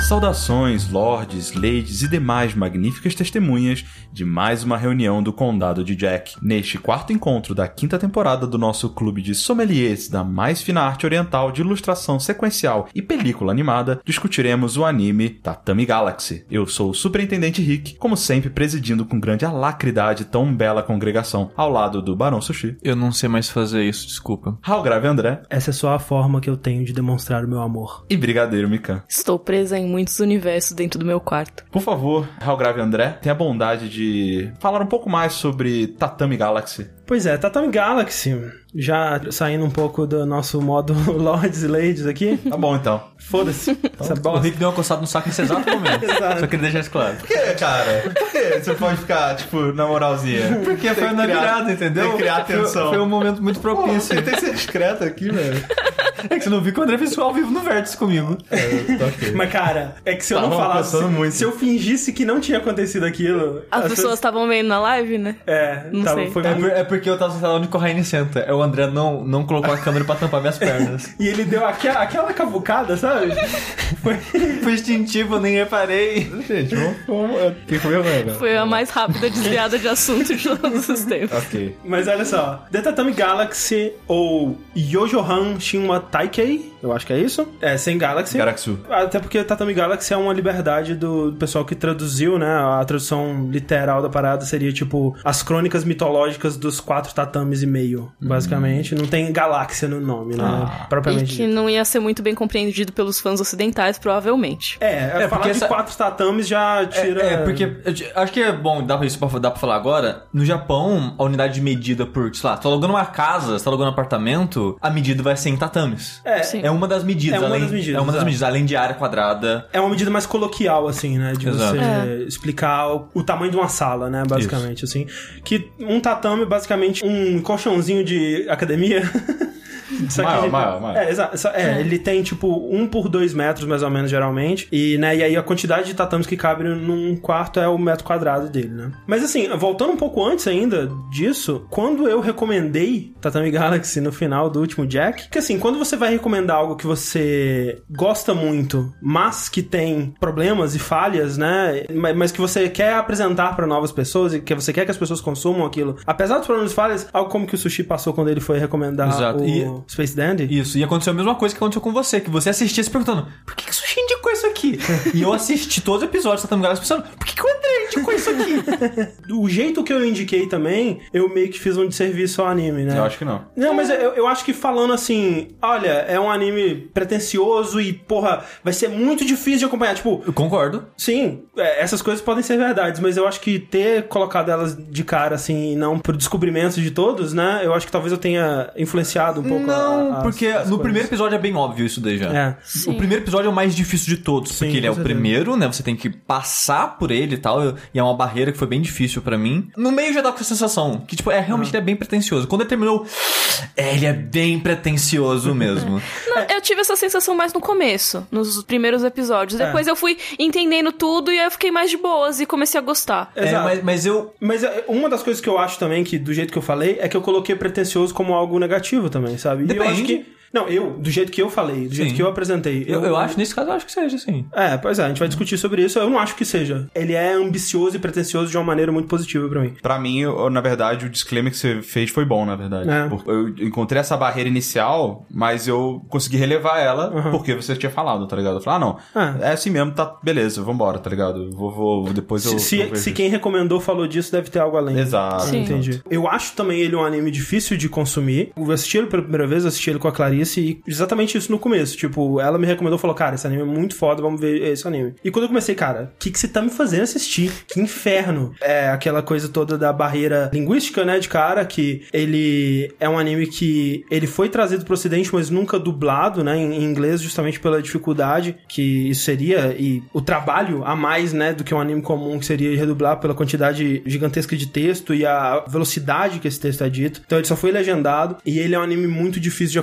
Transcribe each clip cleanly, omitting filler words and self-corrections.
Saudações, lords, ladies e demais magníficas testemunhas de mais uma reunião do Condado de Jack. Neste quarto encontro da quinta temporada do nosso clube de sommeliers da mais fina arte oriental de ilustração sequencial e película animada, discutiremos o anime Tatami Galaxy. Eu sou o Superintendente Rick, como sempre presidindo com grande alacridade tão bela congregação, ao lado do Barão Sushi. Eu não sei mais fazer isso, desculpa. Halgrave André. Essa é só a forma que eu tenho de demonstrar o meu amor. E Brigadeiro Mikan. Estou presa em muitos universos dentro do meu quarto. Por favor, Halgrave André, tenha a bondade de falar um pouco mais sobre Tatami Galaxy. Pois é, Tatami Galaxy, já saindo um pouco do nosso modo Lords e Ladies aqui. Tá bom, então. Foda-se. O Rick deu uma coçada no saco nesse exato momento. Exato. Só queria deixar isso claro. Por que, cara? Por que você pode ficar, tipo, na moralzinha? Porque foi na virada, entendeu? Tem que criar atenção. Foi um momento muito propício. Você tem que ser discreto aqui, velho. É que você não viu que o André fez ao vivo no Vértice comigo. Ok. Mas, cara, é que se eu não falasse... muito. Se eu fingisse que não tinha acontecido aquilo... As pessoas estavam vendo na live, né? Não sei. Foi É porque eu tava sentado onde o Corraine senta. É o André não colocou a câmera pra tampar minhas pernas. E ele deu aquela cavucada, sabe? Foi instintivo, eu nem reparei. Gente, quem foi, velho? Foi a mais rápida desviada de assunto de todos os tempos. Ok. Mas olha só, The Tatami Galaxy ou Yojohan Shinwa Taikei, eu acho que é isso, sem Galaxy. Garaxu. Até porque Tatami Galaxy é uma liberdade do pessoal que traduziu, né? A tradução literal da parada seria tipo as crônicas mitológicas dos 4 tatames e meio, basicamente. Não tem galáxia no nome, né? Propriamente E que dito. não ia ser muito bem compreendido pelos fãs ocidentais, provavelmente. Falar porque de 4 tatames já tira... Porque acho que é bom, dá pra falar agora. No Japão, a unidade de medida por, sei lá, você tá alugando uma casa, você tá alugando um apartamento, a medida vai ser em tatames. Sim. É uma das medidas. É uma das medidas, É uma das exato. medidas, além de área quadrada. É uma medida mais coloquial, assim, né? De Exato. você explicar o tamanho de uma sala, né? Basicamente, assim. Que um tatame, basicamente, um colchãozinho de academia... Maior. Exato. Ele tem, tipo, 1 por 2 metros, mais ou menos, geralmente. E aí a quantidade de tatames que cabe num quarto é o metro quadrado dele, né? Mas, assim, voltando um pouco antes ainda disso, quando eu recomendei Tatami Galaxy no final do último Jack, que, assim, quando você vai recomendar algo que você gosta muito, mas que tem problemas e falhas, né? Mas que você quer apresentar pra novas pessoas e que você quer que as pessoas consumam aquilo, apesar dos problemas e falhas, algo como que o Sushi passou quando ele foi recomendar o Space Dandy. Isso, e aconteceu a mesma coisa que aconteceu com você, que você assistia se perguntando, por que o Sushi indicou isso aqui? E eu assisti todos os episódios da Tatami Galaxy pensando, por que o André indicou isso aqui? Do jeito que eu indiquei também, eu meio que fiz um desserviço ao anime, né? Eu acho que não. Não, mas eu acho que falando assim, olha, é um anime pretencioso e, porra, vai ser muito difícil de acompanhar. Tipo, Eu concordo. sim, essas coisas podem ser verdades, mas eu acho que ter colocado elas de cara, assim, e não pro descobrimento de todos, né? Eu acho que talvez eu tenha influenciado um pouco Não, as porque coisas. no primeiro episódio é bem óbvio isso daí já. Sim. O primeiro episódio é o mais difícil de todos, Sim, porque ele é com o certeza. primeiro, né? Você tem que passar por ele e tal, e é uma barreira que foi bem difícil pra mim. No meio já dá com essa sensação, que tipo, realmente ele é bem pretencioso. Quando ele terminou, ele é bem pretencioso mesmo. Não, eu tive essa sensação mais no começo, nos primeiros episódios. Depois eu fui entendendo tudo e aí eu fiquei mais de boas e comecei a gostar. Exato. Mas eu... Mas uma das coisas que eu acho também, que do jeito que eu falei, é que eu coloquei pretencioso como algo negativo também, sabe? E eu acho Depende. que... Não, do jeito que eu falei, do jeito Sim. que eu apresentei. Eu acho, nesse caso, eu acho que seja, sim. Pois é, a gente vai discutir sobre isso. Eu não acho que seja. Ele é ambicioso e pretencioso de uma maneira muito positiva pra mim. Pra mim, na verdade, o disclaimer que você fez foi bom, na verdade. É. Eu encontrei essa barreira inicial, mas eu consegui relevar ela porque você tinha falado, tá ligado? Eu falei, é assim mesmo, tá, beleza, vambora, tá ligado? Depois eu... Se quem recomendou falou disso, deve ter algo além. Exato. Sim. Entendi. Eu acho também ele um anime difícil de consumir. Eu assisti ele pela primeira vez, assisti ele com a Clarice e exatamente isso no começo. Tipo, ela me recomendou, falou, cara, esse anime é muito foda, vamos ver esse anime. E quando eu comecei, cara, o que você tá me fazendo assistir? Que inferno. É aquela coisa toda da barreira linguística, né, de cara, que ele é um anime que ele foi trazido pro ocidente, mas nunca dublado, né, em inglês, justamente pela dificuldade que isso seria e o trabalho a mais, né, do que um anime comum, que seria redublar pela quantidade gigantesca de texto e a velocidade que esse texto é dito. Então ele só foi legendado e ele é um anime muito difícil de acompanhar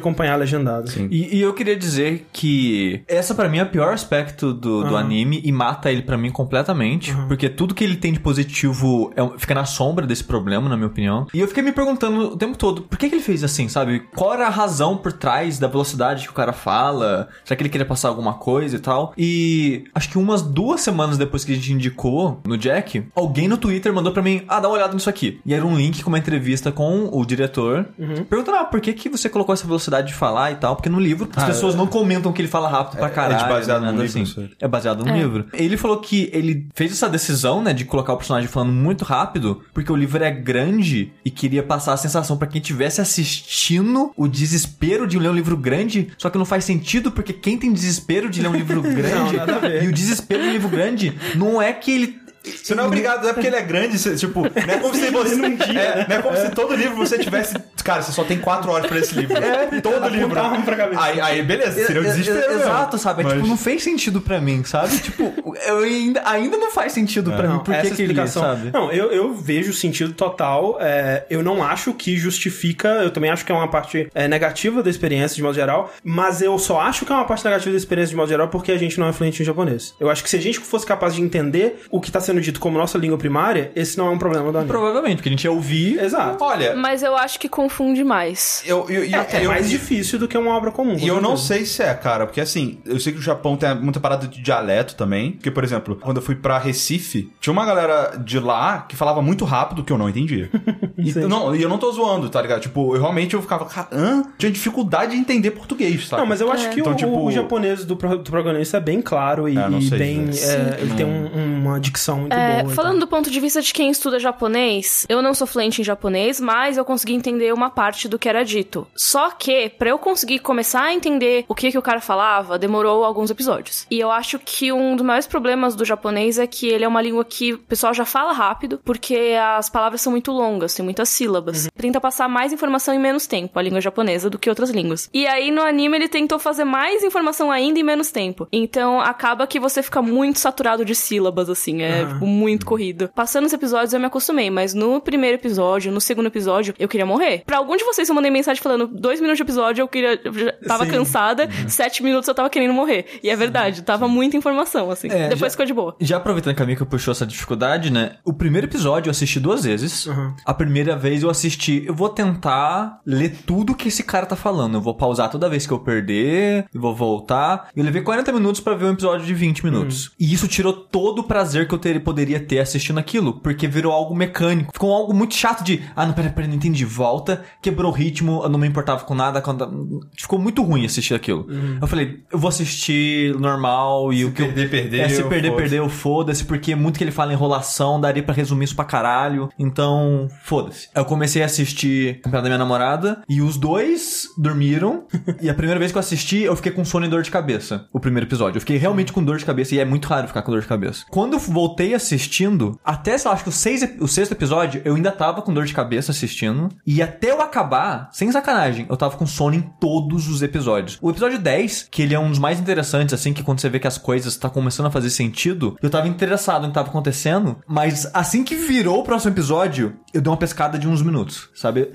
legendado. Sim. E eu queria dizer que essa pra mim é o pior aspecto do anime e mata ele pra mim completamente, porque tudo que ele tem de positivo fica na sombra desse problema, na minha opinião. E eu fiquei me perguntando o tempo todo, por que ele fez assim, sabe? Qual era a razão por trás da velocidade que o cara fala? Será que ele queria passar alguma coisa e tal? E acho que umas 2 semanas depois que a gente indicou no Jack, alguém no Twitter mandou pra mim, dá uma olhada nisso aqui. E era um link com uma entrevista com o diretor, perguntando, por que você colocou essa velocidade de falar e tal? Porque no livro as pessoas não comentam que ele fala rápido pra caralho. É baseado no livro, assim. É baseado no livro. Ele falou que ele fez essa decisão, né, de colocar o personagem falando muito rápido, porque o livro é grande e queria passar a sensação pra quem estivesse assistindo o desespero de ler um livro grande, só que não faz sentido, porque quem tem desespero de ler um livro grande e o desespero de um livro grande não é que ele... Você não é obrigado, não é porque ele é grande, tipo, não é como se você... não é como se todo livro você tivesse... Cara, você só tem 4 horas pra esse livro. Todo livro. Aí, beleza, seria o desespero. Exato, sabe? Mas... tipo, não fez sentido pra mim, sabe? Tipo, eu ainda não faz sentido pra mim. Por que ele sabe? Não, eu vejo sentido total. Eu não acho que justifica... Eu também acho que é uma parte negativa da experiência, de modo geral. Mas eu só acho que é uma parte negativa da experiência, de modo geral, porque a gente não é fluente em japonês. Eu acho que se a gente fosse capaz de entender o que tá sendo dito como nossa língua primária, esse não é um problema do anime. Provavelmente, porque a gente ia ouvir... Exato. Olha... Mas eu acho que confunde mais. É mais difícil do que uma obra comum. E eu não sei se cara, porque assim, eu sei que o Japão tem muita parada de dialeto também, porque, por exemplo, quando eu fui pra Recife, tinha uma galera de lá que falava muito rápido que eu não entendia. E eu não tô zoando, tá ligado? Tipo, eu ficava, tinha dificuldade de entender português, sabe? Não, mas eu acho que então, o japonês do protagonista é bem claro e bem... ele tem uma dicção muito boa. Falando do ponto de vista de quem estuda japonês, eu não sou fluente em japonês, mas eu consegui entender uma parte do que era dito. Só que, pra eu conseguir começar a entender o que o cara falava, demorou alguns episódios. E eu acho que um dos maiores problemas do japonês é que ele é uma língua que o pessoal já fala rápido, porque as palavras são muito longas, tem muitas sílabas. Tenta passar mais informação em menos tempo, a língua japonesa, do que outras línguas. E aí, no anime, ele tentou fazer mais informação ainda em menos tempo. Então, acaba que você fica muito saturado de sílabas, assim, tipo, muito corrido. Passando os episódios, eu me acostumei, mas no primeiro episódio, no segundo episódio, eu queria morrer. Pra algum de vocês, eu mandei mensagem falando 2 minutos de episódio, eu já tava cansada, 7 minutos eu tava querendo morrer. E é verdade, tava muita informação, assim. Depois ficou de boa. Já aproveitando que a Mika puxou essa dificuldade, né? O primeiro episódio eu assisti 2 vezes. A primeira vez eu assisti, eu vou tentar ler tudo que esse cara tá falando. Eu vou pausar toda vez que eu perder, eu vou voltar. Eu levei 40 minutos pra ver um episódio de 20 minutos. E isso tirou todo o prazer que eu poderia ter assistindo aquilo, porque virou algo mecânico. Ficou algo muito chato de, não, pera, não entendi. Volta, quebrou o ritmo, eu não me importava com nada. Ficou muito ruim assistir aquilo. Eu falei, eu vou assistir normal e se perder, foda-se, porque muito que ele fala enrolação, daria pra resumir isso pra caralho. Então, foda-se. Eu comecei a assistir Campeonato da Minha Namorada e os dois dormiram. E a primeira vez que eu assisti, eu fiquei com sono e dor de cabeça. O primeiro episódio. Eu fiquei realmente com dor de cabeça e é muito raro ficar com dor de cabeça. Quando eu voltei assistindo, até, sei lá, acho que o sexto episódio, eu ainda tava com dor de cabeça assistindo. E até eu acabar, sem sacanagem, eu tava com sono em todos os episódios. O episódio 10, que ele é um dos mais interessantes, assim, que quando você vê que as coisas tá começando a fazer sentido, eu tava interessado no que tava acontecendo, mas assim que virou o próximo episódio, eu dei uma pescada de uns minutos, sabe?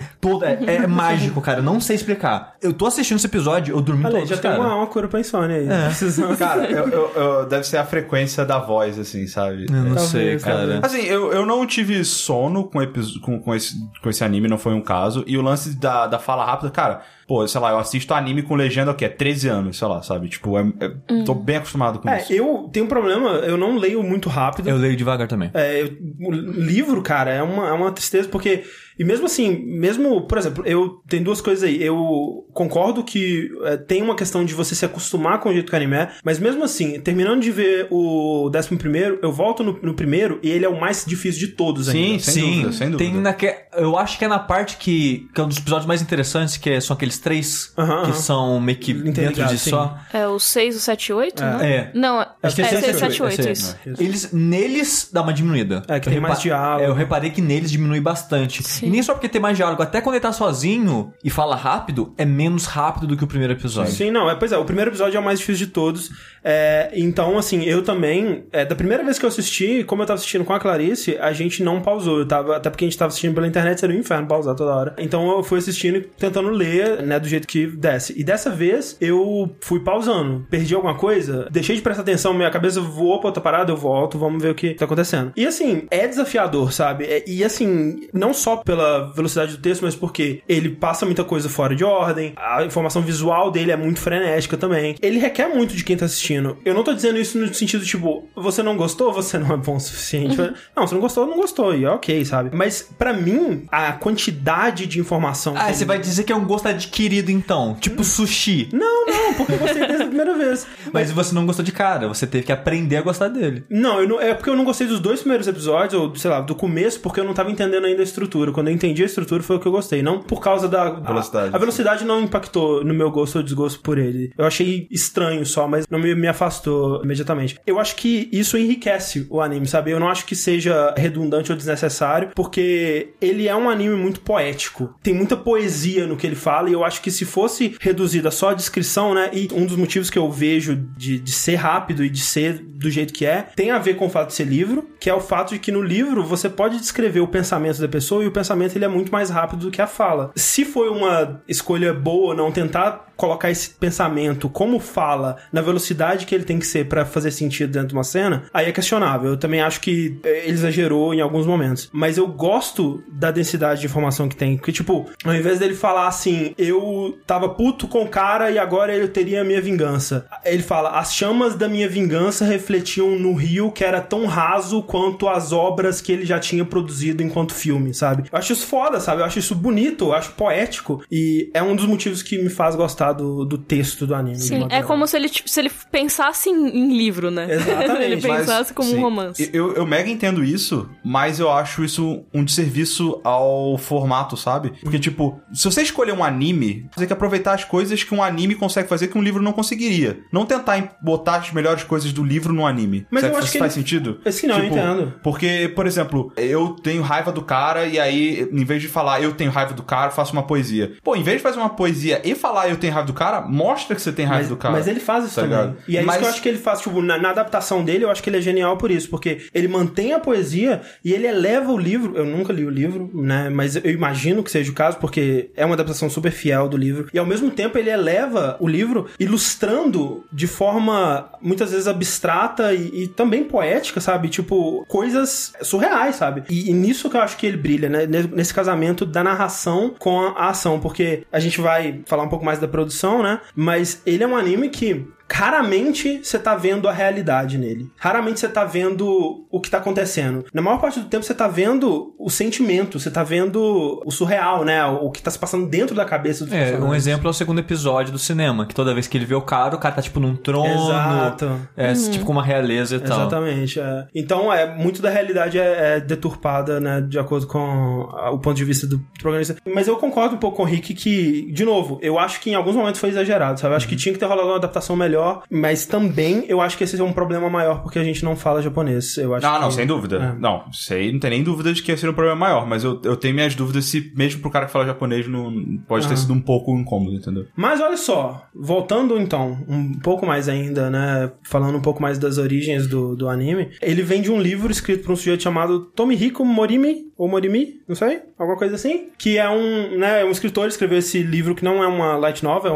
É mágico, cara, eu não sei explicar. Eu tô assistindo esse episódio, eu dormi todos, já tem uma cura pra insônia aí. Cara, deve ser a frequência da voz, assim, sabe? Eu não sei, cara. Assim, eu não tive sono com esse anime, não foi um caso. E o lance da fala rápida, cara, pô, sei lá, eu assisto anime com legenda, 13 anos, sei lá, sabe? Tipo, tô bem acostumado com isso. Eu tenho um problema, eu não leio muito rápido. Eu leio devagar também. O livro, cara, é uma tristeza, porque... E mesmo assim, por exemplo, tem 2 coisas aí. Eu concordo que tem uma questão de você se acostumar com o jeito que o anime é, mas mesmo assim, terminando de ver o 11º, eu volto no primeiro e ele é o mais difícil de todos ainda. Sim, sem dúvida. Eu acho que é na parte que é um dos episódios mais interessantes, que são aqueles 3 que são meio que dentro de só. É o 6, o 7 e 8, né? Não, acho que é 6, 7 e 8, isso. Neles dá uma diminuída. Que tem mais diálogo. Eu reparei que neles diminui bastante. Sim. E nem só porque tem mais diálogo, até quando ele tá sozinho e fala rápido, é menos rápido do que o primeiro episódio. Sim, não, o primeiro episódio é o mais difícil de todos. Então, assim, eu também... da primeira vez que eu assisti assisti, como eu tava assistindo com a Clarice, a gente não pausou. Até porque a gente tava assistindo pela internet, seria um inferno pausar toda hora. Então eu fui assistindo e tentando ler, né, do jeito que desce. E dessa vez, eu fui pausando. Perdi alguma coisa, deixei de prestar atenção, minha cabeça voou pra outra parada, eu volto, vamos ver o que tá acontecendo. E assim, é desafiador, sabe? E assim, não só pela velocidade do texto, mas porque ele passa muita coisa fora de ordem, a informação visual dele é muito frenética também. Ele requer muito de quem tá assistindo. Eu não tô dizendo isso no sentido, tipo, você não gostou, você não é bom o suficiente. Não, você não gostou, e é ok, sabe? Mas pra mim, a quantidade de informação... Ah, você vai dizer que é um gosto adquirido, então? Tipo sushi? Não, porque eu gostei desde a primeira vez. Mas você não gostou de cara, você teve que aprender a gostar dele. Não, é porque eu não gostei dos 2 primeiros episódios, ou, sei lá, do começo, porque eu não tava entendendo ainda a estrutura. Quando eu entendi a estrutura, foi o que eu gostei. Não por causa da... Velocidade. A velocidade não impactou no meu gosto ou desgosto por ele. Eu achei estranho só, mas não me afastou imediatamente. Eu acho que isso enriquece o anime, sabe? Eu não acho que seja redundante ou desnecessário, porque ele é um anime muito poético. Tem muita poesia no que ele fala, e eu acho que se fosse reduzida só a descrição, né? E um dos motivos que eu vejo de ser rápido e de ser do jeito que é, tem a ver com o fato de ser livro, que é o fato de que no livro você pode descrever o pensamento da pessoa, e o pensamento ele é muito mais rápido do que a fala. Se foi uma escolha boa ou não tentar colocar esse pensamento como fala na velocidade que ele tem que ser pra fazer sentido dentro de uma cena, aí é questionável. Eu também acho que ele exagerou em alguns momentos. Mas eu gosto da densidade de informação que tem. Porque, tipo, ao invés dele falar assim, eu tava puto com o cara e agora eu teria a minha vingança. Ele fala, as chamas da minha vingança refletiam no rio que era tão raso quanto as obras que ele já tinha produzido enquanto filme, sabe? Eu acho isso foda, sabe? Eu acho isso bonito, eu acho poético. E é um dos motivos que me faz gostar do texto do anime. Sim, é como se ele pensasse em livro, né? Exatamente. Ele pensasse como um romance. Eu mega entendo isso, mas eu acho isso um desserviço ao formato, sabe? Porque, tipo, se você escolher um anime, você tem que aproveitar as coisas que um anime consegue fazer que um livro não conseguiria. Não tentar botar as melhores coisas do livro no anime. Mas Será eu que acho isso faz sentido? Esse não, tipo, eu entendo. Porque, por exemplo, eu tenho raiva do cara e aí, em vez de falar eu tenho raiva do cara, eu faço uma poesia. Pô, em vez de fazer uma poesia e falar eu tenho raiva do cara, mostra que você tem raiva do cara. Mas ele faz isso tá também. Ligado? E é isso que eu acho que ele faz, tipo, na adaptação dele, eu acho que ele é genial por isso, porque ele mantém a poesia e ele eleva o livro. Eu nunca li o livro, né? Mas eu imagino que seja o caso, porque é uma adaptação super fiel do livro. E ao mesmo tempo ele eleva o livro ilustrando de forma muitas vezes abstrata e também poética, sabe? Tipo, coisas surreais, sabe? E nisso que eu acho que ele brilha, né? Nesse casamento da narração com a ação, porque a gente vai falar um pouco mais da produção, né? Mas ele é um anime que raramente você tá vendo a realidade nele. Raramente você tá vendo o que tá acontecendo. Na maior parte do tempo você tá vendo o sentimento, você tá vendo o surreal, né? O que tá se passando dentro da cabeça dos personagens. Um exemplo é o segundo episódio do cinema, que toda vez que ele vê o cara tá tipo num trono. Exato. Tipo com uma realeza e tal. Exatamente. É. Então, muito da realidade é deturpada, né? De acordo com o ponto de vista do protagonista. Mas eu concordo um pouco com o Rick que, de novo, eu acho que em alguns momentos foi exagerado, sabe? Eu acho que tinha que ter rolado uma adaptação melhor, mas também eu acho que esse é um problema maior porque a gente não fala japonês. Eu acho não, sem dúvida. Não, isso aí não tem nem dúvida de que esse seria um problema maior, mas eu tenho minhas dúvidas se mesmo pro cara que fala japonês não pode ter sido um pouco incômodo, entendeu? Mas olha só, voltando então um pouco mais ainda, né, falando um pouco mais das origens do anime, ele vem de um livro escrito por um sujeito chamado Tomihiko Morimi, ou Morimi, não sei, alguma coisa assim, que é um escritor, ele escreveu esse livro que não é uma light novel, é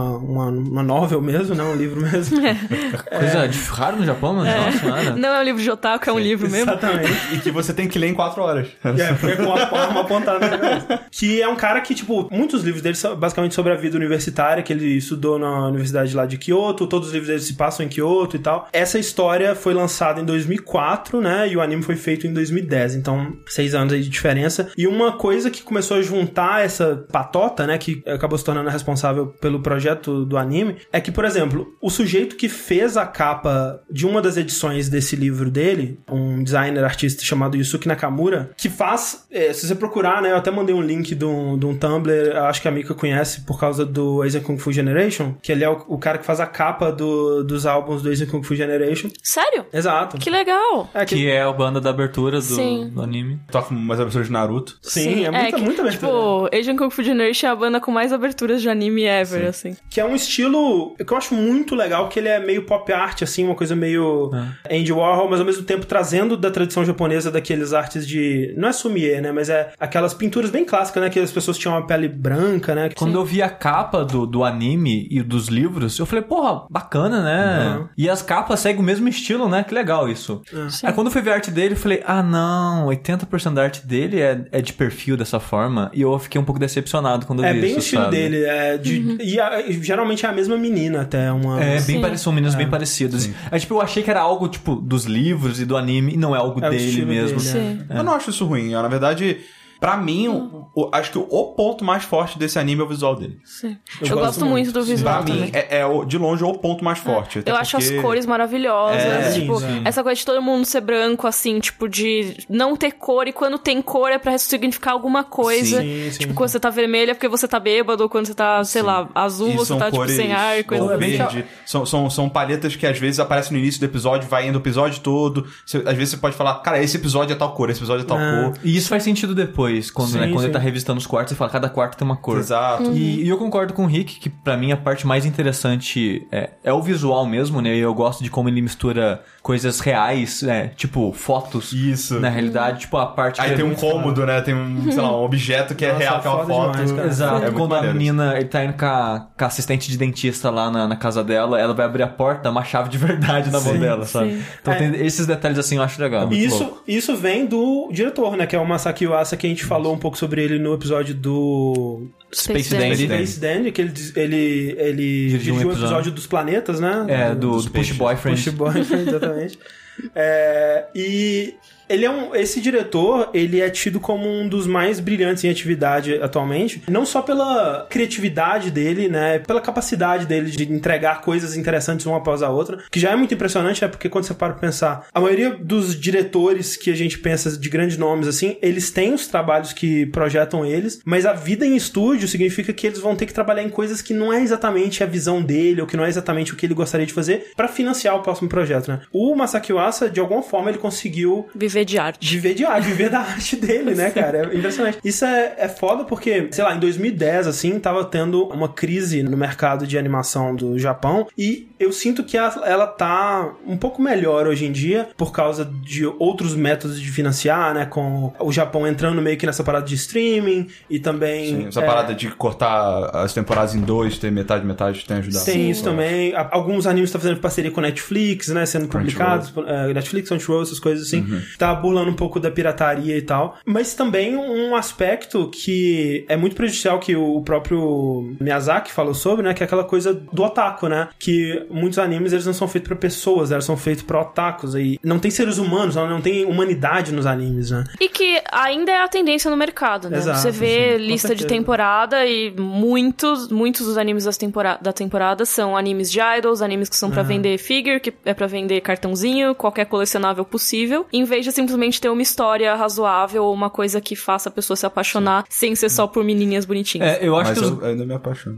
uma novel mesmo, né, um livro mesmo. Coisa de raro no Japão, mas nossa, nada. Não é um livro de otaku, é um livro mesmo. Exatamente. E que você tem que ler em 4 horas. Porque com a arma apontada na cabeça. Que é um cara que, tipo, muitos livros dele são basicamente sobre a vida universitária, que ele estudou na universidade lá de Kyoto, todos os livros dele se passam em Kyoto e tal. Essa história foi lançada em 2004, né, e o anime foi feito em 2010, então 6 anos aí de diferença. E uma coisa que começou a juntar essa patota, né, que acabou se tornando responsável pelo projeto do anime, é que, por exemplo, o sujeito que fez a capa de uma das edições desse livro dele, um designer artista chamado Yusuke Nakamura, que faz, se você procurar, né, eu até mandei um link de um Tumblr, acho que a Mika conhece por causa do Asian Kung Fu Generation, que ele é o cara que faz a capa dos álbuns do Asian Kung Fu Generation. Sério? Exato. Que legal! Que é a banda da abertura do anime. Toca umas aberturas de Naruto. Sim, é muita abertura. Tipo, Asian Kung Fu Generation é a banda com mais aberturas de anime ever, assim. Que é um estilo que eu acho muito muito legal que ele é meio pop art, assim, uma coisa meio Andy Warhol, mas ao mesmo tempo trazendo da tradição japonesa daqueles artes de... Não é sumie, né? Mas é aquelas pinturas bem clássicas, né? Que as pessoas tinham uma pele branca, né? Quando eu vi a capa do anime e dos livros, eu falei, porra, bacana, né? E as capas seguem o mesmo estilo, né? Que legal isso. Aí quando eu fui ver a arte dele, eu falei, não, 80% da arte dele é de perfil dessa forma. E eu fiquei um pouco decepcionado quando eu vi isso, bem o estilo sabe? dele. E geralmente é a mesma menina até. Bem parecido, são meninas bem parecidas. Aí, tipo, eu achei que era algo, tipo, dos livros e do anime, e não é algo dele mesmo. Sim. Eu não acho isso ruim. Na verdade... Pra mim, acho que o ponto mais forte desse anime é o visual dele. Sim. Eu gosto muito do visual também. Pra mim, de longe, o ponto mais forte. Eu acho as cores maravilhosas. Tipo, essa coisa de todo mundo ser branco, assim, tipo, de não ter cor. E quando tem cor é pra significar alguma coisa. Tipo, quando você tá vermelho é porque você tá bêbado. Ou quando você tá, sei lá, azul, você tá, tipo, sem ar. Coisa verde. São palhetas que às vezes aparecem no início do episódio, vai indo o episódio todo. Às vezes você pode falar, cara, esse episódio é tal cor, esse episódio é tal cor. E isso faz sentido depois. Quando ele tá revistando os quartos, você fala, cada quarto tem uma cor. Exato. E eu concordo com o Rick, que pra mim a parte mais interessante é o visual mesmo, né? E eu gosto de como ele mistura coisas reais, tipo, fotos. Isso. Na realidade, tipo, a parte... Aí tem um cômodo, né? Tem sei lá, um objeto que é real, que é uma foto. Demais, exato. Quando a menina, ele tá indo com a assistente de dentista lá na casa dela, ela vai abrir a porta, dá uma chave de verdade na mão dela, sabe? Então tem esses detalhes assim, eu acho legal. Isso vem do diretor, né? Que é o Masaki Yuasa, que a gente falou um pouco sobre ele no episódio do Space Dandy, que ele dirigiu um episódio dos planetas, né? Do Push Boyfriend. Push Boyfriend, exatamente. E esse diretor, ele é tido como um dos mais brilhantes em atividade atualmente, não só pela criatividade dele, né, pela capacidade dele de entregar coisas interessantes uma após a outra, que já é muito impressionante, né, porque quando você para pra pensar, a maioria dos diretores que a gente pensa de grandes nomes, assim, eles têm os trabalhos que projetam eles, mas a vida em estúdio significa que eles vão ter que trabalhar em coisas que não é exatamente a visão dele, ou que não é exatamente o que ele gostaria de fazer pra financiar o próximo projeto, né. O Masaki Yuasa, de alguma forma, ele conseguiu viver de arte. Viver da arte dele, né, cara? É impressionante. Isso é foda porque, sei lá, em 2010, assim, tava tendo uma crise no mercado de animação do Japão e eu sinto que ela tá um pouco melhor hoje em dia por causa de outros métodos de financiar, né, com o Japão entrando meio que nessa parada de streaming e também... Sim, essa parada de cortar as temporadas em dois, ter metade tem ajudado. Tem isso também. Alguns animes estão fazendo parceria com Netflix, né, sendo publicados. Netflix, Crunchyroll, essas coisas assim. Tá burlando um pouco da pirataria e tal. Mas também um aspecto que é muito prejudicial que o próprio Miyazaki falou sobre, né? Que é aquela coisa do otaku, né? Que muitos animes, eles não são feitos pra pessoas, eles são feitos pra otakus. E não tem seres humanos, não tem humanidade nos animes, né? E que ainda é a tendência no mercado, né? Exato, você vê lista de temporada e muitos dos animes da temporada são animes de idols, animes que são pra vender figure, que é pra vender cartãozinho, qualquer colecionável possível, em vez de simplesmente ter uma história razoável ou uma coisa que faça a pessoa se apaixonar sem ser só por menininhas bonitinhas. Eu acho mas que eu ainda me apaixono.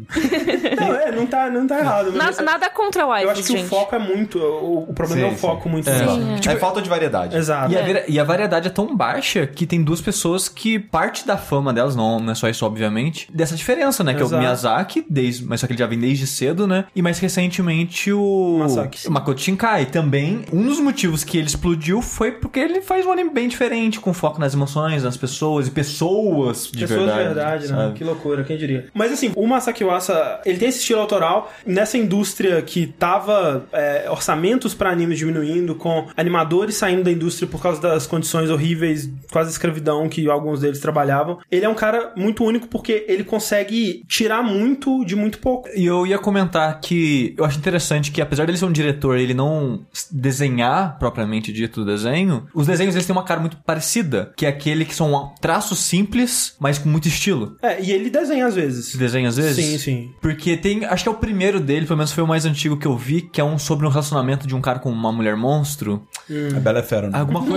Não tá errado. Mas nada contra o eu acho que gente. O foco é muito... O problema é o foco muito. Tipo, é falta de variedade. Exato. E a variedade é tão baixa que tem duas pessoas que parte da fama delas, não é só isso, obviamente, dessa diferença, né? Que é o Miyazaki, mas só que ele já vem desde cedo, né? E mais recentemente o Makoto Shinkai. Também, um dos motivos que ele explodiu foi porque ele faz um anime bem diferente, com foco nas emoções, nas pessoas, e pessoas de verdade, né? Que loucura, quem diria. Mas assim, o Masaki Yuasa, ele tem esse estilo autoral nessa indústria que tava orçamentos pra animes diminuindo, com animadores saindo da indústria por causa das condições horríveis, quase escravidão que alguns deles trabalhavam. Ele é um cara muito único porque ele consegue tirar muito de muito pouco. E eu ia comentar que eu acho interessante que, apesar dele ser um diretor, ele não desenhar propriamente dito o desenho, os desenhos eles têm uma cara muito parecida, que é aquele que são traços simples, mas com muito estilo. E ele desenha às vezes. Desenha às vezes? Sim, sim. Porque tem, acho que é o primeiro dele, pelo menos foi o mais antigo que eu vi, que é um sobre um relacionamento de um cara com uma mulher monstro. A Bela é fera, né? Alguma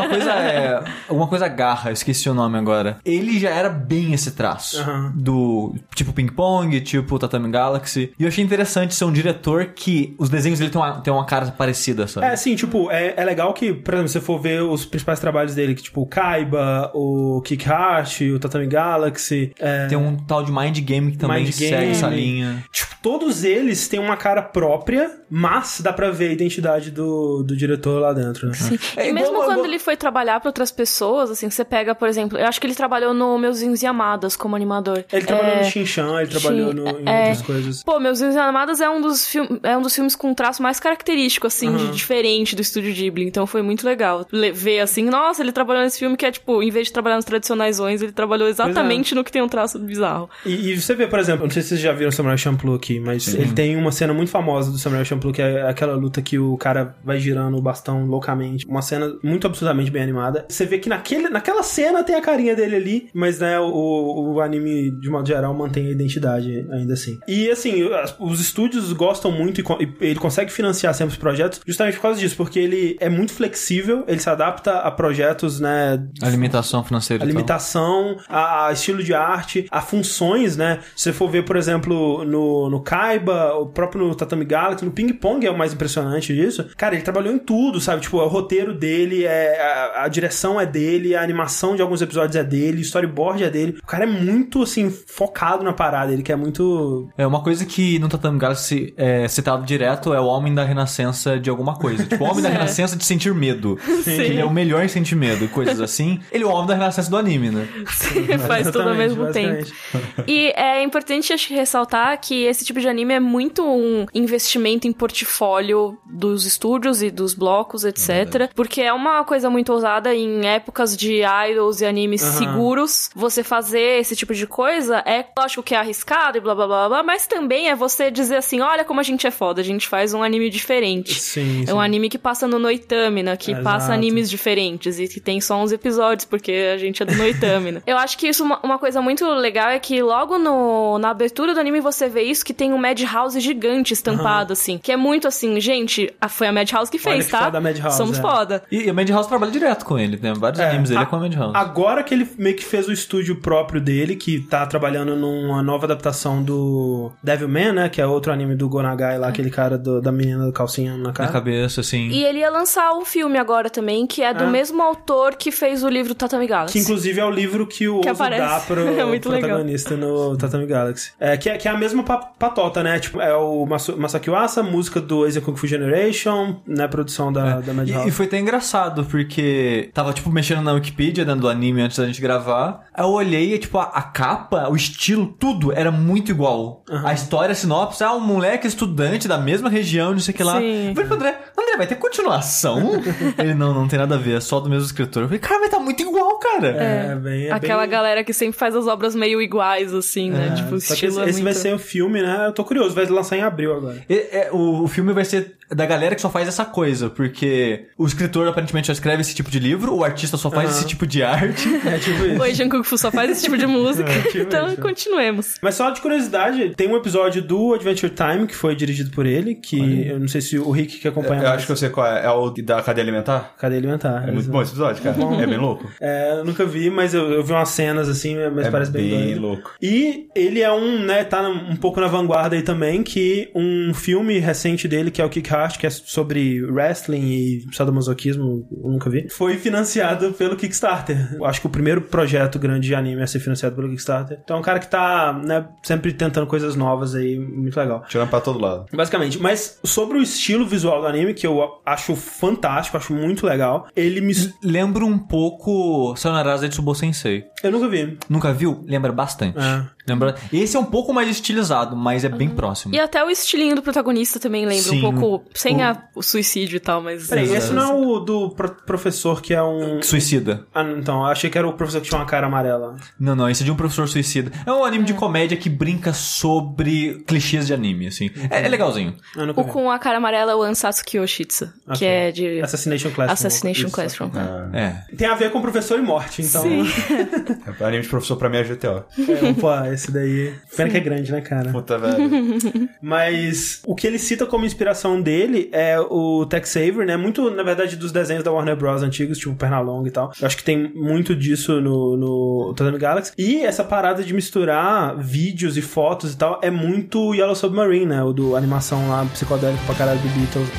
coisa garra, esqueci o nome agora. Ele já era bem esse traço. Do tipo Ping Pong, tipo Tatami Galaxy. E eu achei interessante ser um diretor que os desenhos dele tem uma cara parecida, sabe? Sim, tipo, é legal que, por exemplo, se você for ver os principais trabalhos dele, que tipo o Kaiba, o Kick Heart, o Tatami Galaxy. Tem um tal de Mind Game que também segue essa linha. Tipo, todos eles têm uma cara própria, mas dá pra ver a identidade do diretor lá dentro, né? Sim. E mesmo quando ele foi trabalhar pra outras pessoas, assim, você pega, por exemplo, eu acho que ele trabalhou no Meus Vinhos e Amadas como animador. Ele trabalhou no Shin-Chan, ele trabalhou em outras coisas. Pô, Meus Vinhos e Amadas é um dos filmes com um traço mais característico, assim, de diferente do Estúdio Ghibli. Então foi muito legal ver, assim, nossa, ele trabalhou nesse filme que é, tipo, em vez de trabalhar nos tradicionaisões, ele trabalhou exatamente no que tem um traço bizarro. E você vê, por exemplo, não sei se vocês já viram o Samurai Champloo aqui, mas ele tem uma cena muito famosa do Samurai Champloo, que é aquela luta que o cara vai girando o bastão loucamente. Uma cena muito absurdamente bem animada. Você vê que naquela cena tem a carinha dele ali, mas, né, o anime, de modo geral, mantém a identidade ainda assim. E, assim, os estúdios gostam muito e ele consegue financiar sempre os projetos justamente por causa disso, porque ele é muito flexível, ele se adapta a projetos, né... A limitação financeira. A limitação, a estilo de arte, a funções, né? Se você for ver, por exemplo, no Kaiba, o próprio no Tatami Galaxy, no Ping Pong é o mais impressionante disso. Cara, ele trabalhou em tudo, sabe? Tipo, o roteiro dele, a direção é dele, a animação de alguns episódios é dele, o storyboard é dele. O cara é muito, assim, focado na parada, ele quer muito... Uma coisa que no Tatami Galaxy é citado direto é o homem da renascença de alguma coisa. Tipo, o homem da renascença de sentir medo. Sim. Que ele é o melhor em sentir medo e coisas assim. Ele é o homem da renascença do anime, né? Sim, faz tudo ao mesmo tempo. E é importante, acho que, ressaltar que esse tipo de anime é muito um investimento em portfólio dos estúdios e dos blocos, etc. Porque é uma coisa muito ousada em épocas de idols e animes seguros. Você fazer esse tipo de coisa é, lógico que é arriscado e blá blá blá blá, mas também é você dizer assim, olha como a gente é foda, a gente faz um anime diferente. Sim. É um anime que passa no Noitamina, que passa animes diferentes e que tem só 11 episódios, porque a gente é do Noitamina. Eu acho que isso, uma coisa muito legal é que logo na abertura do anime você vê isso, que tem um Madhouse gigante estampado, assim, que é muito assim, gente, foi a Madhouse que fez, tá? Da Madhouse, somos foda. E a Madhouse trabalha direto com ele, tem vários animes dele com a Madhouse. Agora que ele meio que fez o estúdio próprio dele, que tá trabalhando numa nova adaptação do Devilman, né, que é outro anime do Gonagai lá, aquele cara da menina do calcinha na cara. Na cabeça, assim. E ele ia lançar um filme agora também, que é do mesmo autor que fez o livro Tatami Galaxy. Que inclusive é o livro que o Ozu dá pro protagonista no Tatami Galaxy. Que é a mesma patota, né? Tipo, é o Masaki Uasa, música do Asian Kung Fu Generation, né? Produção da Madhouse. E foi até engraçado, porque tava, tipo, mexendo na Wikipedia, né, do anime antes da gente gravar. Aí eu olhei e, tipo, a capa, o estilo, tudo era muito igual. A história, a sinopse, um moleque estudante da mesma região, não sei o que lá. Sim. Eu falei pro André, vai ter continuação? Ele, não tem nada a ver, é só do mesmo escritor. Eu falei, cara, mas tá muito igual, cara. Aquela galera que sempre faz as obras meio iguais, assim, né? Tipo, o estilo esse vai ser o filme, né? Eu tô curioso, vai lançar em abril agora. O filme vai ser da galera que só faz essa coisa, porque o escritor aparentemente só escreve esse tipo de livro, o artista só faz esse tipo de arte. É tipo isso. O Asian Kung Fu só faz esse tipo de música. Então, continuemos. Mas só de curiosidade, tem um episódio do Adventure Time que foi dirigido por ele, que eu não sei se o Rick que acompanha eu acho que eu sei qual é. É o da cadeia alimentar? Cadeia alimentar. É muito bom esse episódio, cara. É bem louco. Eu nunca vi, mas eu vi umas cenas assim, mas parece bem doido. Bem louco. E ele é tá um pouco na vanguarda aí também, que um filme recente dele, que é o Kick Heart, que é sobre wrestling e sadomasoquismo, eu nunca vi, foi financiado pelo Kickstarter. Eu acho que o primeiro projeto grande de anime a ser financiado pelo Kickstarter. Então é um cara que tá, né, sempre tentando coisas novas aí, muito legal. Tirando pra todo lado. Basicamente. Mas sobre o estilo visual do anime, que eu acho fantástico, acho muito legal, ele me... Lembra um pouco Sayonara Zetsubou Sensei. Eu nunca vi. Nunca viu? Lembra bastante. Lembra? Esse é um pouco mais estilizado, mas é bem próximo. E até o estilinho do protagonista também lembra um pouco, sem o suicídio e tal, mas... Peraí, esse não é o do professor que é um... Suicida. Então, eu achei que era o professor que tinha uma cara amarela. Não, esse é de um professor suicida. É um anime de comédia que brinca sobre clichês de anime, assim. É legalzinho. O com a cara amarela é o Ansatsuki Yoshitsu, que é de... Assassination Classroom. Assassination Classroom. Tem a ver com professor e morte, então... Sim. Anime de professor pra mim é GTO. Esse daí... Pena que é grande, né, cara? Puta, velho. Mas o que ele cita como inspiração dele é o Tex Avery, né? Muito, na verdade, dos desenhos da Warner Bros. Antigos, tipo Pernalonga e tal. Eu acho que tem muito disso no Tatami Galaxy. E essa parada de misturar vídeos e fotos e tal é muito Yellow Submarine, né? O do animação lá, psicodélico pra caralho do Beatles.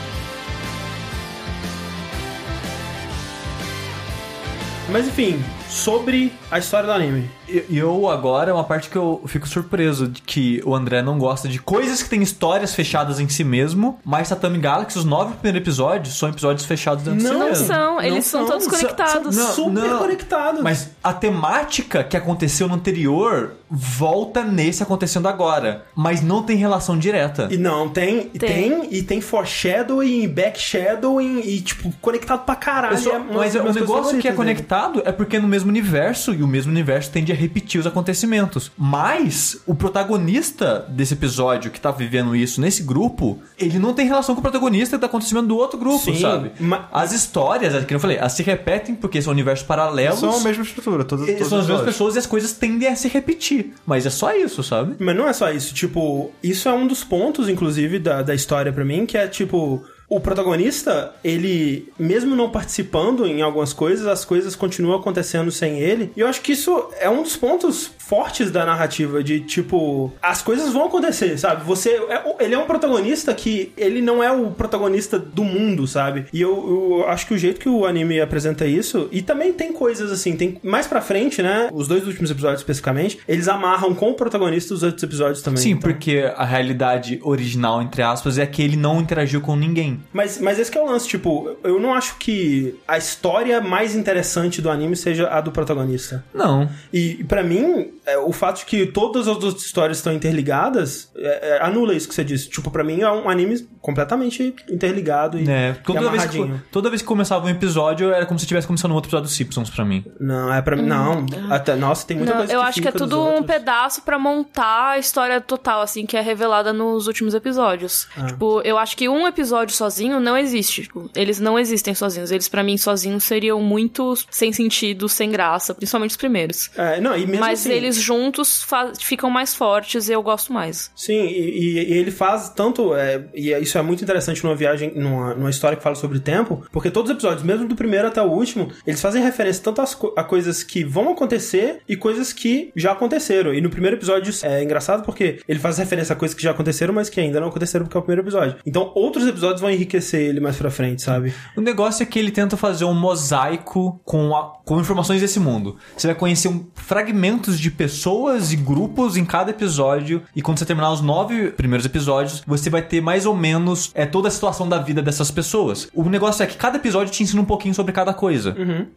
Mas enfim, sobre a história do anime. E eu agora, é uma parte que eu fico surpreso de que o André não gosta de coisas que têm histórias fechadas em si mesmo, mas Tatami Galaxy, os 9 primeiros episódios, são episódios fechados dentro de si mesmo. Eles são todos conectados. São super conectados. Mas a temática que aconteceu no anterior volta nesse acontecendo agora, mas não tem relação direta. E não, tem foreshadowing, backshadowing e, tipo, conectado pra caralho. Mas o negócio que é conectado é porque é no mesmo universo, e o mesmo universo tende a repetir os acontecimentos. Mas o protagonista desse episódio que tá vivendo isso nesse grupo, ele não tem relação com o protagonista que tá acontecendo do outro grupo, sim, sabe? As histórias, que eu falei, elas se repetem porque são universos paralelos. São a mesma estrutura, todas são as mesmas pessoas e as coisas tendem a se repetir. Mas é só isso, sabe? Mas não é só isso. Tipo, isso é um dos pontos, inclusive, da história pra mim, que é, tipo... O protagonista, ele, mesmo não participando em algumas coisas, as coisas continuam acontecendo sem ele. E eu acho que isso é um dos pontos fortes da narrativa, de, tipo, as coisas vão acontecer, sabe? Ele é um protagonista que ele não é o protagonista do mundo, sabe? E eu acho que o jeito que o anime apresenta isso, e também tem coisas assim, tem mais pra frente, né? Os 2 últimos episódios especificamente, eles amarram com o protagonista os outros episódios também. Sim, então. Porque a realidade original, entre aspas, é que ele não interagiu com ninguém. Mas esse que é o lance, tipo, eu não acho que a história mais interessante do anime seja a do protagonista. Não. E pra mim, o fato de que todas as outras histórias estão interligadas anula isso que você disse. Tipo, pra mim é um anime completamente interligado e amarradinho. Toda vez que começava um episódio, era como se estivesse começando um outro episódio dos Simpsons pra mim. Não, pra mim, não. Nossa, tem muita coisa que eu acho que é tudo um pedaço pra montar a história total, assim, que é revelada nos últimos episódios. Tipo, eu acho que um episódio sozinho não existe. Tipo, eles não existem sozinhos. Eles, pra mim, sozinhos seriam muito sem sentido, sem graça, principalmente os primeiros. E mesmo mas assim, eles juntos ficam mais fortes e eu gosto mais. Sim, e ele faz tanto... e isso é muito interessante numa viagem, numa história que fala sobre tempo, porque todos os episódios, mesmo do primeiro até o último, eles fazem referência tanto a coisas que vão acontecer e coisas que já aconteceram. E no primeiro episódio é engraçado porque ele faz referência a coisas que já aconteceram, mas que ainda não aconteceram porque é o primeiro episódio. Então, outros episódios vão enriquecer ele mais pra frente, sabe? O negócio é que ele tenta fazer um mosaico com informações desse mundo. Você vai conhecer fragmentos de pessoas e grupos em cada episódio, e quando você terminar os 9 primeiros episódios, você vai ter mais ou menos toda a situação da vida dessas pessoas. O negócio é que cada episódio te ensina um pouquinho sobre cada coisa.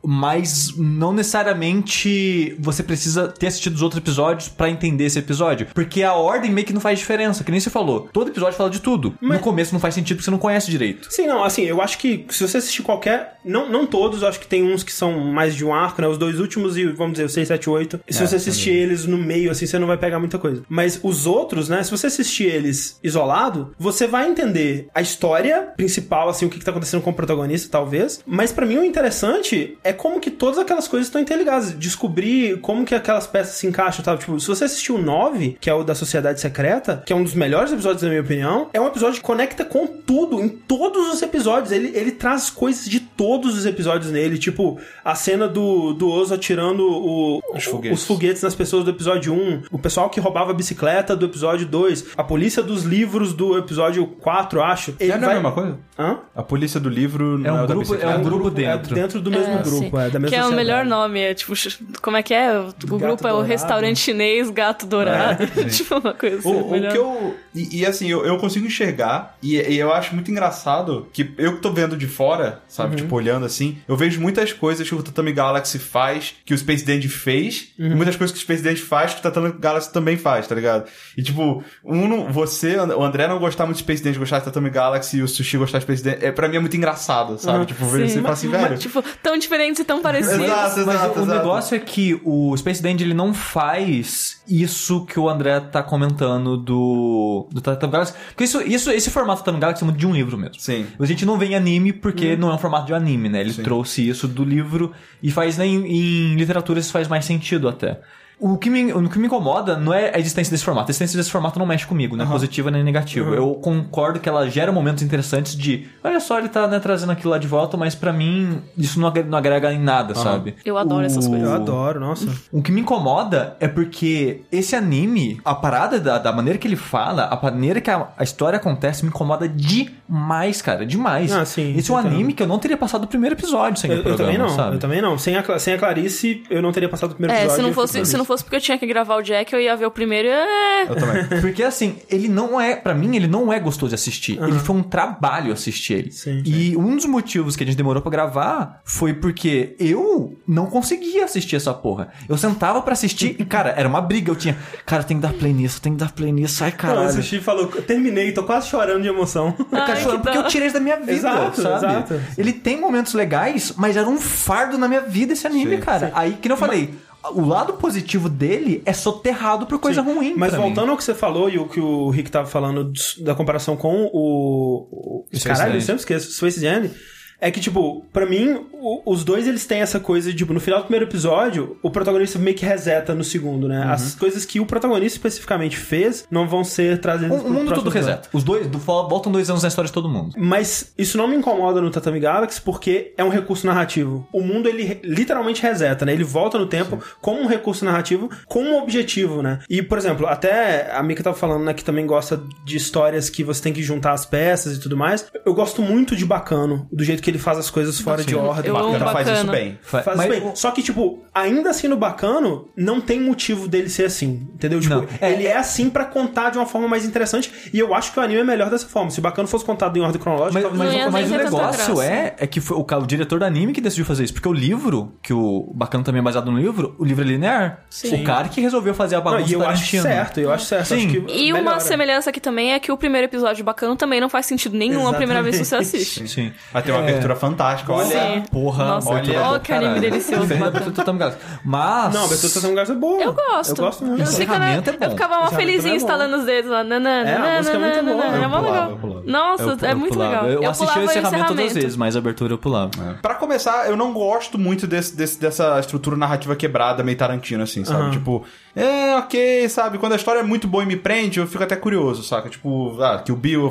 Mas não necessariamente você precisa ter assistido os outros episódios pra entender esse episódio, porque a ordem meio que não faz diferença, que nem você falou. Todo episódio fala de tudo. No começo não faz sentido porque você não conhece direito. Sim, não, assim, eu acho que se você assistir qualquer... Não todos, eu acho que tem uns que são mais de um arco, né? Os 2 últimos e, vamos dizer, o 6, 7, 8. Se você assistir eles no meio, assim, você não vai pegar muita coisa. Mas os outros, né? Se você assistir eles isolado, você vai entender a história principal, assim, o que tá acontecendo com o protagonista, talvez. Mas pra mim o interessante é como que todas aquelas coisas estão interligadas. Descobrir como que aquelas peças se encaixam, tá? Tipo, se você assistir o 9, que é o da Sociedade Secreta, que é um dos melhores episódios, na minha opinião, é um episódio que conecta com tudo, em todos os episódios. Ele traz coisas de todos os episódios nele, tipo, a cena do Ozo atirando os foguetes nas pessoas do episódio 1, o pessoal que roubava a bicicleta do episódio 2, a polícia dos livros do episódio 4, acho. Não é a mesma coisa? Hã? A polícia do livro é um grupo, é um grupo dentro. Dentro do mesmo grupo, da mesma que sociedade. É o melhor nome, é tipo, como é que é? O grupo é o Restaurante Chinês Gato Dourado. Tipo uma coisa assim. O que eu... E assim, eu consigo enxergar, e eu acho muito engraçado que eu que tô vendo de fora, sabe, tipo, olhando assim, eu vejo muitas coisas que o Tatami Galaxy faz, que o Space Dandy fez, e muitas coisas que o Space Dandy faz, que o Tatami Galaxy também faz, tá ligado? E tipo, o André não gostar muito de Space Dandy, gostar de Tatami Galaxy, e o Sushi gostar de Space Dandy, pra mim é muito engraçado, sabe? Tipo, ver você e falar assim, velho... Tipo, tão diferentes e tão parecidos. Mas o negócio é que o Space Dandy, ele não faz isso que o André tá comentando do Tatami Galaxy, porque esse formato do Tatami Galaxy é muito de um livro mesmo. Sim. A gente não vê em anime porque não é um formato de anime, né? Ele trouxe isso do livro e faz, né, em literatura isso faz mais sentido até. O que me incomoda não é a existência desse formato. A existência desse formato não mexe comigo, não é positiva nem negativa. Eu concordo que ela gera momentos interessantes de, olha só, ele tá, né, trazendo aquilo lá de volta, mas pra mim isso não agrega em nada, sabe? Eu adoro essas coisas. Eu adoro, nossa. O que me incomoda é porque esse anime, a parada da maneira que ele fala, a maneira que a história acontece, me incomoda demais, cara. Demais. Sim. Esse é um anime que eu não teria passado o primeiro episódio sem o programa, também não, sabe? Eu também não. Sem a Clarice, eu não teria passado o primeiro episódio. Se não fosse porque eu tinha que gravar o Jack, eu ia ver o primeiro Eu também. Porque assim, ele não é, pra mim, ele não é gostoso de assistir. Ele foi um trabalho assistir ele. Sim. E um dos motivos que a gente demorou pra gravar foi porque eu não conseguia assistir essa porra. Eu sentava pra assistir e, cara, era uma briga. Eu tinha, cara, tem que dar play nisso, ai, caralho. Eu assisti e falou, terminei, tô quase chorando de emoção. Eu chorando porque eu tirei isso da minha vida, Exato, sabe? exato. Ele tem momentos legais, mas era um fardo na minha vida esse anime, cara. Aí, que nem eu falei, o lado positivo dele é soterrado por coisa ruim. Mas pra voltando mim. ao que você falou e o que o Rick tava falando da comparação com o caralho, eu sempre esqueço, Space Jam. É que, tipo, pra mim, os dois, eles têm essa coisa de, tipo, no final do primeiro episódio, o protagonista meio que reseta no segundo, né? As coisas que o protagonista especificamente fez não vão ser trazidas O mundo todo reseta. Os dois voltam 2 anos na história de todo mundo. Mas isso não me incomoda no Tatami Galaxy porque é um recurso narrativo. O mundo, ele literalmente reseta, né? Ele volta no tempo como um recurso narrativo, com um objetivo, né? E, por exemplo, até a Mika tava falando, né, que também gosta de histórias que você tem que juntar as peças e tudo mais. Eu gosto muito de Bacano, do jeito que ele faz as coisas fora de ordem. Eu amo Bacana faz isso Bacano. bem. Faz bem. Só que, tipo, ainda assim no Bacano, não tem motivo dele ser assim. Entendeu? Tipo, ele é assim pra contar de uma forma mais interessante. E eu acho que o anime é melhor dessa forma. Se o Bacano fosse contado em ordem cronológica, Mas o ter tanta negócio graça. é que foi o diretor do anime que decidiu fazer isso. Porque o livro, que o Bacano também é baseado no livro, o livro é linear. Sim. O cara que resolveu fazer a bagunça e eu acho Tarantino. certo, Sim. Acho que E uma melhora. semelhança aqui também é que o primeiro episódio de Bacano também não faz sentido nenhum a primeira vez que você assiste. Sim. Vai ter uma abertura fantástica. Olha, Sim. Porra, Nossa, olha, que anime delicioso. Diferente da abertura do Tatami Galaxy. Mas... Não, a abertura do Tatami Galaxy é boa. Eu gosto. Eu gosto muito. Eu sei quando encerramento é bom. eu ficava uma Encerramento felizinha também é bom. instalando os dedos lá. a música é muito boa. É mó legal. eu pulava. Nossa, é muito pulava. legal. Eu assisti o pulava encerramento todas as vezes, mas a abertura eu pulava. Pra começar, eu não gosto muito dessa estrutura narrativa quebrada, meio Tarantino, assim, sabe? Tipo, ok, sabe? Quando a história é muito boa e me prende, eu fico até curioso, saca? Tipo, que o Bill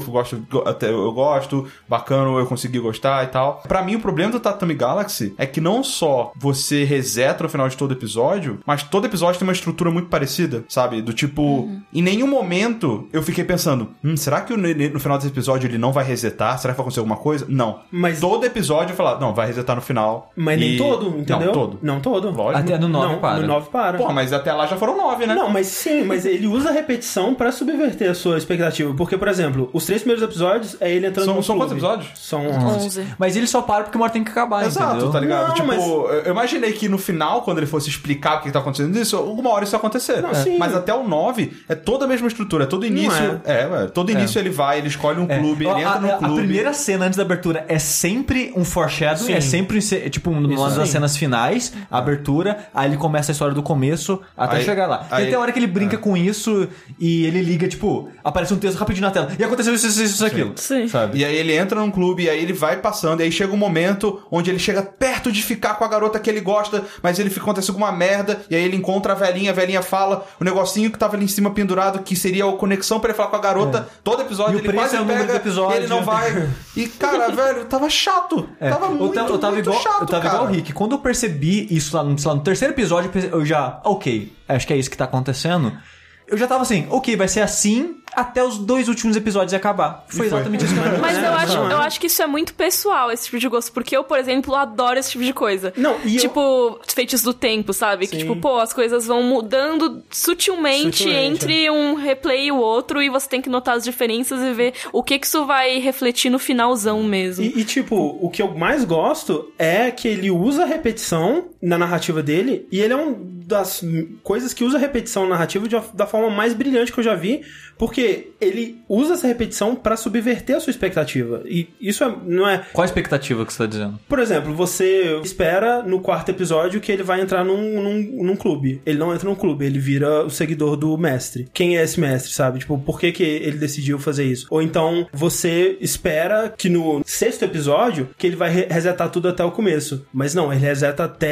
eu gosto, Bacano eu consegui gostar e tal. Pra mim, o problema do Tatami Galaxy é que não só você reseta no final de todo episódio, mas todo episódio tem uma estrutura muito parecida, sabe? Do tipo, em nenhum momento eu fiquei pensando, será que no final desse episódio ele não vai resetar? Será que vai acontecer alguma coisa? Não. Mas todo episódio eu falava, não, vai resetar no final. Mas nem todo, entendeu? Não, todo. Não todo. Lógico. Até no 9 Não, para. no 9 para. Porra, mas até lá já foram 9, né? Não, mas sim, mas ele usa a repetição pra subverter a sua expectativa. Porque, por exemplo, os 3 primeiros episódios é ele entrando no São clube. quantos episódios? São 11. 11. Mas ele só para porque uma hora tem que acabar, Exato, entendeu? tá ligado? Não, Tipo, mas- eu imaginei que no final, quando ele fosse explicar o que tá acontecendo isso, alguma hora isso ia acontecer. Não, sim. Mas até o 9 é toda a mesma estrutura, é todo início. Todo início ele vai, ele escolhe um clube, ele entra no clube. A primeira cena antes da abertura é sempre um foreshadowing, Sim. é sempre tipo uma das sim. cenas finais, a abertura, aí ele começa a história do começo até Aí- chegar lá. aí- E tem hora que ele brinca com isso e ele liga, tipo, aparece um texto rapidinho na tela. E aconteceu isso, aquilo. Sim. Sabe? E aí ele entra num clube, e aí ele vai passando, e aí chega um momento onde ele chega perto de ficar com a garota que ele gosta, mas acontece alguma merda, e aí ele encontra a velhinha fala o negocinho que tava ali em cima pendurado, que seria a conexão pra ele falar com a garota. Todo episódio E o ele preço quase é o número pega, do episódio. e ele não vai. E, cara, velho, tava chato. Tava muito, eu tava muito igual, chato, eu tava cara. igual o Rick. Quando eu percebi isso lá no terceiro episódio, eu já, ok, acho que é isso que tá acontecendo. Eu já tava assim, ok, vai ser assim até os 2 últimos episódios acabar. Foi exatamente isso que eu Mas não, eu acho que isso é muito pessoal, esse tipo de gosto. Porque eu, por exemplo, adoro esse tipo de coisa. Não, e tipo, Feitiços do Tempo, sabe? Que, tipo, pô, as coisas vão mudando sutilmente entre um replay e o outro. E você tem que notar as diferenças e ver o que isso vai refletir no finalzão mesmo. E, tipo, o que eu mais gosto é que ele usa a repetição na narrativa dele, e ele é uma das coisas que usa a repetição na narrativa da forma mais brilhante que eu já vi, porque ele usa essa repetição pra subverter a sua expectativa. E isso não é... Qual a expectativa que você tá dizendo? Por exemplo, você espera no 4º episódio que ele vai entrar num clube. Ele não entra num clube, ele vira o seguidor do mestre. Quem é esse mestre, sabe? Tipo, por que ele decidiu fazer isso? Ou então, você espera que no 6º episódio que ele vai resetar tudo até o começo. Mas não, ele reseta até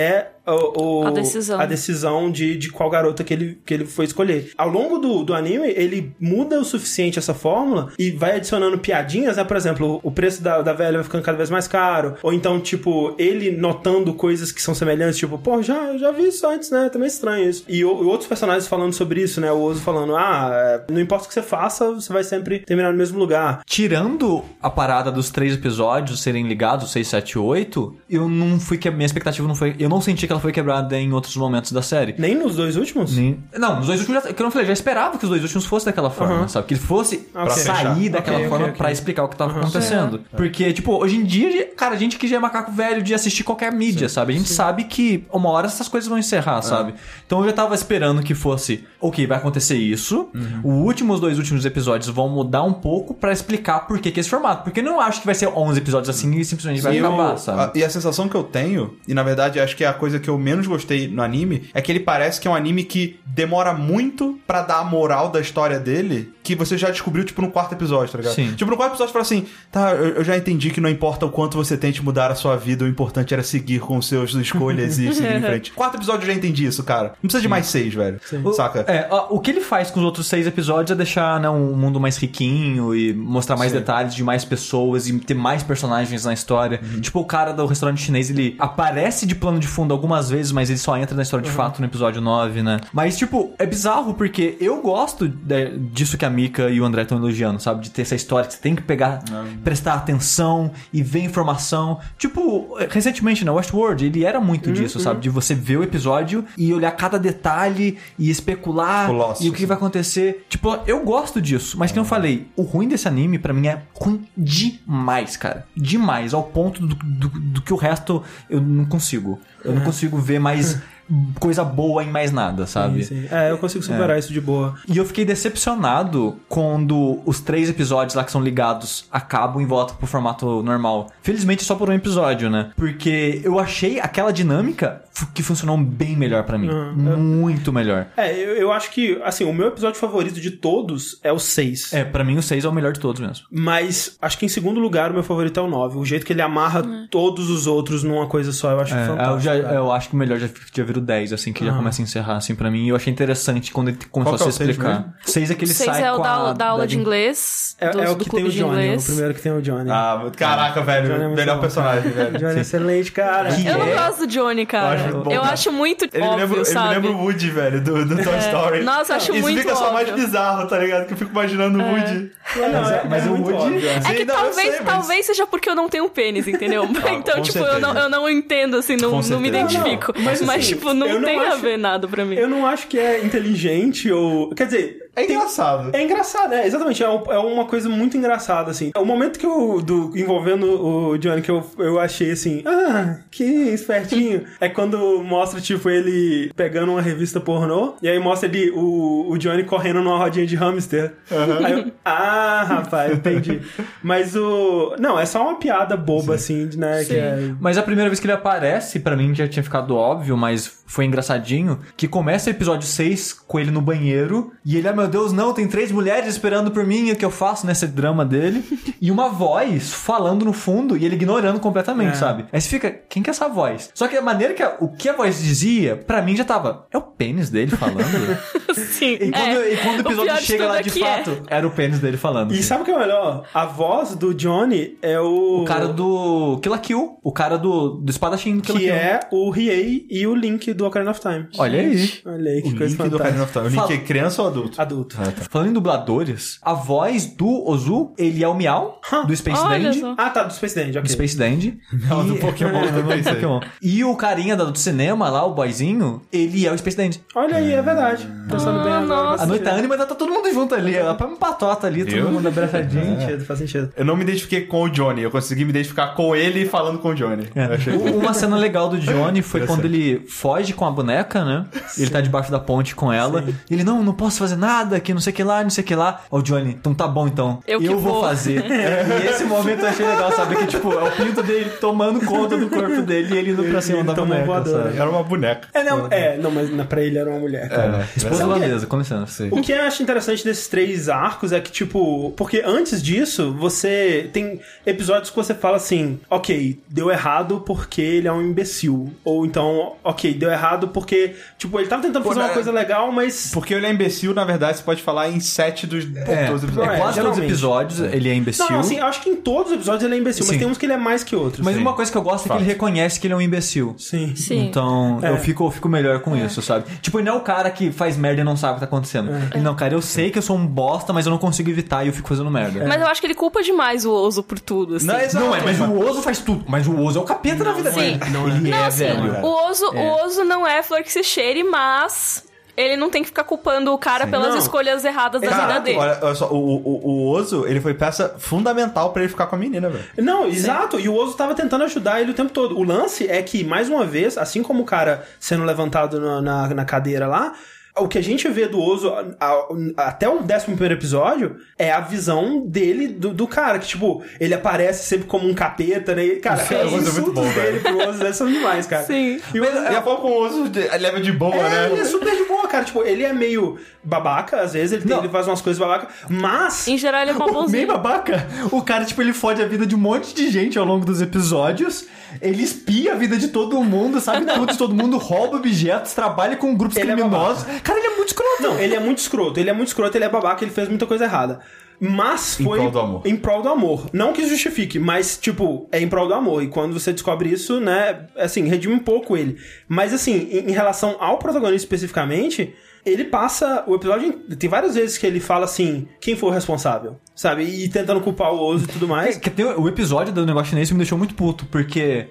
a decisão de qual garota que ele foi escolher. Ao longo do anime, ele muda o suficiente essa fórmula e vai adicionando piadinhas, né? Por exemplo, o preço da velha vai ficando cada vez mais caro. Ou então, tipo, ele notando coisas que são semelhantes, tipo, pô, já vi isso antes, né? Tá meio estranho isso. E outros personagens falando sobre isso, né? O Ozu falando, não importa o que você faça, você vai sempre terminar no mesmo lugar. Tirando a parada dos 3 episódios serem ligados, 6, 7 e 8, minha expectativa não foi... Eu não senti que ela foi quebrada em outros momentos da série. Nem nos 2 últimos? Não, nos 2 últimos, que eu não falei, já esperava que os 2 últimos fossem daquela forma, sabe? Que ele fosse sair daquela forma pra explicar o que tava acontecendo. Porque, tipo, hoje em dia, cara, a gente que já é macaco velho de assistir qualquer mídia, sabe? A gente sabe que uma hora essas coisas vão encerrar, sabe? Então eu já tava esperando que fosse, ok, vai acontecer isso, os 2 últimos episódios vão mudar um pouco pra explicar por que esse formato. Porque eu não acho que vai ser 11 episódios assim e simplesmente vai acabar, sabe? E a sensação que eu tenho, e na verdade acho que é a coisa que eu menos gostei no anime, é que ele parece que é um anime que demora muito pra dar a moral da história dele, que você já descobriu, tipo, no 4º episódio, tá ligado? Sim. Tipo, no 4º episódio você fala assim, tá, eu já entendi que não importa o quanto você tente mudar a sua vida, o importante era seguir com os seus escolhas e seguir em frente. 4º episódio eu já entendi isso, cara. Não precisa de mais 6, velho. Saca? O que ele faz com os outros 6 episódios é deixar, né, um mundo mais riquinho e mostrar mais detalhes de mais pessoas e ter mais personagens na história. Tipo, o cara do restaurante chinês, ele aparece de plano de fundo algumas vezes, mas ele só entra na história de fato no episódio 9, né? Mas, tipo, é bizarro porque eu gosto disso que a Mika e o André estão elogiando, sabe? De ter essa história que você tem que pegar, prestar atenção e ver informação. Tipo, recentemente, né? Westworld, ele era muito disso, sabe? De você ver o episódio e olhar cada detalhe e especular e o que vai acontecer. Tipo, eu gosto disso, mas como eu falei, o ruim desse anime, pra mim, é ruim demais, cara. Demais, ao ponto do que o resto eu não consigo. Eu não consigo ver mais coisa boa em mais nada, sabe? Sim. Eu consigo superar isso de boa. E eu fiquei decepcionado quando os 3 episódios lá que são ligados acabam e voltam pro formato normal. Felizmente só por um episódio, né? Porque eu achei aquela dinâmica que funcionou bem melhor pra mim. Muito melhor. Eu acho que, assim, o meu episódio favorito de todos é o 6. Pra mim o 6 é o melhor de todos mesmo. Mas acho que em segundo lugar o meu favorito é o 9. O jeito que ele amarra todos os outros numa coisa só, eu acho fantástico. Eu acho que o melhor já vira o 10, assim, que já começa a encerrar, assim, pra mim. E eu achei interessante quando ele começou a se explicar. 6 é que ele sai com 6 é o da aula de inglês. É o que tem o Johnny, o primeiro que tem o Johnny. Caraca, velho, melhor personagem, velho. Johnny é excelente, cara. Eu não gosto do Johnny, cara. Eu acho muito óbvio, sabe? Ele me lembra o Woody, velho, do Toy Story. Nossa, eu acho muito óbvio. Isso fica só mais bizarro, tá ligado? Que eu fico imaginando o Woody. Mas o Woody... É que talvez seja porque eu não tenho pênis, entendeu? Então, tipo, eu não entendo, assim, não me identifico. Mas tipo, não tem a ver nada pra mim. Eu não acho que é inteligente ou... Quer dizer... É engraçado. É engraçado, exatamente. É uma coisa muito engraçada, assim. O momento que envolvendo o Johnny, que eu achei assim, que espertinho, é quando mostra, tipo, ele pegando uma revista pornô, e aí mostra ele, o Johnny correndo numa rodinha de hamster. Aí eu, rapaz, entendi. Mas não, é só uma piada boba, assim, né? Que Mas a primeira vez que ele aparece, pra mim já tinha ficado óbvio, mas foi engraçadinho, que começa o episódio 6 com ele no banheiro, e ele, meu Deus, não, tem 3 mulheres esperando por mim, o que eu faço nesse drama dele, e uma voz falando no fundo, e ele ignorando completamente, sabe? Aí você fica, quem que é essa voz? Só que a maneira que o que a voz dizia, pra mim já tava, é o pênis dele falando? Sim. E quando o episódio chega lá de fato, era o pênis dele falando. E sabe o que é o melhor? A voz do Johnny é o cara do Kill la Kill, o cara do espadachim do Kill la Kill. Que é o Riei e o Link do Ocarina of Time. Olha aí. Olha aí, que o coisa Link do Ocarina of Time. O Link é criança ou adulto? Adulto. Falando em dubladores, a voz do Ozu, ele é o Meow, do Space Dandy. Tá, do Space Dandy, ok. Do Space Dandy. Do Pokémon também. E o carinha do cinema lá, o boyzinho, ele é o Space Dandy. Olha aí, é verdade. Pensando bem agora. A noite tá anima, tá todo mundo junto ali. Ela põe um patota ali, todo mundo abraçadinho. Faz sentido. Eu não me identifiquei com o Johnny, eu consegui me identificar com ele falando com o Johnny. Uma cena legal do Johnny foi quando ele foge com a boneca, né? Ele tá debaixo da ponte com ela. Ele, não posso fazer nada. nada, que não sei o que lá, não sei o que lá. Ó, o Johnny, então tá bom, então. Eu vou fazer. E esse momento eu achei legal, sabe? Que, tipo, é o pinto dele tomando conta do corpo dele e ele indo pra cima da boneca, sabe? Era uma boneca. Não, mas pra ele era uma mulher. Esposa holandesa, com licença. O que eu acho interessante desses 3 arcos é que, tipo... Porque antes disso, você tem episódios que você fala assim... Ok, deu errado porque ele é um imbecil. Ou então, ok, deu errado porque... Tipo, ele tava tentando fazer uma coisa legal, mas... Porque ele é imbecil, na verdade, você pode falar em 7 dos 12 episódios. Quase todos os episódios ele é imbecil. Não, assim, eu acho que em todos os episódios ele é imbecil, mas tem uns que ele é mais que outros. Mas uma coisa que eu gosto é que ele reconhece que ele é um imbecil. Sim. Então, eu fico melhor com isso, sabe? Tipo, ele não é o cara que faz merda e não sabe o que tá acontecendo. Ele, não, cara, eu sei que eu sou um bosta, mas eu não consigo evitar e eu fico fazendo merda. Mas eu acho que ele culpa demais o Ozo por tudo, assim. Não é, mas o Ozo faz tudo. Mas o Ozo é o capeta na vida dele. Ele é, velho. O Ozo não é flor que se cheire, mas... Ele não tem que ficar culpando o cara pelas escolhas erradas da vida dele. Olha só, o Ozo, ele foi peça fundamental pra ele ficar com a menina, velho. Não, exato. E o Ozo tava tentando ajudar ele o tempo todo. O lance é que, mais uma vez, assim como o cara sendo levantado na cadeira lá... O que a gente vê do Ozo até o 11º episódio é a visão dele, do cara, que, tipo, ele aparece sempre como um capeta, né? Cara, os insultos dele pro Ozo são demais, cara. Sim. E a forma como o Ozo leva de boa, né? Ele é super de boa, cara. Tipo, ele é meio babaca, às vezes ele faz umas coisas babaca, mas... Em geral, ele é bonzinho. Meio babaca. O cara, tipo, ele fode a vida de um monte de gente ao longo dos episódios. Ele espia a vida de todo mundo, sabe tudo de todo mundo, rouba objetos, trabalha com grupos criminosos. Cara, ele é muito escroto. Não, ele é muito escroto, ele é babaca, ele fez muita coisa errada. Mas foi em prol do amor. Não que justifique, mas, tipo, é em prol do amor. E quando você descobre isso, né, assim, redime um pouco ele. Mas, assim, em relação ao protagonista especificamente... Ele passa o episódio... Tem várias vezes que ele fala assim... Quem foi o responsável? Sabe? E tentando culpar o Ozo e tudo mais. O episódio do negócio chinês me deixou muito puto. Porque...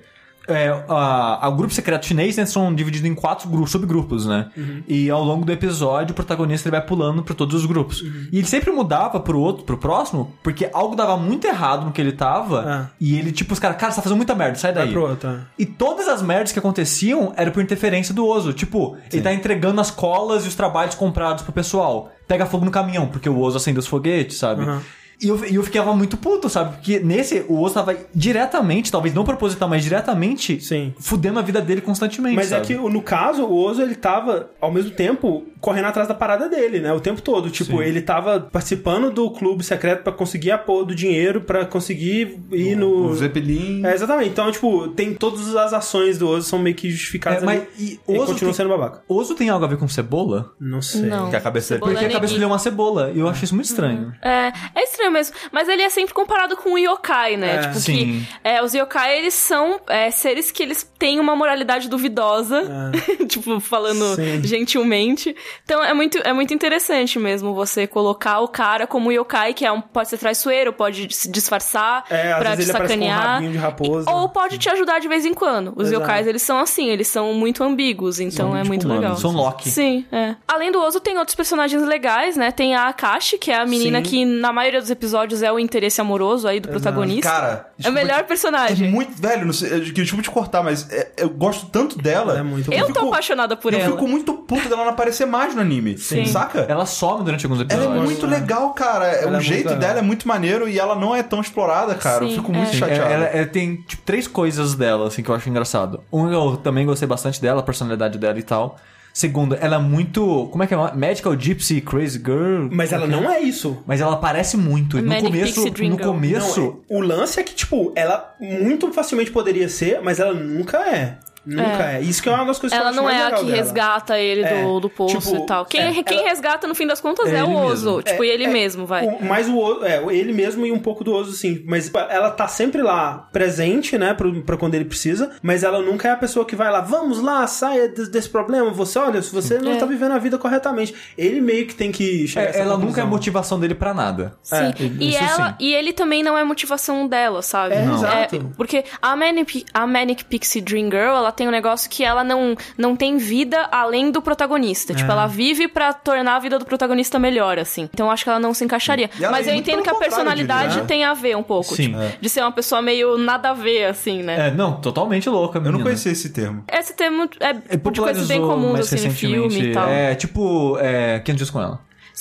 o grupo secreto chinês, né, são divididos em 4 subgrupos, né? E ao longo do episódio, o protagonista ele vai pulando por todos os grupos. E ele sempre mudava pro próximo, porque algo dava muito errado no que ele tava. E ele, tipo, os caras, você tá fazendo muita merda, sai daí. Vai pro outro. E todas as merdas que aconteciam eram por interferência do Ozo. Tipo, ele tá entregando as colas e os trabalhos comprados pro pessoal. Pega fogo no caminhão, porque o Ozo acende os foguetes, sabe? E eu ficava muito puto, sabe? Porque nesse, o Ozo tava diretamente, talvez não proposital, mas diretamente, fudendo a vida dele constantemente, mas sabe? É que, no caso, o Ozo, ele tava, ao mesmo tempo, correndo atrás da parada dele, né? O tempo todo. Tipo, ele tava participando do clube secreto pra conseguir apoio do dinheiro, pra conseguir ir no... O Zeppelin. Exatamente. Então, tipo, tem todas as ações do Ozo são meio que justificadas ali. E ele continua sendo babaca. O Ozo tem algo a ver com cebola? Não sei. Não. Que a cabeça dele... Porque a cabeça dele é uma cebola. E eu acho isso muito estranho. É estranho mesmo. Mas ele é sempre comparado com o yokai, né? Tipo, sim. que os yokai, eles são seres que eles têm uma moralidade duvidosa. Tipo, falando gentilmente. Então, é muito interessante mesmo você colocar o cara como yokai, que pode ser traiçoeiro, pode se disfarçar pra te sacanear. De raposa. Ou pode te ajudar de vez em quando. Os yokais, eles são assim, eles são muito ambíguos, então é muito legal. São Loki. Sim, Além do Ozo, tem outros personagens legais, né? Tem a Akashi, que é a menina que, na maioria dos episódios, é o interesse amoroso aí do protagonista. Cara, é o melhor personagem. É muito, velho, não sei, desculpa te cortar, mas eu gosto tanto dela. É muito eu tô apaixonada por ela. Eu fico muito puto dela não aparecer mais no anime. Sim. Saca? Ela some durante alguns episódios. Ela é muito legal, cara. O jeito dela é muito maneiro e ela não é tão explorada, cara. Eu fico muito chateado. Ela tem, tipo, 3 coisas dela, assim, que eu acho engraçado. Eu também gostei bastante dela, a personalidade dela e tal. Segundo, ela é muito... Como é que é? Magical Gypsy Crazy Girl? Mas ela não é isso. Mas ela parece muito. No começo... Não, o lance é que, tipo, ela muito facilmente poderia ser, mas ela nunca é. Nunca é. Isso que é uma das coisas que eu acho mais legal dela. Ela não é a que resgata ele do poço, tipo, e tal. Quem resgata, no fim das contas, é o Ozo. Tipo, ele mesmo, vai. Mas ele mesmo e um pouco do Ozo, sim. Mas ela tá sempre lá, presente, né, pra quando ele precisa, mas ela nunca é a pessoa que vai lá, vamos lá, saia desse problema. Olha, se você não tá vivendo a vida corretamente. Ele meio que tem que chegar a essa ela conclusão. nunca é motivação dele pra nada. Sim. E ele também não é motivação dela, sabe? Exato. Porque a Manic Pixie Dream Girl, ela tem um negócio que ela não tem vida além do protagonista. Tipo, ela vive pra tornar a vida do protagonista melhor, assim. Então, eu acho que ela não se encaixaria. Mas eu entendo que a personalidade tem a ver um pouco. Sim. Tipo, de ser uma pessoa meio nada a ver, assim, né? Não, totalmente louca, menina. Eu não conhecia esse termo. Esse termo é de coisas bem comuns, assim, em filme e tal. Tipo, 500 dias com ela.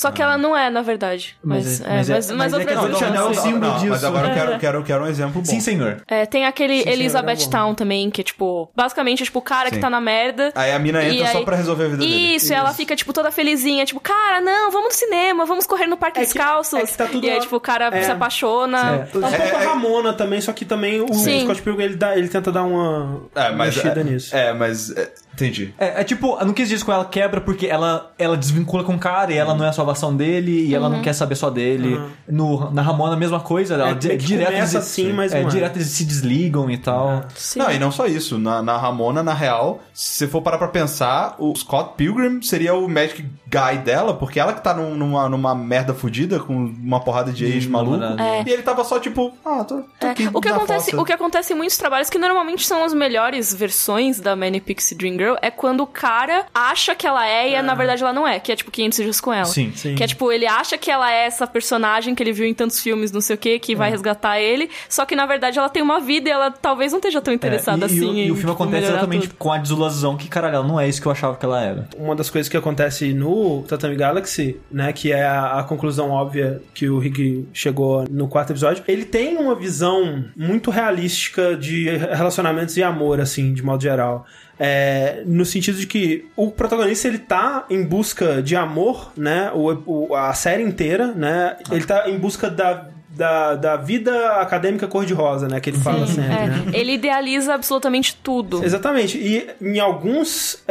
Só que ela não é, na verdade. Mas outras que Chanel é o símbolo disso. Mas agora eu quero um exemplo bom. Sim, senhor. Tem aquele Elizabeth Town também, que é, tipo, basicamente é, tipo, o cara que tá na merda. Aí a mina entra só pra resolver a vida dele. Isso, ela fica, tipo, toda felizinha, tipo, cara, não, vamos no cinema, vamos correr no parque descalços. Tá tudo e aí, tipo, o cara se apaixona. Tá um pouco a Ramona também, só que também o Scott Pilgrim, ele tenta dar uma mexida nisso. Entendi. Tipo, eu não quis dizer isso com ela quebra porque ela desvincula com o cara e ela não é a salvação dele e ela não quer saber só dele. Na Ramona, a mesma coisa. Ela direto começa assim, mas direto eles se desligam e tal. Não, e não só isso. Na Ramona, na real, se você for parar pra pensar, o Scott Pilgrim seria o Magic Guy dela, porque ela que tá numa merda fodida com uma porrada de ex maluco. E ele tava só tipo, tô aqui. O que acontece em muitos trabalhos, que normalmente são as melhores versões da Manic Pixie Dream Girl, é quando o cara acha que ela é e na verdade ela não é, que é tipo 500 Dias com Ela. Sim. Que é tipo, ele acha que ela é essa personagem que ele viu em tantos filmes, não sei o que vai resgatar ele, só que na verdade ela tem uma vida e ela talvez não esteja tão interessada assim. E o filme acontece exatamente com a desilusão que, caralho, ela não é isso que eu achava que ela era. Uma das coisas que acontece no Tatami Galaxy, né, que é a conclusão óbvia que o Rick chegou no 4º episódio, ele tem uma visão muito realística de relacionamentos e amor, assim, de modo geral. No sentido de que o protagonista, ele tá em busca de amor, né, a série inteira, né, ele tá em busca da vida acadêmica cor-de-rosa, né, que ele fala sempre, né? Ele idealiza absolutamente tudo. Exatamente, e em algumas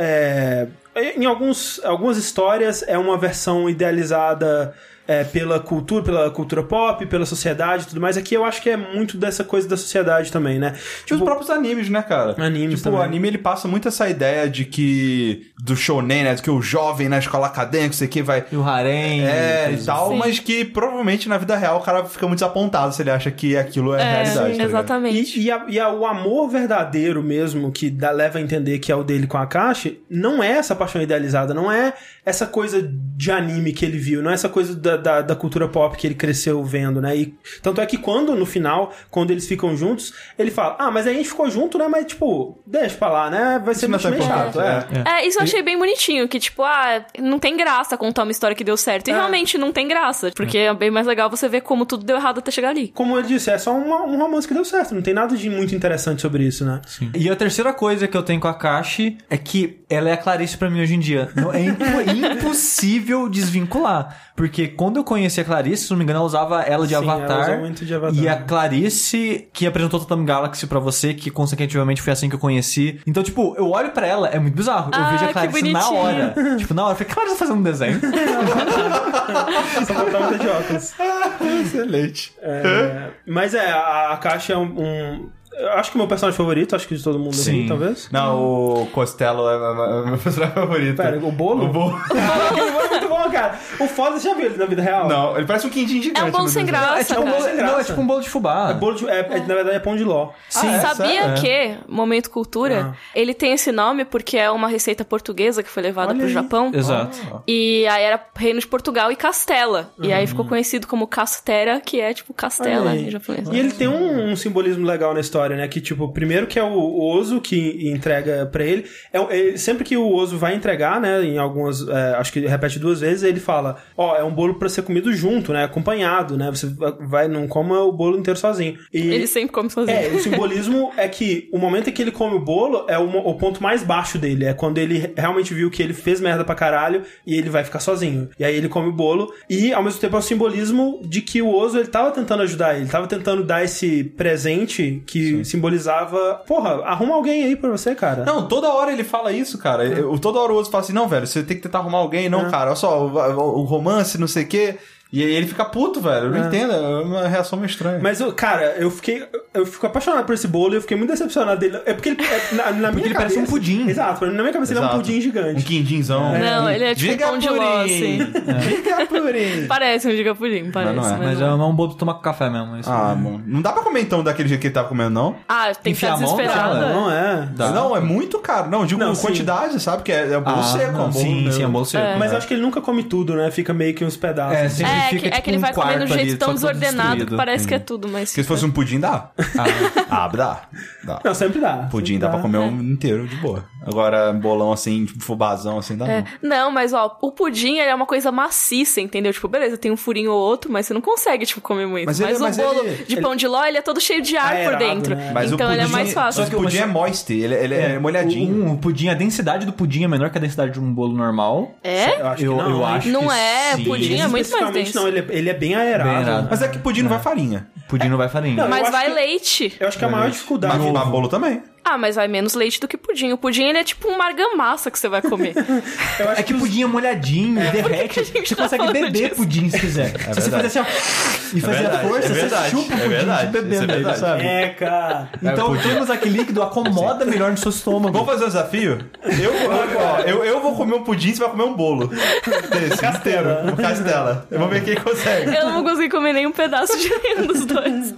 histórias é uma versão idealizada pela cultura pop, pela sociedade e tudo mais. Aqui eu acho que é muito dessa coisa da sociedade também, né? Tipo, os próprios animes, né, cara? Animes também. O anime, ele passa muito essa ideia de que... do shounen, né? De que o jovem na escola acadêmica, sei que vai... E o harém... e tal, mas que provavelmente na vida real o cara fica muito desapontado se ele acha que aquilo é realidade. Sim, exatamente. O amor verdadeiro mesmo, que leva a entender que é o dele com a Akashi, não é essa paixão idealizada, não é essa coisa de anime que ele viu, não é essa coisa da cultura pop que ele cresceu vendo, né? E tanto é que no final, quando eles ficam juntos, ele fala, mas aí a gente ficou junto, né? Mas, tipo, deixa pra lá, né? Vai ser meio chato. Isso eu achei bem bonitinho, que, tipo, não tem graça contar uma história que deu certo. E realmente não tem graça, porque é bem mais legal você ver como tudo deu errado até chegar ali. Como ele disse, é só um romance que deu certo, não tem nada de muito interessante sobre isso, né? Sim. E a terceira coisa que eu tenho com a Akashi é que ela é a Clarice pra mim hoje em dia. É impossível desvincular. Porque quando eu conheci a Clarice, se não me engano, ela usava ela de Avatar. Ela usa muito de Avatar. E a Clarice, que apresentou o Tatami Galaxy pra você, que consequentemente foi assim que eu conheci. Então, tipo, eu olho pra ela, é muito bizarro. Eu vejo a Clarice na hora. Tipo, na hora, eu falei, Clarice tá fazendo um desenho. Só botar muita de óculos. Excelente. Mas a Akashi é eu acho que o meu personagem favorito, acho que de todo mundo aqui, talvez. Não, o Costello é meu personagem favorito. Pera, o bolo? O bolo. O bolo é muito bom, cara. O foda, você já viu ele na vida real? Não, ele parece um quindim gigante. É um bolo sem graça, é tipo um bolo de fubá. Na verdade é pão de ló. Sabia que, Momento Cultura, ele tem esse nome porque é uma receita portuguesa que foi levada pro Japão. Exato. E aí era Reino de Portugal e Castela. E aí ficou conhecido como Castera, que é tipo Castela em japonês. E ele tem um simbolismo legal na história, né? Que, tipo, primeiro que é o Ozu que entrega pra ele. Sempre que o Ozu vai entregar, né? Em algumas... acho que ele repete 2 vezes, ele fala, é um bolo pra ser comido junto, né? Acompanhado, né? Você não coma o bolo inteiro sozinho. Ele sempre come sozinho. O simbolismo é que o momento em que ele come o bolo é o ponto mais baixo dele. É quando ele realmente viu que ele fez merda pra caralho e ele vai ficar sozinho. E aí ele come o bolo e, ao mesmo tempo, é o simbolismo de que o Ozu, ele tava tentando ajudar ele. Tava tentando dar esse presente que simbolizava, arruma alguém aí pra você, cara. Não, toda hora ele fala isso, cara. Toda hora o Ozu fala assim, não, velho, você tem que tentar arrumar alguém. Não, cara, olha só, o romance, não sei o quê... E aí ele fica puto, velho. Eu não entendo. É uma reação meio estranha. Mas, cara, eu fico apaixonado por esse bolo e eu fiquei muito decepcionado dele. É porque ele, na minha cabeça... parece um pudim. Exato. Na minha cabeça ele é um pudim gigante. Um quindinzão. Não, ele é tipo Giga pão de ló, assim. Giga pudim. Parece um giga pudim, parece. Não é. Mas é um bolo de tomar com café mesmo. Isso bom. Não dá pra comer, então, daquele jeito que ele tava comendo, não? Tem que ficar desesperado. Não é. Não, é muito caro. Não, digo quantidade, sabe? Que é bolo seco. Sim, é bolo seco. Mas eu acho que ele nunca come tudo, né? Fica meio que uns pedaços. Sempre fica, é que ele vai comendo de um jeito tão desordenado que parece que é tudo, mas... Porque se fosse um pudim, dá. Dá. Não, sempre dá. Pudim dá pra comer um inteiro de boa. Agora, bolão assim, tipo, fubazão assim, dá não. Não, mas ó, o pudim ele é uma coisa maciça, entendeu? Tipo, beleza, tem um furinho ou outro, mas você não consegue, tipo, comer muito. Mas o bolo de pão de ló, ele é todo cheio de ar por dentro. Né? Mas então ele é mais fácil. Só que o pudim é moist, ele é molhadinho. O pudim, a densidade do pudim é menor que a densidade de um bolo normal. É? Eu acho que não. Eu acho Não que é, sim. pudim é muito mais denso. Não, ele é bem aerado. Bem aerado. Mas é que pudim não vai farinha. Pudim não vai farinha. Não, eu Mas acho vai que- leite. Eu acho que a maior dificuldade... Mas bolo também. Ah, mas vai menos leite do que pudim. O pudim, ele é tipo uma argamassa que você vai comer. Eu acho É que pudim é molhadinho, derrete. gente Você tá consegue falando beber disso? pudim se quiser. Se você fazer assim, ó, e fazer a força, você chupa o pudim bebendo ele, sabe? cara. Então temos aquele líquido, acomoda melhor no seu estômago. Vamos fazer um desafio? Eu vou comer um pudim, você vai comer um bolo. Desse, inteiro. Um castela. Eu vou ver quem consegue. Eu não vou conseguir comer nenhum pedaço de nenhum dos dois.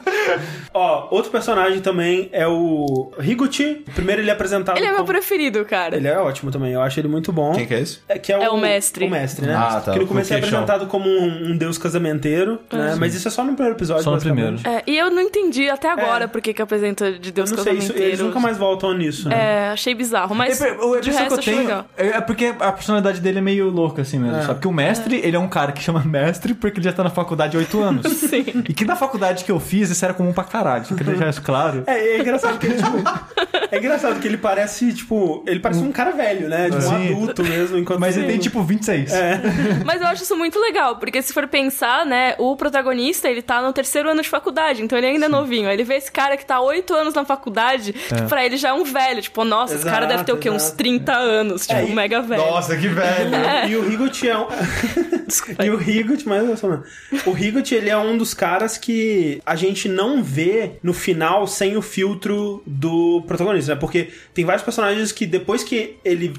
Ó, outro personagem também é o Higuchi. Primeiro ele é apresentado Ele é meu como... preferido, cara. Ele é ótimo também, eu acho ele muito bom. Quem que é esse? Que é o mestre. O mestre, né? Ah, tá. Que no começo é Com queixão. apresentado como um deus casamenteiro, né? Mas isso é só no primeiro episódio. Só no basicamente. primeiro. E eu não entendi até agora por que apresenta de Deus Eu não sei, casamenteiro. eles nunca mais voltam nisso, né? Achei bizarro, mas A de impressão resto que eu achei tenho legal. é porque a personalidade dele é meio louca, assim mesmo, sabe? Porque o mestre, ele é um cara que chama mestre porque ele já tá na faculdade há 8 anos. Sim. E que na faculdade que eu fiz, isso era comum pra caralho. Só que deixar isso claro. É engraçado que ele, tipo... É engraçado que ele parece, tipo... Ele parece um cara velho, né? Tipo, um Sim. adulto mesmo. Enquanto Mas ele tem, tipo, 26. Mas eu acho isso muito legal, porque se for pensar, né, o protagonista, ele tá no 3º ano de faculdade, então ele ainda é novinho. Aí ele vê esse cara que tá 8 anos na faculdade, tipo, pra ele já é um velho. Tipo, nossa, esse cara deve ter o quê? Uns 30 anos, tipo, um mega velho. Nossa, que velho. E o Higuchi é um... Desculpa. E o Higuchi, mas eu sou... O Higuchi, ele é um dos caras que a gente não vê no final sem o filtro do protagonista, né? Porque tem vários personagens que depois que ele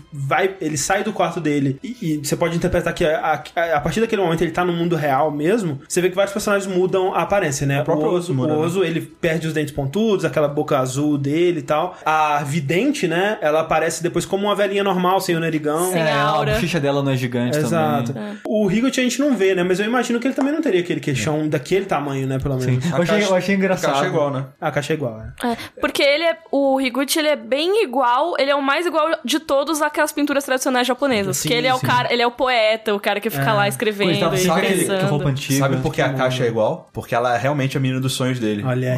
sai do quarto dele e você pode interpretar que a partir daquele momento ele tá no mundo real mesmo, você vê que vários personagens mudam a aparência, né? próprio Ozu muda, o Ozu, ele perde os dentes pontudos, aquela boca azul dele e tal. A Vidente, né? Ela aparece depois como uma velhinha normal, sem o narigão. Sem a aura. A bochecha dela não é gigante Exato. também. O Higuchi a gente não vê, né? Mas eu imagino que ele também não teria aquele queixão daquele tamanho, né? Pelo menos. Eu achei engraçado. A caixa é igual, né? A caixa é igual, né? Porque o Higuchi, ele é bem igual, ele é o mais igual de todos aquelas pinturas tradicionais japonesas. Sim, que ele é o cara, ele é o poeta, o cara que fica lá escrevendo Ele tava e sempre com pensando. roupa antiga. Sabe por que a caixa é igual? Porque ela é realmente a menina dos sonhos dele. Olha aí.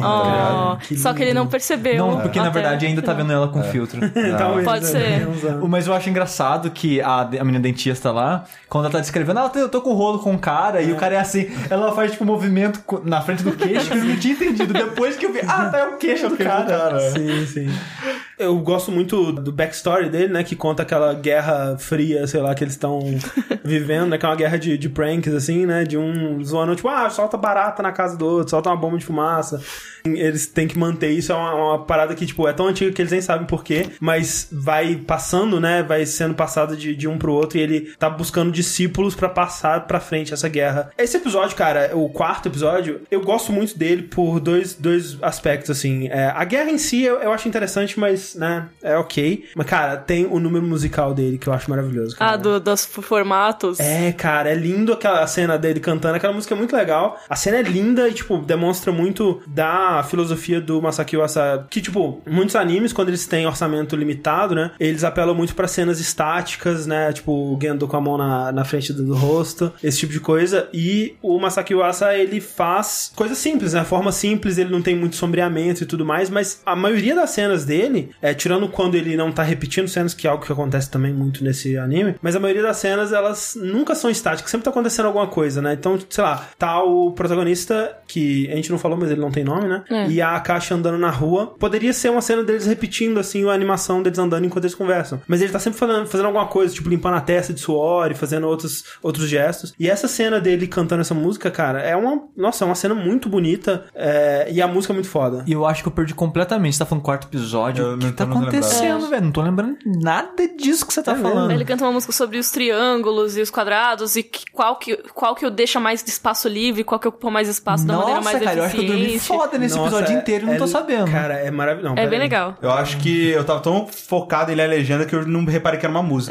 Só que ele não percebeu. Não, porque na até verdade ainda tá final. vendo ela com filtro. Talvez, Pode né? ser. Mas eu acho engraçado que a menina dentista lá, quando ela tá descrevendo, eu tô com rolo com um cara, e o cara é assim, ela faz tipo um movimento na frente do queixo que eu não tinha entendido. Depois que eu vi, tá, é o queixo do cara. Sim, sim. Eu gosto muito do backstory dele, né? Que conta aquela guerra fria, sei lá, que eles estão vivendo, né? Que é uma guerra de pranks, assim, né? De um zoando, tipo, solta barata na casa do outro, solta uma bomba de fumaça. Eles têm que manter isso, é uma parada que, tipo, é tão antiga que eles nem sabem por quê, mas vai passando, né? Vai sendo passado de um pro outro e ele tá buscando discípulos pra passar pra frente essa guerra. Esse episódio, cara, o 4º episódio, eu gosto muito dele por dois aspectos, assim. A guerra em si eu acho interessante, mas, né, é ok. Mas, cara, tem o número musical dele que eu acho maravilhoso, cara. Dos formatos. Cara, é lindo aquela cena dele cantando, aquela música é muito legal. A cena é linda e, tipo, demonstra muito da filosofia do Masaaki Yuasa, que, tipo, muitos animes, quando eles têm orçamento limitado, né, eles apelam muito pra cenas estáticas, né, tipo, o Gendo com a mão na frente do rosto, esse tipo de coisa, e o Masaaki Yuasa, ele faz coisas simples, né, forma simples, ele não tem muito sombreamento e tudo mais, mas a maioria das cenas dele, tirando quando ele não tá repetindo cenas, que é algo que acontece também muito nesse anime, mas a maioria das cenas, elas nunca são estáticas, sempre tá acontecendo alguma coisa, né, então, sei lá, tá o protagonista, que a gente não falou, mas ele não tem nome, né, e a Akashi andando na rua, poderia ser uma cena deles repetindo, assim, a animação deles andando enquanto eles conversam, mas ele tá sempre fazendo alguma coisa, tipo, limpando a testa de suor e fazendo outros gestos, e essa cena dele cantando essa música, cara, é uma cena muito bonita, e a música é muito foda. E eu acho que eu perdi completamente. Você tá falando 4º episódio. O que tá acontecendo, velho? Não tô lembrando nada disso que você tá falando. Ele canta uma música sobre os triângulos e os quadrados e qual que o deixa mais de espaço livre, qual que ocupa mais espaço da maneira mais cara, eficiente. eu acho que eu dormi foda nesse episódio inteiro e não tô sabendo. Cara, é maravilhoso. É bem legal. Eu acho que eu tava tão focado em ler a legenda que eu não reparei que era uma música.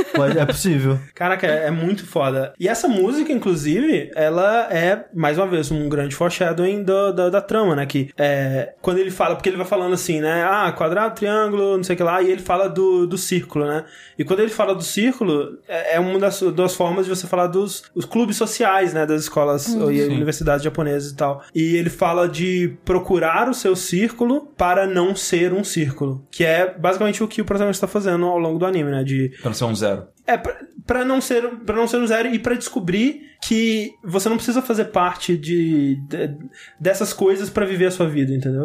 É possível. Caraca, é muito foda. E essa música, inclusive, ela é, mais uma vez, um grande foreshadowing da trama, né? Que quando ele fala, porque ele vai falando assim, né? Quadrado, triângulo, não sei o que lá, e ele fala do círculo, né? E quando ele fala do círculo, é uma das formas de você falar dos clubes sociais, né? Das escolas e universidades japonesas e tal. E ele fala de procurar o seu círculo para não ser um círculo. Que é basicamente o que o protagonista tá fazendo ao longo do anime, né? Pra não ser um zero. Pra não ser um zero e pra descobrir que você não precisa fazer parte dessas coisas pra viver a sua vida, entendeu?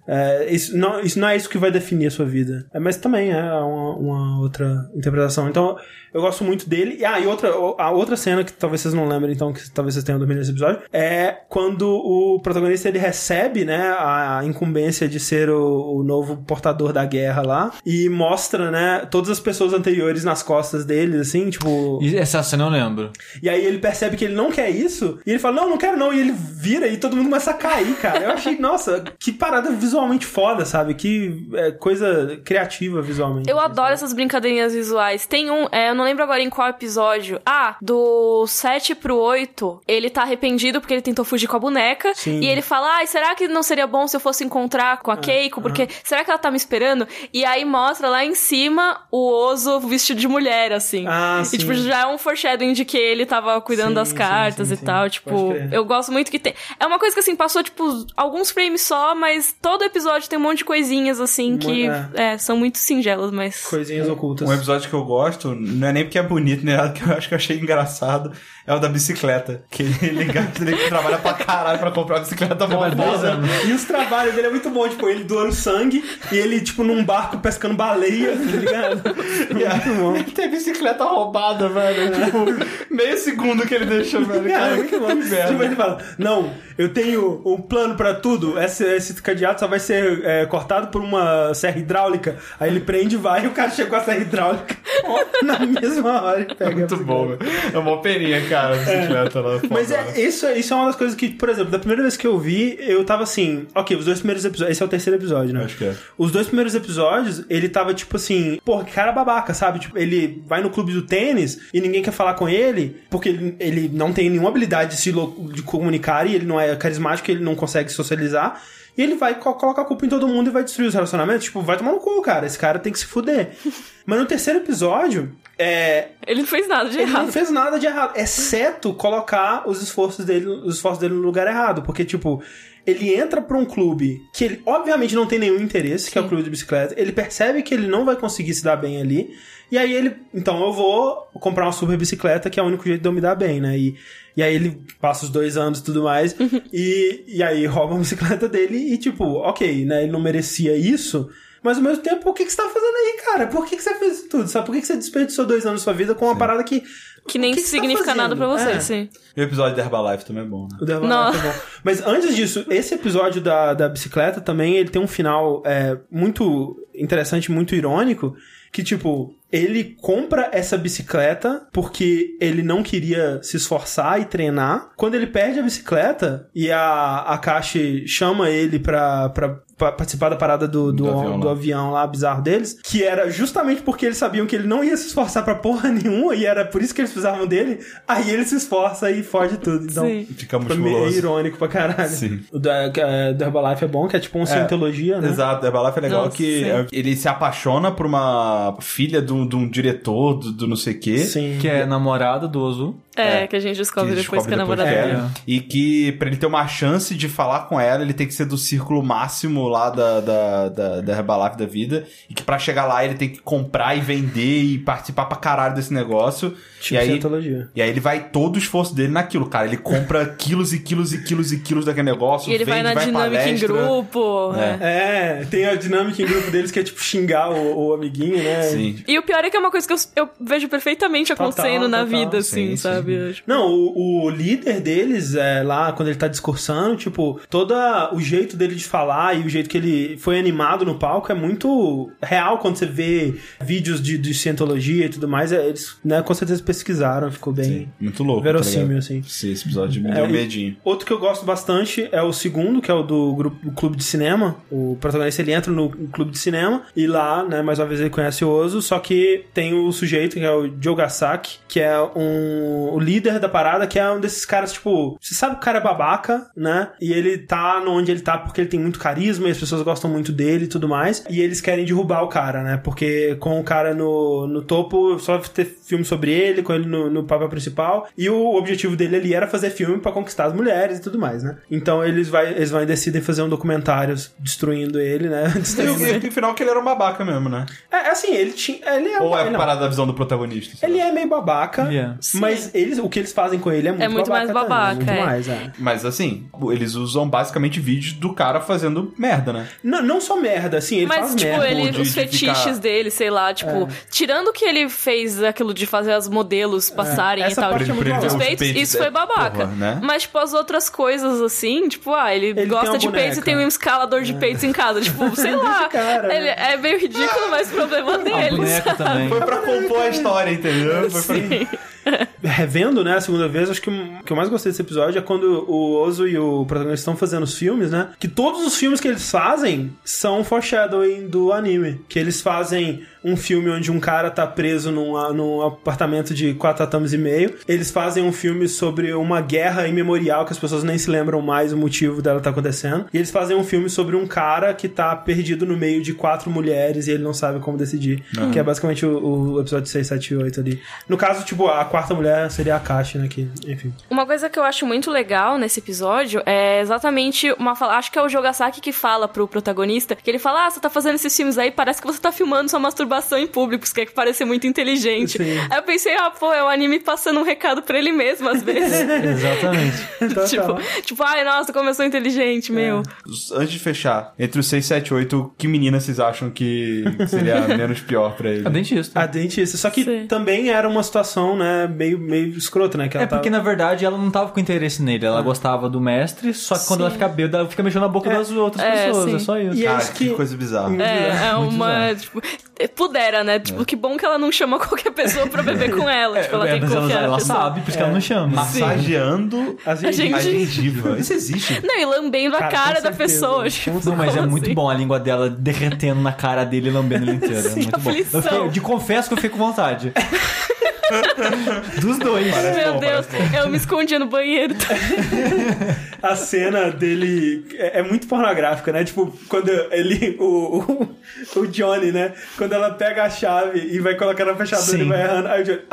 Isso não é isso que vai definir a sua vida. Mas também é uma outra interpretação. Então, eu gosto muito dele. E a outra cena que talvez vocês não lembrem, então, que talvez vocês tenham dormido nesse episódio, é quando o protagonista, ele recebe, né, a incumbência de ser o novo portador da guerra lá, e mostra, né, todas as pessoas anteriores nas costas dele, assim, tipo... E essa cena eu lembro. E aí ele percebe que ele não quer isso, e ele fala, não quero não, e ele vira e todo mundo começa a cair, cara. Eu achei, nossa, que parada visualmente foda, sabe? Que coisa criativa visualmente. Eu adoro essas brincadeirinhas visuais. Tem eu não lembro agora em qual episódio. Do 7 pro 8, ele tá arrependido porque ele tentou fugir com a boneca. Sim. E ele fala, será que não seria bom se eu fosse encontrar com a Keiko? Porque será que ela tá me esperando? E aí mostra lá em cima o Ozo vestido de mulher, assim. Sim. E, tipo, já é um foreshadowing de que ele tava cuidando das cartas e tal. Tipo, eu gosto muito que tem... É uma coisa que, assim, passou, tipo, alguns frames só, mas todo episódio tem um monte de coisinhas, assim, que são muito singelas, mas... Coisinhas ocultas. Um episódio que eu gosto, não é nem porque é bonito, né? Que eu acho que eu achei engraçado, é o da bicicleta. Que ele trabalha pra caralho pra comprar uma bicicleta maldosa. E os trabalhos dele é muito bom, tipo, ele doando sangue e ele, tipo, num barco pescando baleia, tá ligado? Muito bom. Ele tem bicicleta roubada, velho. Tipo, meio segundo que ele deixa, velho. Cara, muito bom. Tipo, ele fala, não, eu tenho um plano pra tudo, esse cadeado só vai ser cortado por uma serra hidráulica. Aí ele prende e vai, e o cara chega com a serra hidráulica na mesma hora e pega. Muito bom, velho. É uma peninha, cara, a bicicleta lá. Mas isso é uma das coisas que, por exemplo, da primeira vez que eu vi, eu tava assim, ok, os 2 primeiros episódios, esse é o 3º episódio, né? Acho que é. Os 2 primeiros episódios, ele tava tipo assim, porra, que cara babaca, sabe? Tipo, ele vai no clube do tênis e ninguém quer falar com ele, porque ele não tem nenhuma habilidade de comunicar e ele não é carismático, ele não consegue socializar. E ele vai colocar a culpa em todo mundo e vai destruir os relacionamentos. Tipo, vai tomar no cu, cara. Esse cara tem que se fuder. Mas no 3º episódio, ele não fez nada de errado. Ele não fez nada de errado. Exceto colocar os esforços dele no lugar errado. Porque, tipo, ele entra pra um clube que ele, obviamente, não tem nenhum interesse, que é o clube de bicicleta. Ele percebe que ele não vai conseguir se dar bem ali. E aí ele... Então, eu vou comprar uma super bicicleta, que é o único jeito de eu me dar bem, né? E aí ele passa os 2 anos e tudo mais, e aí rouba a bicicleta dele e tipo, ok, né, ele não merecia isso, mas ao mesmo tempo, o que você tá fazendo aí, cara? Por que você fez isso tudo, sabe? Por que você desperdiçou 2 anos da sua vida com uma parada que nem significa nada pra você, sim. E o episódio da Herbalife também é bom, né? O da Herbalife é bom. Mas antes disso, esse episódio da bicicleta também, ele tem um final muito interessante, muito irônico, que tipo... Ele compra essa bicicleta porque ele não queria se esforçar e treinar. Quando ele perde a bicicleta e a Akashi chama ele pra participar da parada do avião lá bizarro deles, que era justamente porque eles sabiam que ele não ia se esforçar pra porra nenhuma e era por isso que eles precisavam dele, aí ele se esforça e foge tudo. Então, fica muito meio irônico pra caralho. Sim. O da Herbalife é bom, que é tipo uma cientologia, né? Exato, o Herbalife é legal. Nossa, que ele se apaixona por uma filha de um diretor do não sei o quê. Sim. Que é namorada do Ozu. Que a gente descobre depois que é namorada dela. E que pra ele ter uma chance de falar com ela, ele tem que ser do círculo máximo lá da Herbalife da vida. E que pra chegar lá ele tem que comprar e vender e participar pra caralho desse negócio. Tipo cientologia. E aí ele vai todo o esforço dele naquilo, cara. Ele compra quilos e quilos e quilos e quilos daquele negócio. E ele vai na dinâmica em grupo. Tem a dinâmica em grupo deles que é tipo xingar o amiguinho, né? Sim. E o pior é que é uma coisa que eu vejo perfeitamente acontecendo na vida, assim, sabe? sabia. Não, o líder deles, lá, quando ele tá discursando, tipo, todo o jeito dele de falar e o jeito que ele foi animado no palco é muito real quando você vê vídeos de cientologia e tudo mais. Eles, né, com certeza pesquisaram, ficou bem... Sim, muito louco. Verossímil, assim. Esse episódio me deu medinho. Outro que eu gosto bastante é o segundo, que é o do clube de cinema. O protagonista, ele entra no clube de cinema e lá, né, mais uma vez ele conhece o Ozu, só que tem o sujeito, que é o Joe Gasaki, que é o líder da parada, que é um desses caras, tipo, você sabe que o cara é babaca, né, e ele tá onde ele tá porque ele tem muito carisma e as pessoas gostam muito dele e tudo mais, e eles querem derrubar o cara, né, porque com o cara no topo, só vai ter filme sobre ele, com ele no papel principal, e o objetivo dele ali era fazer filme pra conquistar as mulheres e tudo mais, né. Então eles vão e decidem fazer um documentário destruindo ele, né. E no final que ele era um babaca mesmo, né? Assim, ele é ou é parada da visão do protagonista? Ele é meio babaca, mas o que eles fazem com ele é muito mais babaca. Também, muito mais, Mas assim, eles usam basicamente vídeos do cara fazendo merda, né? Não só merda, assim, ele faz merda. Os fetiches dele, sei lá, tipo, tirando que ele fez aquilo de fazer as modelos passarem e tal, os peitos, isso foi babaca. Porra, né? Mas, tipo, as outras coisas, assim, tipo, ele gosta de peitos e tem um escalador de peitos em casa, tipo, sei lá. Ele é meio ridículo, mas o problema dele, sabe? Também. Foi pra compor a história, entendeu? Sim. Revendo, né, a segunda vez, acho que o que eu mais gostei desse episódio é quando o Ozu e o protagonista estão fazendo os filmes, né, que todos os filmes que eles fazem são foreshadowing do anime, que eles fazem um filme onde um cara tá preso num apartamento de 4 tatames e meio, eles fazem um filme sobre uma guerra imemorial que as pessoas nem se lembram mais o motivo dela tá acontecendo, e eles fazem um filme sobre um cara que tá perdido no meio de 4 mulheres e ele não sabe como decidir, que é basicamente o episódio 6, 7 e 8 ali. No caso, tipo, a quarta mulher seria a Akashi, né, que, enfim. Uma coisa que eu acho muito legal nesse episódio é exatamente acho que é o Joe Gasaki que fala pro protagonista, que ele fala, você tá fazendo esses filmes aí, parece que você tá filmando sua masturbação em público, você quer que pareça muito inteligente. Sim. Aí eu pensei, é o anime passando um recado pra ele mesmo, às vezes. Exatamente. tipo, ai, nossa, como eu sou inteligente, meu. Antes de fechar, entre os 6, 7 e 8, que menina vocês acham que seria menos pior pra ele? A dentista. Só que também era uma situação, né, meio escrota, né? Que ela porque na verdade ela não tava com interesse nele, ela gostava do mestre, só que quando ela fica bêbada, ela fica mexendo na boca das outras pessoas, é só isso. E cara, que coisa bizarra. É uma, tipo, pudera, né? Tipo, que bom que ela não chama qualquer pessoa pra beber com ela, tipo, ela tem que confiar. Ela sabe, por isso que ela não chama. Massageando a gengiva. Isso existe. Não, e lambendo a cara da pessoa. Tipo, não, mas é muito bom a língua dela derretendo na cara dele e lambendo ele inteiro. Sim, é muito bom. Confesso que eu fiquei com vontade. Dos dois. Meu Deus, eu me escondia no banheiro. A cena dele é muito pornográfica, né? Tipo, quando ele... O Johnny, né? Quando ela pega a chave e vai colocar na fechadura e vai errando. Aí o Johnny...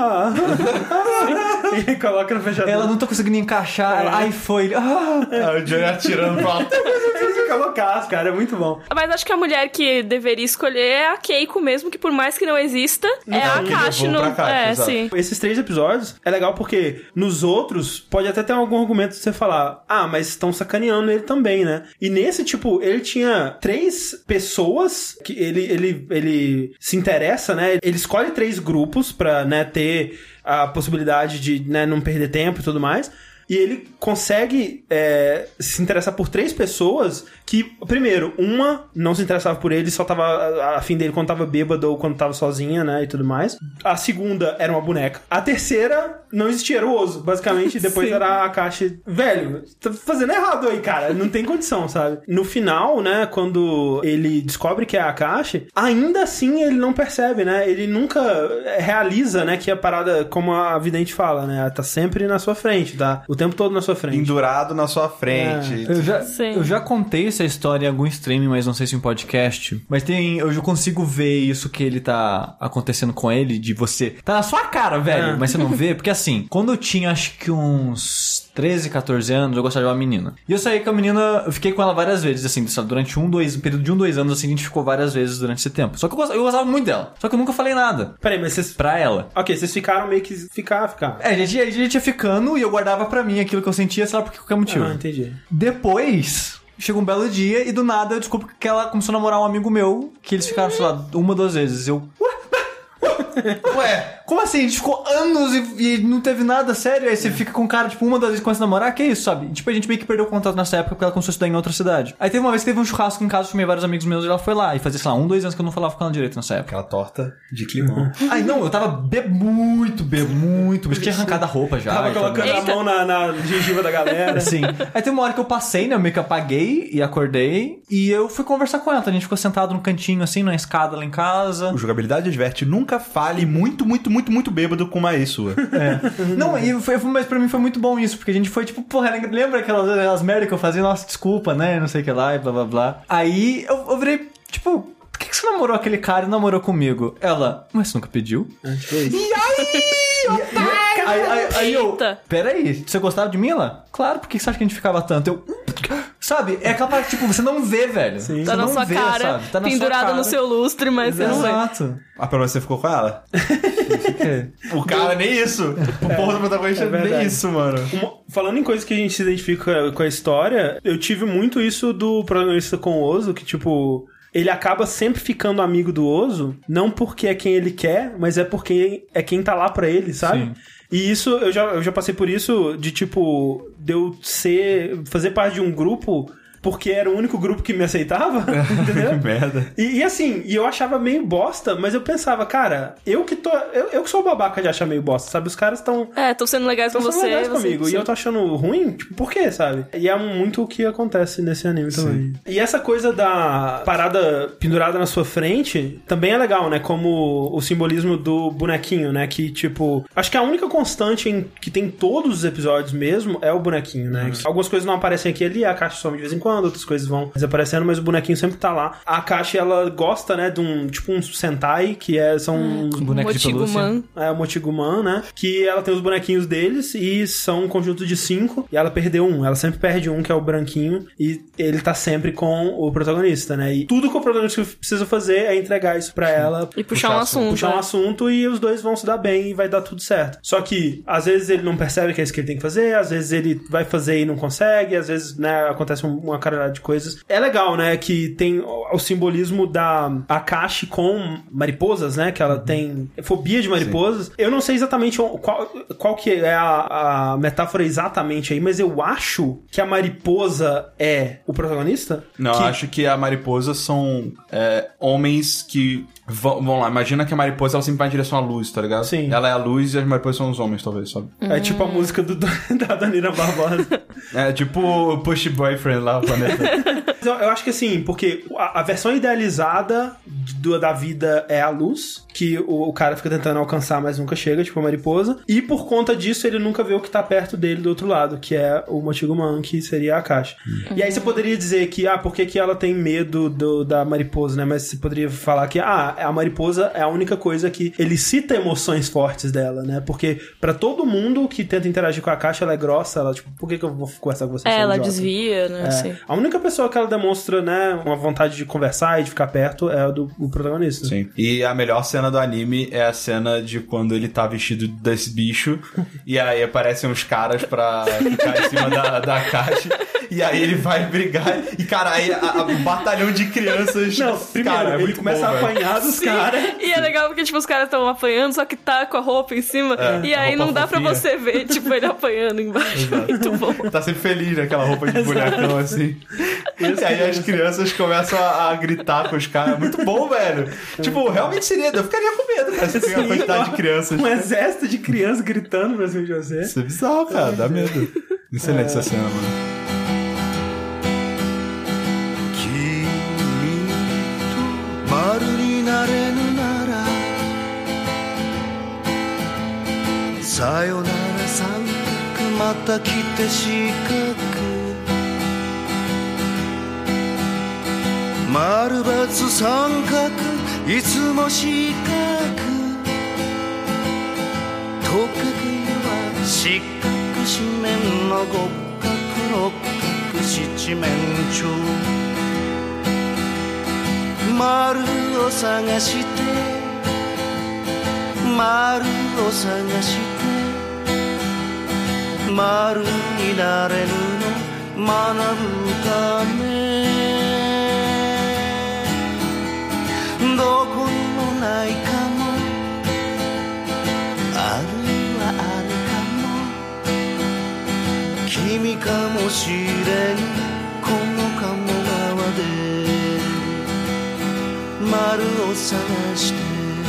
E ele coloca na fechadura. Ela não tá conseguindo encaixar. Aí foi... Aí o Johnny atirando pra lá. Fica loucaço, cara. É muito bom. Mas acho que a mulher que deveria escolher é a Keiko mesmo, que por mais que não exista, é a Akashi no... sim. Esses 3 episódios é legal porque nos outros pode até ter algum argumento de você falar, mas estão sacaneando ele também, né? E nesse, tipo, ele tinha 3 pessoas que ele se interessa, né? Ele escolhe 3 grupos pra, né, ter a possibilidade de, né, não perder tempo e tudo mais. E ele consegue se interessar por 3 pessoas que, primeiro, uma não se interessava por ele, só tava afim dele quando tava bêbado ou quando tava sozinha, né, e tudo mais. A segunda era uma boneca. A terceira não existia, era o Ozu, basicamente. Depois era a Akashi. Velho, tá fazendo errado aí, cara. Não tem condição, sabe? No final, né, quando ele descobre que é a Akashi, ainda assim ele não percebe, né? Ele nunca realiza, né, que a parada, como a vidente fala, né, tá sempre na sua frente, tá? O tempo todo na sua frente. Pendurado na sua frente. Eu já contei essa história em algum streaming, mas não sei se em podcast. Mas eu já consigo ver isso que ele tá acontecendo com ele, de você... Tá na sua cara, velho, mas você não vê. Porque assim, quando eu tinha acho que uns 13, 14 anos, eu gostava de uma menina. E eu saí com a menina, eu fiquei com ela várias vezes, assim, durante um período de 2 anos, assim, a gente ficou várias vezes durante esse tempo. Só que eu gostava muito dela. Só que eu nunca falei nada. Peraí, mas vocês... Pra ela. Ok, vocês ficaram meio que... Ficar. A gente ia ficando e eu guardava pra mim aquilo que eu sentia, sei lá por qualquer motivo. Entendi. Depois, chegou um belo dia e do nada eu descubro que ela começou a namorar um amigo meu, que eles ficaram, sei lá, 1 ou 2 vezes. Eu... Ué... como assim? A gente ficou anos e não teve nada sério, aí você fica com o cara, tipo, uma das vezes começa a namorar, que isso, sabe? Tipo, a gente meio que perdeu o contato nessa época porque ela começou a estudar em outra cidade. Aí teve uma vez que teve um churrasco em casa, chamei vários amigos meus e ela foi lá. E fazia, sei lá, 2 anos que eu não falava com ela direito nessa época. Aquela torta de climão. Ai, não, eu tava muito. Eu tinha arrancado a roupa já. Tava colocando a mão na gengiva da galera. Sim. Aí teve uma hora que eu passei, né? Eu meio que apaguei e acordei. E eu fui conversar com ela. A gente ficou sentado no cantinho, assim, na escada lá em casa. O Jogabilidade adverte, nunca fale muito bêbado com uma ex sua. Não, mas pra mim foi muito bom isso, porque a gente foi tipo, porra, lembra aquelas merda que eu fazia? Nossa, desculpa, né? Não sei o que lá e blá blá blá. Aí eu virei, tipo, por que você namorou aquele cara e namorou comigo? Ela, mas você nunca pediu? E aí eu, peraí, você gostava de mim, ela? Claro, por que você acha que a gente ficava tanto? Eu, sabe, é aquela parte, tipo, você não vê, velho. Sim. Tá na sua cara, sabe? Tá na pendurada no seu lustre, mas você não vê. Exato. Ah, pelo menos você ficou com ela? O cara, nem isso. O porra do protagonista, nem isso, mano. Falando em coisas que a gente se identifica com a história, eu tive muito isso do protagonista com o Ozo, que, tipo... Ele acaba sempre ficando amigo do Ozo, não porque é quem ele quer, mas é porque é quem tá lá pra ele, sabe? Sim. E isso, eu já passei por isso de, tipo, de eu fazer parte de um grupo... Porque era o único grupo que me aceitava, entendeu? Que merda. E assim, eu achava meio bosta, mas eu pensava, cara, eu que sou o babaca de achar meio bosta, sabe? Os caras estão... estão sendo legais com você. Legais comigo. E eu tô achando ruim, tipo, por quê, sabe? E é muito o que acontece nesse anime também. E essa coisa da parada pendurada na sua frente também é legal, né? Como o simbolismo do bonequinho, né? Que, tipo... Acho que a única constante que tem todos os episódios mesmo é o bonequinho, né? Algumas coisas não aparecem aqui e ali, a caixa some de vez em quando, outras coisas vão desaparecendo, mas o bonequinho sempre tá lá. A Akashi, ela gosta, né, de um Sentai, que são bonecos de pelúcia. É, o Mochiguman, né? Que ela tem os bonequinhos deles e são um conjunto de 5 e ela perdeu um. Ela sempre perde um, que é o branquinho, e ele tá sempre com o protagonista, né? E tudo que o protagonista precisa fazer é entregar isso pra ela. E puxar um assunto. Puxar um assunto e os dois vão se dar bem e vai dar tudo certo. Só que, às vezes ele não percebe que é isso que ele tem que fazer, às vezes ele vai fazer e não consegue, às vezes, né, acontece uma caralhada de coisas. É legal, né, que tem o simbolismo da Akashi com mariposas, né, que ela tem fobia de mariposas. Sim. Eu não sei exatamente qual que é a metáfora exatamente aí, mas eu acho que a mariposa é o protagonista. Não, eu acho que a mariposa são homens que... Vamos lá, imagina que a mariposa ela sempre vai em direção à luz, tá ligado? Sim. Ela é a luz e as mariposas são os homens, talvez, sabe? É tipo a música da Danila Barbosa. É tipo o Push Boyfriend lá, o planeta. Eu acho que assim, porque a versão idealizada da vida é a luz, que o cara fica tentando alcançar, mas nunca chega, tipo a mariposa. E por conta disso, ele nunca vê o que tá perto dele do outro lado, que é o Mochiguman, que seria a Akashi. E aí você poderia dizer que, por que ela tem medo da mariposa, né? Mas você poderia falar que, a mariposa é a única coisa que ele cita emoções fortes dela, né? Porque pra todo mundo que tenta interagir com a Akashi, ela é grossa, ela, tipo, por que eu vou conversar com você? Ela desvia, né? Assim. A única pessoa que ela demonstra, né, uma vontade de conversar e de ficar perto é a do protagonista. Sim. E a melhor cena do anime é a cena de quando ele tá vestido desse bicho e aí aparecem uns caras pra ficar em cima da Akashi e aí ele vai brigar e, cara, aí o batalhão de crianças... Não, primeiro, cara, ele começa a apanhar dos caras. E é legal porque, tipo, os caras estão apanhando, só que tá com a roupa em cima e aí não dá pra você ver, tipo, ele apanhando embaixo. Exato. Muito bom. Tá sempre feliz naquela roupa de bonecão, assim. E aí as crianças começam a gritar com os caras. Muito bom, velho. Tipo, realmente seria... Eu ficaria com medo, cara, se tem uma quantidade de crianças. Um exército de crianças gritando pra cima de você. Isso é bizarro, cara. Dá medo. Excelente essa cena, mano. さよなら三角また来て四角丸×三角いつも四角とかくは四角四面の五角六角七面鳥丸を探して丸を探して丸になれるの学ぶためどこにもないかもかもしれんこの鴨川で丸を探して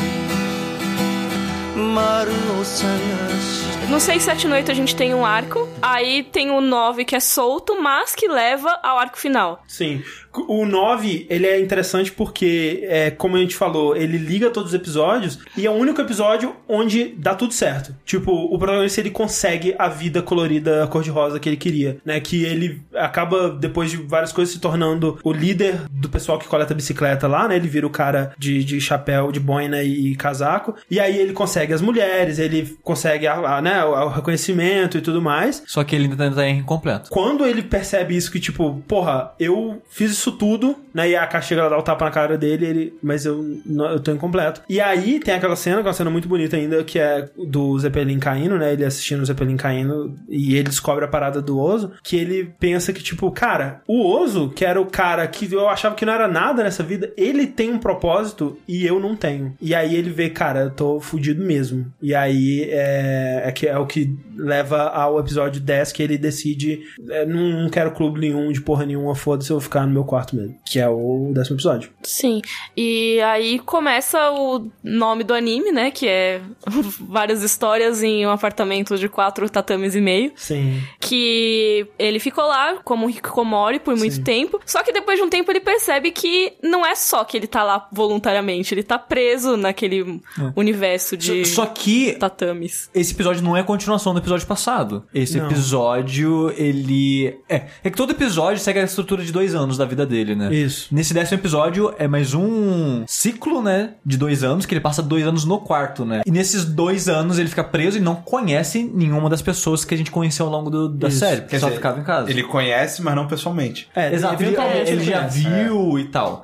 丸を探して No 6, 7, 8 a gente tem um arco, aí tem o 9 que é solto, mas que leva ao arco final. Sim. O 9, ele é interessante porque, como a gente falou, ele liga todos os episódios e é o único episódio onde dá tudo certo. Tipo, o protagonista, ele consegue a vida colorida cor-de-rosa que ele queria, né? Que ele acaba, depois de várias coisas, se tornando o líder do pessoal que coleta bicicleta lá, né? Ele vira o cara de chapéu, de boina e casaco. E aí ele consegue as mulheres, ele consegue o reconhecimento e tudo mais. Só que ele ainda tá incompleto. Quando ele percebe isso, que tipo, porra, eu fiz isso tudo, né? E a K chega a dar o tapa na cara dele, mas eu tô incompleto. E aí tem aquela cena, que é uma cena muito bonita ainda, que é do Zeppelin caindo, né? Ele assistindo o Zeppelin caindo e ele descobre a parada do Ozo, que ele pensa que, tipo, cara, o Ozo, que era o cara que eu achava que não era nada nessa vida, ele tem um propósito e eu não tenho. E aí ele vê, cara, eu tô fudido mesmo. E aí é o que leva ao episódio 10, que ele decide, não quero clube nenhum, de porra nenhuma, foda-se, eu vou ficar no meu quarto mesmo. Que é o 10º episódio. Sim. E aí começa o nome do anime, né? Que é várias histórias em um apartamento de 4 tatames e meio. Sim. Que ele ficou lá como hikikomori por muito tempo. Só que depois de um tempo ele percebe que não é só que ele tá lá voluntariamente. Ele tá preso naquele universo de só que tatames. Esse episódio não é a continuação do episódio passado. Esse episódio, ele... É que todo episódio segue a estrutura de 2 anos da vida dele, né? Isso. Nesse 10º episódio é mais um ciclo, né? De 2 anos, que ele passa 2 anos no quarto, né? E nesses 2 anos ele fica preso e não conhece nenhuma das pessoas que a gente conheceu ao longo da série. Porque só ficava em casa. Ele conhece, mas não pessoalmente. Exato. Ele já viu e tal.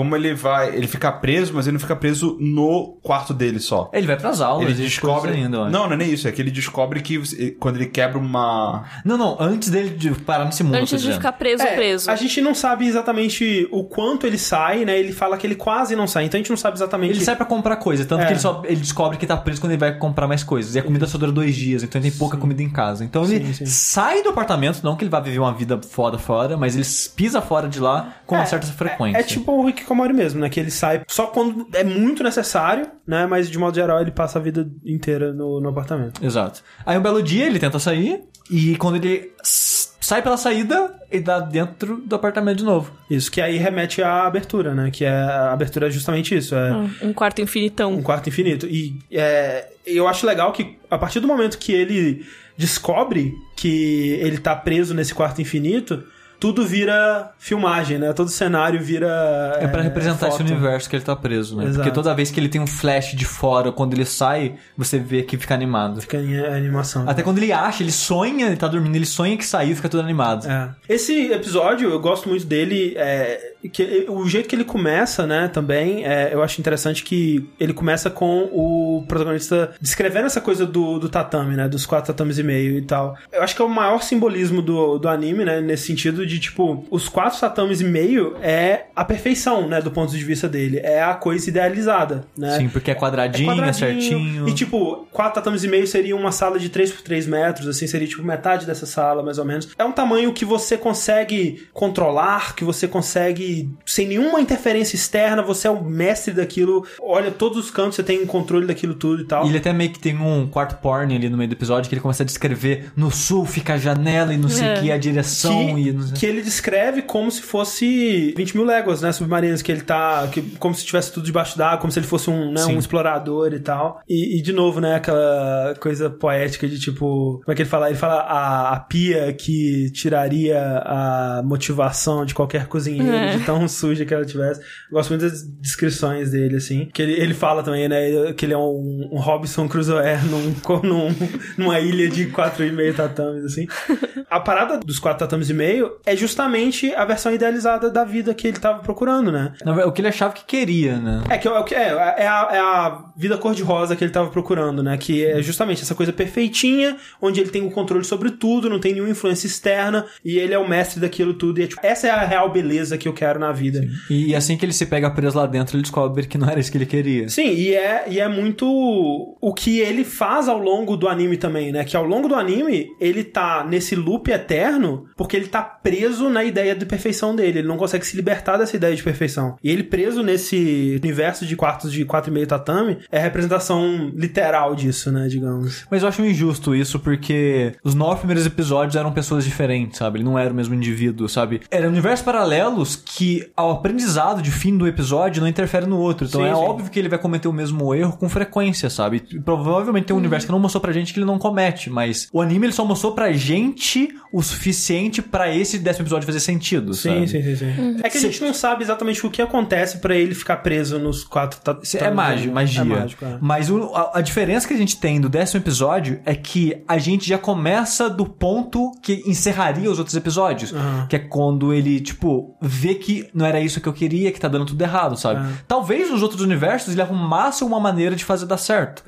Ele fica preso, mas ele não fica preso no quarto dele só. Ele vai pras aulas. Ele descobre ainda. Não é nem isso. É que ele descobre que quando ele quebra uma... Não. Antes dele de parar nesse mundo. Antes de ficar preso. A gente não sabe exatamente o quanto ele sai, né? Ele fala que ele quase não sai. Então a gente não sabe exatamente... Ele sai pra comprar coisa. Tanto que ele descobre que tá preso quando ele vai comprar mais coisas. E a comida só dura 2 dias. Então ele tem pouca comida em casa. Então ele sai do apartamento. Não que ele vai viver uma vida foda fora. Mas ele pisa fora de lá com uma certa frequência. É tipo o hikikomori mesmo, né? Que ele sai só quando é muito necessário, né? Mas de modo geral ele passa a vida inteira no apartamento. Exato. Aí um belo dia ele tenta sair. E quando ele sai pela saída, ele tá dentro do apartamento de novo. Isso, que aí remete à abertura, né? Que a abertura é justamente isso. Um quarto infinitão. Um quarto infinito. E eu acho legal que a partir do momento que ele descobre que ele tá preso nesse quarto infinito, tudo vira filmagem, né? Todo cenário vira... É pra representar esse universo que ele tá preso, né? Exato. Porque toda vez que ele tem um flash de fora, quando ele sai, você vê que fica animado. Fica em animação. Até quando ele acha, ele sonha, ele tá dormindo, ele sonha que saiu, fica tudo animado. Esse episódio, eu gosto muito dele, que o jeito que ele começa, né, também, eu acho interessante que ele começa com o protagonista descrevendo essa coisa do tatame, né? Dos 4 tatames e meio e tal. Eu acho que é o maior simbolismo do anime, né? Nesse sentido de, tipo, os 4 tatames e meio é a perfeição, né, do ponto de vista dele. É a coisa idealizada, né? Sim, porque é quadradinho, é certinho. E, tipo, 4 tatames e meio seria uma sala de 3 por 3 metros, assim, seria, tipo, metade dessa sala, mais ou menos. É um tamanho que você consegue controlar, que você consegue, sem nenhuma interferência externa, você é o mestre daquilo, olha todos os cantos, você tem controle daquilo tudo e tal. E ele até meio que tem um quarto porn ali no meio do episódio, que ele começa a descrever no sul fica a janela e não sei o que, a direção que ele descreve como se fosse 20 mil léguas, né, submarinas, que ele tá, como se tivesse tudo debaixo d'água, como se ele fosse um explorador e tal. E de novo, né, aquela coisa poética de tipo, como é que ele fala? Ele fala a pia que tiraria a motivação de qualquer cozinheiro, de tão suja que ela tivesse. Eu gosto muito das descrições dele, assim. Que ele fala também, né, que ele é um Robinson Crusoe numa ilha de 4,5 tatames, assim. A parada dos 4 tatames e meio é justamente a versão idealizada da vida que ele tava procurando, né? O que ele achava que queria, né? É a vida cor-de-rosa que ele tava procurando, né? Que é justamente essa coisa perfeitinha, onde ele tem o controle sobre tudo, não tem nenhuma influência externa, e ele é o mestre daquilo tudo. E essa é a real beleza que eu quero na vida. E assim que ele se pega preso lá dentro, ele descobre que não era isso que ele queria. Sim, e é muito o que ele faz ao longo do anime também, né? Que ao longo do anime, ele tá nesse loop eterno, porque ele tá preso na ideia de perfeição dele. Ele não consegue se libertar dessa ideia de perfeição. E ele preso nesse universo de quartos de 4,5 tatame é a representação literal disso, né? Digamos. Mas eu acho injusto isso, porque os 9 primeiros episódios eram pessoas diferentes, sabe? Ele não era o mesmo indivíduo, sabe? Eram universos paralelos que, ao aprendizado de fim do episódio, não interfere no outro. Então sim. Óbvio que ele vai cometer o mesmo erro com frequência, sabe? E provavelmente tem um universo que não mostrou pra gente que ele não comete, mas o anime ele só mostrou pra gente o suficiente pra esse 10º episódio fazer sentido, sabe? Sim. É que a gente não sabe exatamente o que acontece pra ele ficar preso nos 4 É magia. É mágico, é. Mas a diferença que a gente tem do 10º episódio é que a gente já começa do ponto que encerraria os outros episódios. Que é quando ele, tipo, vê que não era isso que eu queria, que tá dando tudo errado, sabe? Talvez nos outros universos ele arrumasse uma maneira de fazer dar certo.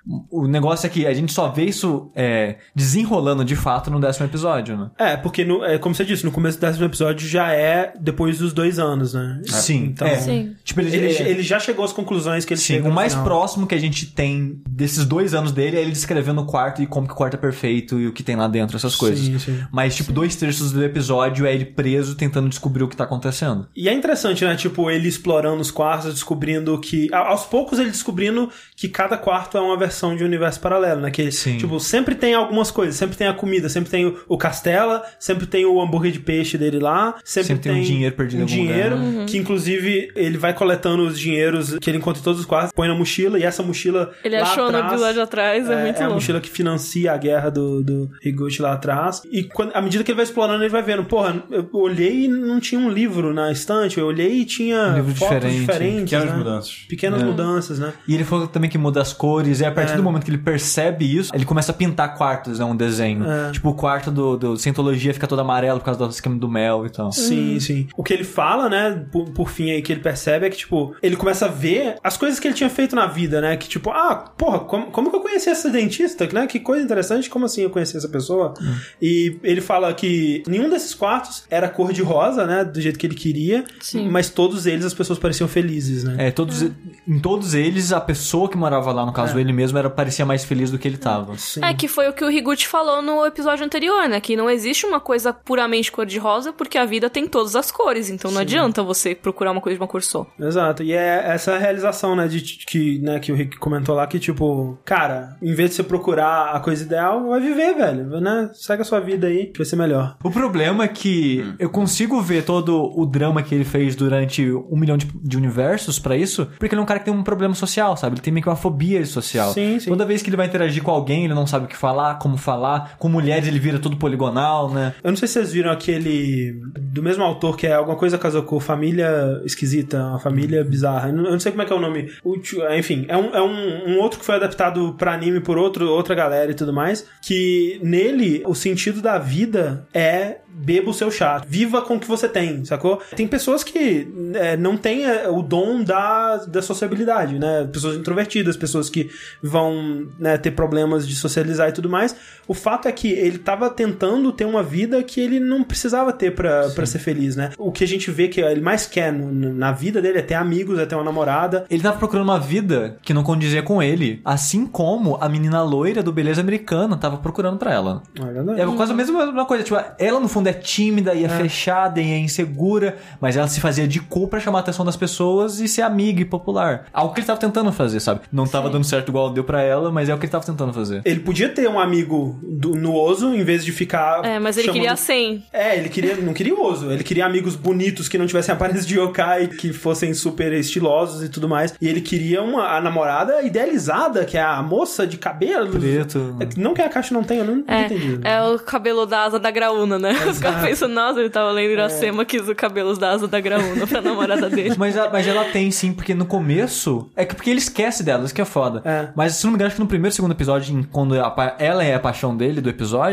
O negócio é que a gente só vê isso desenrolando de fato no 10º episódio, né? Porque, como você disse, no começo do 10º episódio já é depois dos 2 anos, né? Sim. Então, Sim. Tipo, ele já chegou às conclusões que ele chega. O mais próximo que a gente tem desses 2 anos dele é ele descrevendo o quarto e como que o quarto é perfeito e o que tem lá dentro, essas coisas. Sim. Mas, tipo, 2/3 do episódio é ele preso tentando descobrir o que tá acontecendo. E é interessante, né? Tipo, ele explorando os quartos, descobrindo que... Aos poucos ele descobrindo que cada quarto é uma versão de um universo paralelo, né? Que, tipo, sempre tem algumas coisas. Sempre tem a comida, sempre tem o Castela, sempre tem o hambúrguer de peixe dele lá. Sempre tem um dinheiro perdido em algum lugar. Que, inclusive, ele vai coletando os dinheiros que ele encontra em todos os quartos, põe na mochila, e essa mochila ele lá achou atrás, no episódio atrás, é muito louco. É a mochila que financia a guerra do Higuchi lá atrás. E à medida que ele vai explorando, ele vai vendo, porra, eu olhei e não tinha um livro na estante, eu olhei e tinha fotos diferentes. Pequenas mudanças. Pequenas mudanças, né? E ele falou também que muda as cores, e a partir do momento que ele percebe isso, ele começa a pintar quartos, né? Um desenho. Tipo, o quarto do Cientologia fica todo amarelo por causa do esquema do mel e tal. Sim. O que ele fala, né, por fim aí, que ele percebe é que, tipo, ele começa a ver as coisas que ele tinha feito na vida, né? Que, tipo, porra, como que eu conheci essa dentista, né? Que coisa interessante, como assim eu conheci essa pessoa? E ele fala que nenhum desses quartos era cor de rosa, né? Do jeito que ele queria. Sim. Mas todos eles, as pessoas pareciam felizes, né? Em todos eles, a pessoa que morava lá, no caso ele mesmo, parecia mais feliz do que ele tava. Sim. Que foi o que o Higuchi falou no episódio anterior, né? Que não existe uma coisa puramente cor-de-rosa, porque a vida tem todas as cores, então não adianta você procurar uma coisa de uma cor só. Exato, e é essa realização, né, que o Rick comentou lá, que tipo, cara, em vez de você procurar a coisa ideal, vai viver, velho, né? Segue a sua vida aí, que vai ser melhor. O problema é que eu consigo ver todo o drama que ele fez durante 1 milhão de universos pra isso, porque ele é um cara que tem um problema social, sabe? Ele tem meio que uma fobia social. Sim. Toda vez que ele vai interagir com alguém, ele não sabe o que falar, como falar. Com mulheres, ele vira tudo poligonal, né? Eu não sei se vocês viram aquele do mesmo autor, que é alguma coisa Kazoku, Família Esquisita, uma família bizarra. Eu não sei como é que é o nome. Enfim, é um outro que foi adaptado pra anime por outra galera e tudo mais, que nele o sentido da vida é beba o seu chá, viva com o que você tem, sacou? Tem pessoas que não têm o dom da sociabilidade, né? Pessoas introvertidas, pessoas que vão, né, ter problemas de socializar e tudo mais. O fato é que ele tava tentando ter uma vida que ele não precisava ter pra ser feliz, né? O que a gente vê que ele mais quer na vida dele é ter amigos, é ter uma namorada. Ele tava procurando uma vida que não condizia com ele, assim como a menina loira do Beleza Americana tava procurando pra ela. É verdade. É quase a mesma coisa, tipo, ela no fundo é tímida e é fechada e é insegura, mas ela se fazia de cu pra chamar a atenção das pessoas e ser amiga e popular. Algo que ele tava tentando fazer, sabe? Não tava dando certo igual deu pra ela, mas é o que ele tava tentando fazer. Ele podia ter um amigo no Ozo, em vez de ficar... mas ele queria 100. Ele não queria o Ozo. Ele queria amigos bonitos que não tivessem aparência de yokai, que fossem super estilosos e tudo mais. E ele queria a namorada idealizada, que é a moça de cabelo preto. Não que a Caixa não tenha, eu não entendi. É o cabelo da asa da Graúna, né? Os caras pensam, nossa, ele tava lendo Iracema, quis o cabelo da asa da Graúna pra namorada dele. Mas ela tem sim, porque no começo... porque ele esquece dela, isso que é foda. Mas se não me engano, acho que no primeiro e segundo episódio, quando ela é a paixão dele, do episódio,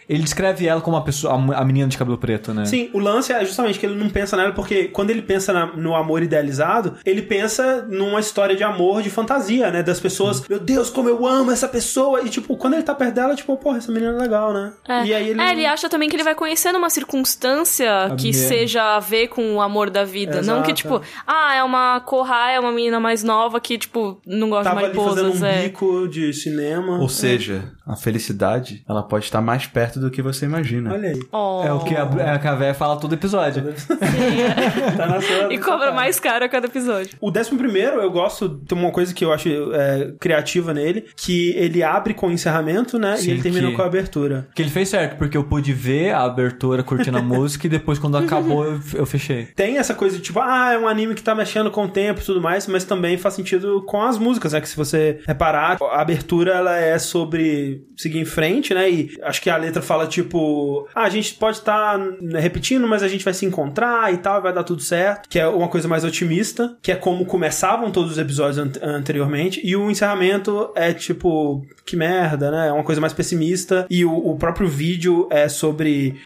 Ele descreve ela como a menina de cabelo preto, né? Sim, o lance é justamente que ele não pensa nela, porque quando ele pensa no amor idealizado, ele pensa numa história de amor, de fantasia, né? Das pessoas, meu Deus, como eu amo essa pessoa. E, tipo, quando ele tá perto dela, tipo, porra, essa menina é legal, né? E aí ele acha também que ele vai conhecer numa circunstância que seja a ver com o amor da vida. Exato. Não que, tipo, é uma Korra, é uma menina mais nova que, tipo, não gosta de mariposas. Tava ali fazendo um bico de cinema. Ou seja, a felicidade, ela pode estar mais perto do que você imagina. Olha aí. É o que a véia fala todo episódio. Tá na sua, e cobra mais caro a cada episódio. O 11º, eu gosto, tem uma coisa que eu acho criativa nele, que ele abre com o encerramento, né? Sim, e ele termina com a abertura. Que ele fez certo, porque eu pude ver a abertura curtindo a música e depois quando acabou eu fechei. Tem essa coisa de tipo, é um anime que tá mexendo com o tempo e tudo mais, mas também faz sentido com as músicas, né? Que se você reparar, a abertura ela é sobre seguir em frente, né? E acho que a letra fala tipo, a gente pode estar repetindo, mas a gente vai se encontrar e tal, vai dar tudo certo, que é uma coisa mais otimista, que é como começavam todos os episódios anteriormente, e o encerramento é tipo, que merda, né? É uma coisa mais pessimista, e o próprio vídeo é sobre,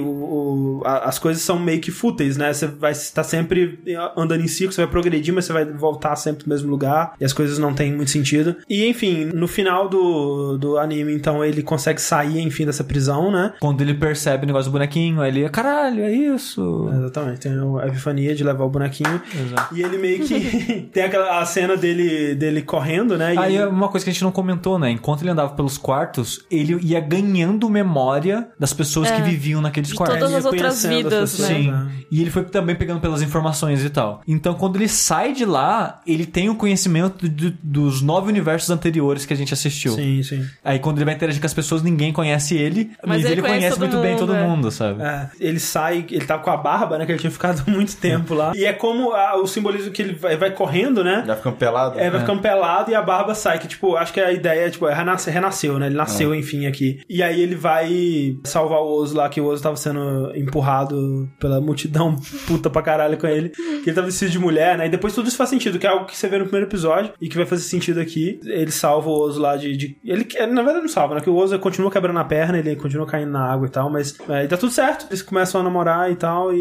as coisas são meio que fúteis, né? Você vai estar sempre andando em círculo, você vai progredir, mas você vai voltar sempre no mesmo lugar, e as coisas não têm muito sentido. E, enfim, no final do anime, então, ele consegue sair, enfim, dessa prisão, né? Quando ele percebe o negócio do bonequinho, aí ele, caralho, é isso. Exatamente, tem a epifania de levar o bonequinho. Exato. E ele meio que tem a cena dele correndo, né? Aí é uma coisa que a gente não comentou, né? Enquanto ele andava pelos quartos, ele ia ganhando memória das pessoas que viviam naqueles quartos. Todas as outras vidas, né? Sim. E ele foi também pegando pelas informações e tal. Então, quando ele sai de lá, ele tem o conhecimento dos 9 universos anteriores que a gente assistiu. Sim, sim. Aí, quando ele vai interagir com as pessoas, ninguém conhece ele, mas ele conhece muito bem todo mundo, sabe? Ele sai, ele tá com a barba, né? Que ele tinha ficado muito tempo lá. E é como o simbolismo que ele vai correndo, né? Já ficando pelado. Vai ficando pelado e a barba sai. Que, tipo, acho que a ideia é, renasceu, né? Ele nasceu, enfim, aqui. E aí ele vai salvar o Ozo lá, que o Ozo tava sendo empurrado pela multidão puta pra caralho com ele. Que ele tava vestido de mulher, né? E depois tudo isso faz sentido, que é algo que você vê no primeiro episódio e que vai fazer sentido aqui. Ele salva o Ozo lá ele, na verdade, não salva, né? Que o Ozo continua quebrando a perna, ele continua caindo na água e tal, mas dá tudo certo. Eles começam a namorar e tal,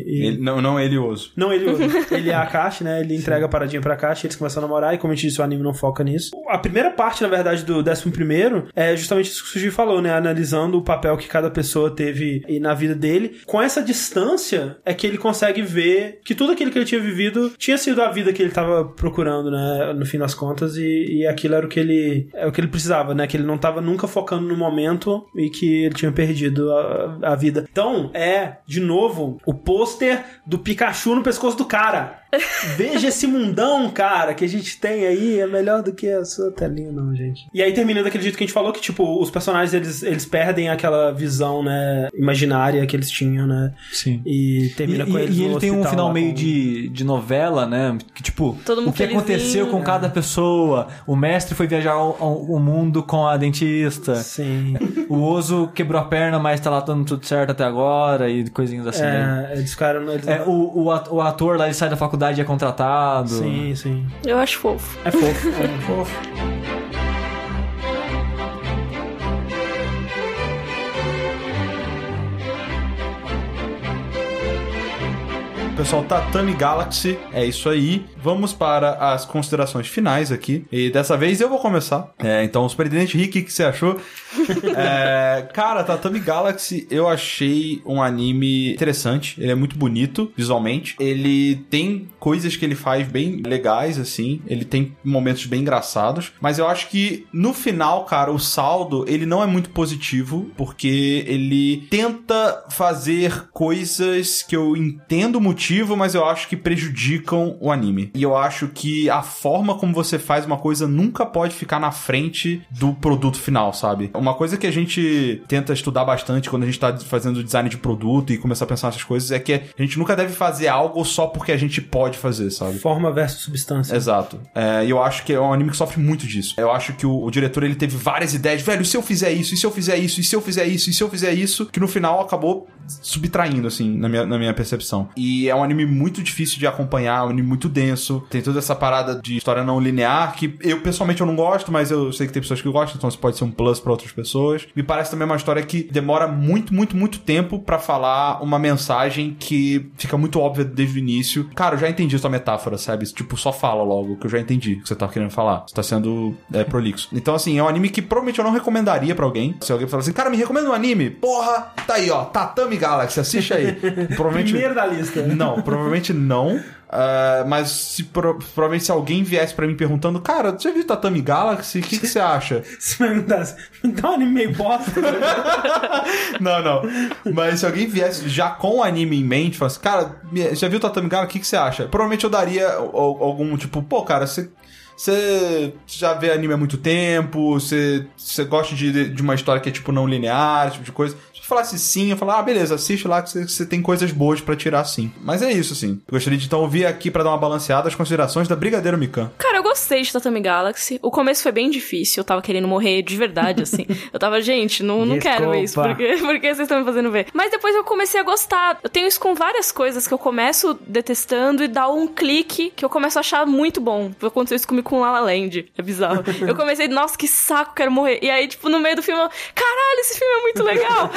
Não ele e o Ozo. Não ele e o Ozo. Ele é a Akashi, né? Ele entrega a paradinha pra Akashi, eles começam a namorar e, como a gente disse, o anime não foca nisso. A primeira parte, na verdade, do 11º é justamente isso que o Suji falou, né? Analisando o papel que cada pessoa teve na vida dele. Com essa distância é que ele consegue ver que tudo aquilo que ele tinha vivido tinha sido a vida que ele tava procurando, né? No fim das contas, e aquilo era o que ele precisava, né? Que ele não tava nunca focando no momento e que ele tinha perdido a vida. Então, de novo, o pôster do Pikachu no pescoço do cara. Veja esse mundão, cara, que a gente tem aí, é melhor do que a sua telinha, não, gente. E aí termina daquele jeito que a gente falou, que, tipo, os personagens, eles perdem aquela visão, né, imaginária que eles tinham, né? Sim. E termina com eles no no ele tem um final meio com... de novela, né? Que, tipo, o que aconteceu com cada pessoa. O mestre foi viajar o mundo com a dentista. Sim. O Ozo quebrou a perna, mas tá lá dando tudo certo até agora e coisinhas assim. Eles ficaram... O ator lá, ele sai da faculdade e é contratado. Sim, sim. Eu acho fofo. É fofo. É fofo. Pessoal, Tatami Galaxy, é isso aí. Vamos para as considerações finais aqui. E dessa vez eu vou começar. Então, Superintendente Rick, o que você achou? Cara, Tatami Galaxy, eu achei um anime interessante. Ele é muito bonito, visualmente. Ele tem coisas que ele faz bem legais, assim. Ele tem momentos bem engraçados. Mas eu acho que, no final, cara, o saldo, ele não é muito positivo. Porque ele tenta fazer coisas que eu entendo o motivo, mas eu acho que prejudicam o anime. E eu acho que a forma como você faz uma coisa nunca pode ficar na frente do produto final, sabe? Uma coisa que a gente tenta estudar bastante quando a gente tá fazendo design de produto e começar a pensar nessas coisas é que a gente nunca deve fazer algo só porque a gente pode fazer, sabe? Forma versus substância. Exato. E eu acho que é um anime que sofre muito disso. Eu acho que o diretor, ele teve várias ideias. Velho, e se eu fizer isso? E se eu fizer isso? E se eu fizer isso? E se eu fizer isso? Que no final acabou subtraindo, assim, na minha percepção. E é um anime muito difícil de acompanhar, um anime muito denso. Tem toda essa parada de história não linear, que eu, pessoalmente, eu não gosto, mas eu sei que tem pessoas que gostam, então isso pode ser um plus pra outras pessoas. Me parece também uma história que demora muito, muito, muito tempo pra falar uma mensagem que fica muito óbvia desde o início. Cara, eu já entendi a sua metáfora, sabe? Tipo, só fala logo, que eu já entendi o que você tá querendo falar. Você tá sendo prolixo. Então, assim, é um anime que provavelmente eu não recomendaria pra alguém. Se alguém falar assim, cara, me recomenda um anime? Porra, tá aí, ó, Tatami Galaxy, assiste aí. Provavelmente... Primeiro da lista. Não, provavelmente não. Mas provavelmente se alguém viesse pra mim perguntando, cara, você viu Tatami Galaxy? O que você acha? Se perguntasse, me dá um anime meio bosta. Não. Mas se alguém viesse já com o anime em mente, falasse, cara, já viu Tatami Galaxy? O que você acha? Provavelmente eu daria algum tipo, pô, cara, você já vê anime há muito tempo, você gosta de uma história que é tipo não linear, esse tipo de coisa. Se falasse sim, eu falava, beleza, assiste lá que você tem coisas boas pra tirar sim. Mas é isso, assim. Eu gostaria de então ouvir aqui pra dar uma balanceada as considerações da Brigadeiro Mikan. Cara, eu gostei de Tatami Galaxy. O começo foi bem difícil, eu tava querendo morrer de verdade, assim. Eu tava, gente, não quero ver isso, por que vocês estão me fazendo ver? Mas depois eu comecei a gostar. Eu tenho isso com várias coisas que eu começo detestando e dá um clique que eu começo a achar muito bom. Aconteceu isso comigo com La La Land, é bizarro. Eu comecei, nossa, que saco, quero morrer. E aí, tipo, no meio do filme, caralho, esse filme é muito legal.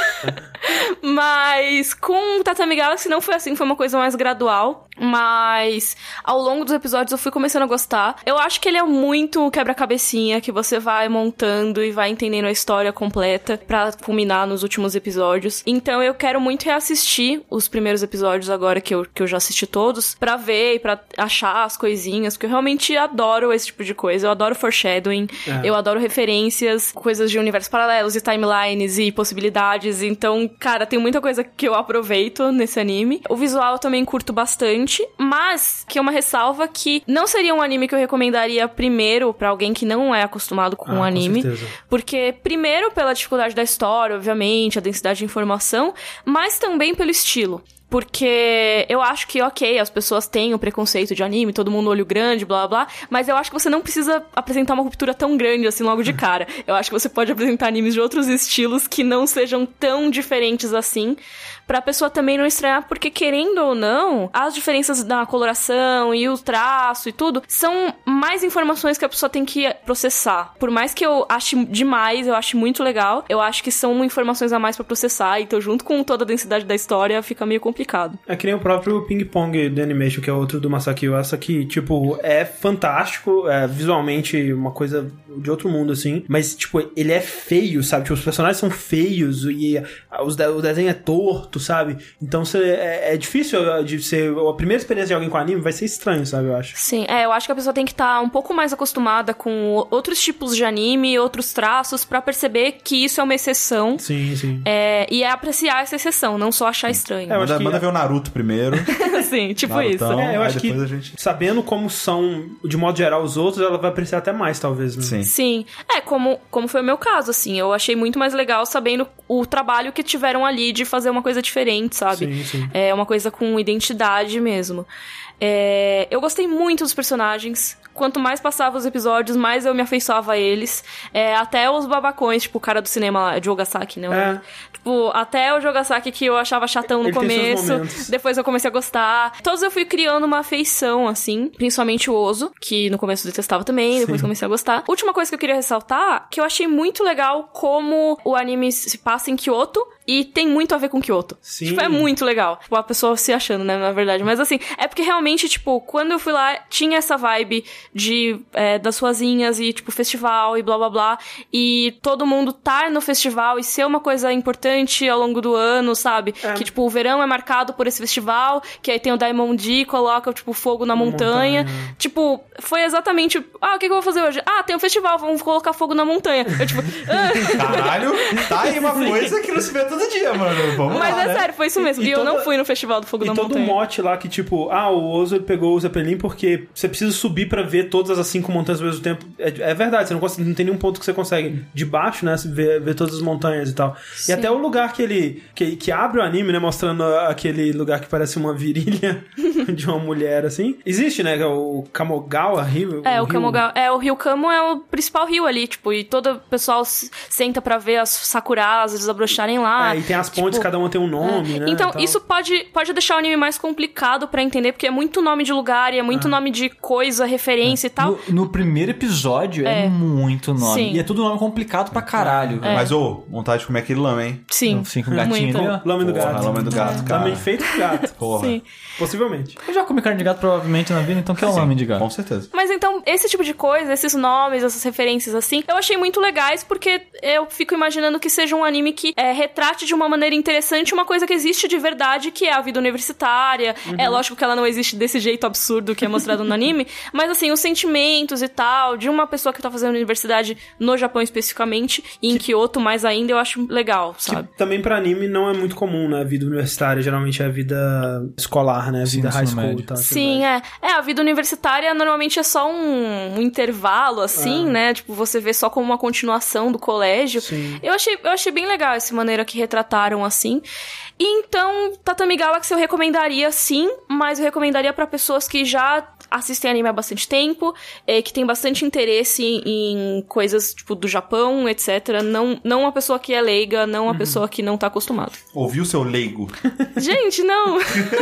Mas com Tatami Galaxy não foi assim, foi uma coisa mais gradual. Mas ao longo dos episódios eu fui começando a gostar. Eu acho que ele é muito quebra-cabecinha, que você vai montando e vai entendendo a história completa pra culminar nos últimos episódios. Então eu quero muito reassistir os primeiros episódios agora que eu já assisti todos, pra ver e pra achar as coisinhas, porque eu realmente adoro esse tipo de coisa. Eu adoro foreshadowing, eu adoro referências, coisas de universos paralelos e timelines e possibilidades. Então, cara, tem muita coisa que eu aproveito nesse anime. O visual eu também curto bastante, mas que é uma ressalva que não seria um anime que eu recomendaria primeiro pra alguém que não é acostumado com anime. Com certeza. Porque, primeiro, pela dificuldade da história, obviamente, a densidade de informação, mas também pelo estilo. Porque eu acho que, ok, as pessoas têm o preconceito de anime, todo mundo olho grande, blá, blá, blá, mas eu acho que você não precisa apresentar uma ruptura tão grande assim logo de cara. Eu acho que você pode apresentar animes de outros estilos que não sejam tão diferentes assim, pra pessoa também não estranhar, porque querendo ou não, as diferenças da coloração e o traço e tudo, são mais informações que a pessoa tem que processar. Por mais que eu ache demais, eu acho muito legal, eu acho que são informações a mais pra processar, então junto com toda a densidade da história, fica meio complicado. É que nem o próprio Ping Pong The Animation, que é outro do Masaki Yuasa, que, tipo, é fantástico, é visualmente uma coisa de outro mundo, assim, mas, tipo, ele é feio, sabe? Tipo, os personagens são feios e o desenho é torto, sabe? Então é difícil de ser... A primeira experiência de alguém com anime vai ser estranho, sabe? Eu acho. Sim, eu acho que a pessoa tem que estar um pouco mais acostumada com outros tipos de anime, outros traços, pra perceber que isso é uma exceção. Sim, sim. E apreciar essa exceção, não só achar estranho. Manda ver o Naruto primeiro. Sim, tipo Narutão, isso. Eu acho que sabendo como são, de modo geral, os outros, ela vai apreciar até mais, talvez. Né? Sim. Como foi o meu caso, assim. Eu achei muito mais legal sabendo o trabalho que tiveram ali de fazer uma coisa diferente, sabe? Sim. É uma coisa com identidade mesmo. Eu gostei muito dos personagens. Quanto mais passava os episódios, mais eu me afeiçoava a eles. Até os babacões, tipo o cara do cinema lá, Jogasaki, né? Tipo, até o Jogasaki que eu achava chatão no começo. Depois eu comecei a gostar. Todos eu fui criando uma afeição, assim. Principalmente o Ozo, que no começo eu detestava também. Depois comecei a gostar. Última coisa que eu queria ressaltar, que eu achei muito legal como o anime se passa em Kyoto. E tem muito a ver com Kyoto. Sim. Tipo, é muito legal. Tipo, a pessoa se achando, né, na verdade. Mas assim, é porque realmente, tipo, quando eu fui lá, tinha essa vibe das ruazinhas e, tipo, festival e blá, blá, blá. E todo mundo tá no festival e ser uma coisa importante ao longo do ano, sabe? Que, tipo, o verão é marcado por esse festival, que aí tem o Diamond D, coloca, tipo, fogo na montanha. Tipo, foi exatamente... o que eu vou fazer hoje? Tem um festival, vamos colocar fogo na montanha. Eu, tipo... Caralho, tá aí uma coisa que não se vê todo dia, mano. Vamos Mas lá, sério, foi isso mesmo. E eu não fui no Festival do Fogo da Montanha. E todo um mote lá que, tipo, o Ozo ele pegou o Zeppelin porque você precisa subir pra ver todas as 5 montanhas ao mesmo tempo. É verdade, você não tem nenhum ponto que você consegue de baixo, né, ver todas as montanhas e tal. Sim. E até o lugar que abre o anime, né, mostrando aquele lugar que parece uma virilha de uma mulher, assim. Existe, né, que é o Kamogawa Rio. O Kamogawa. O Rio Kamo é o principal rio ali, tipo, e todo o pessoal senta pra ver as sakuras desabrocharem lá. lá. E tem as pontes, cada uma tem um nome, né? Então, isso pode deixar o anime mais complicado pra entender, porque é muito nome de lugar e é muito nome de coisa, referência e tal. No primeiro episódio é muito nome. Sim. E é tudo nome complicado pra caralho. Mas, vontade de comer aquele lame, hein? Sim. Com o gatinho muito. ali, ó. Lame do gato. Lame do gato, cara. Lame feito de gato. Porra. Sim. Possivelmente. Eu já comi carne de gato provavelmente na vida, então que é um lame de gato. Com certeza. Mas então, esse tipo de coisa, esses nomes, essas referências assim, eu achei muito legais porque eu fico imaginando que seja um anime que retrate de uma maneira interessante uma coisa que existe de verdade, que é a vida universitária. É lógico que ela não existe desse jeito absurdo que é mostrado no anime, mas assim, os sentimentos e tal, de uma pessoa que tá fazendo universidade no Japão especificamente, e em Kyoto mais ainda, eu acho legal, sabe? Que também pra anime não é muito comum, né? A vida universitária geralmente é a vida escolar, né? A vida high school e tal. Sim, a vida universitária normalmente é só um intervalo, assim, né? Tipo, você vê só como uma continuação do colégio. Sim. Eu achei bem legal essa maneira que retrataram, assim. E então, Tatami Galaxy eu recomendaria sim, mas eu recomendaria pra pessoas que já assistem anime há bastante tempo, que tem bastante interesse em coisas, tipo, do Japão, etc. Não uma pessoa que é leiga, não uma pessoa que não tá acostumada. Ouviu seu leigo? Gente, não!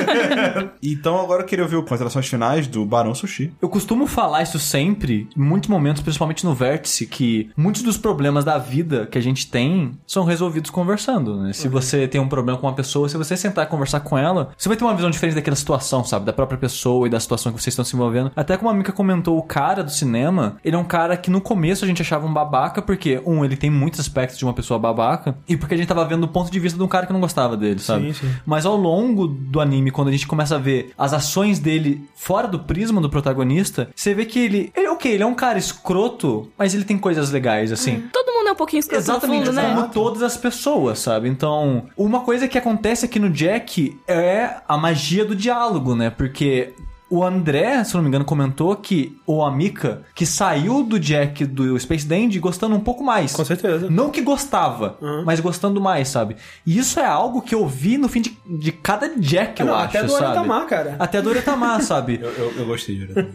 Então agora eu queria ouvir as considerações finais do Barão Sushi. Eu costumo falar isso sempre, em muitos momentos, principalmente no Vértice, que muitos dos problemas da vida que a gente tem são resolvidos conversando, né? Se você tem um problema com uma pessoa, se você sentar e conversar com ela, você vai ter uma visão diferente daquela situação, sabe? Da própria pessoa e da situação que vocês estão se envolvendo. Até como a Mika comentou, o cara do cinema, ele é um cara que no começo a gente achava um babaca, porque, ele tem muitos aspectos de uma pessoa babaca, e porque a gente tava vendo do ponto de vista de um cara que não gostava dele, sabe? Sim. Mas ao longo do anime, quando a gente começa a ver as ações dele fora do prisma do protagonista, você vê que ele é um cara escroto, mas ele tem coisas legais, assim. Todo mundo é um pouquinho escroto Exatamente, no fundo, né? como todas as pessoas, sabe? Então, uma coisa que acontece aqui no Jack é a magia do diálogo, né? Porque o André, se não me engano, comentou que a Mika, que saiu do Jack do Space Dandy gostando um pouco mais. Com certeza. Não que gostava, mas gostando mais, sabe? E isso é algo que eu vi no fim de cada Jack, eu acho, até do sabe? Oretama, cara. Até do Oretama, sabe? Eu gostei de Oretama.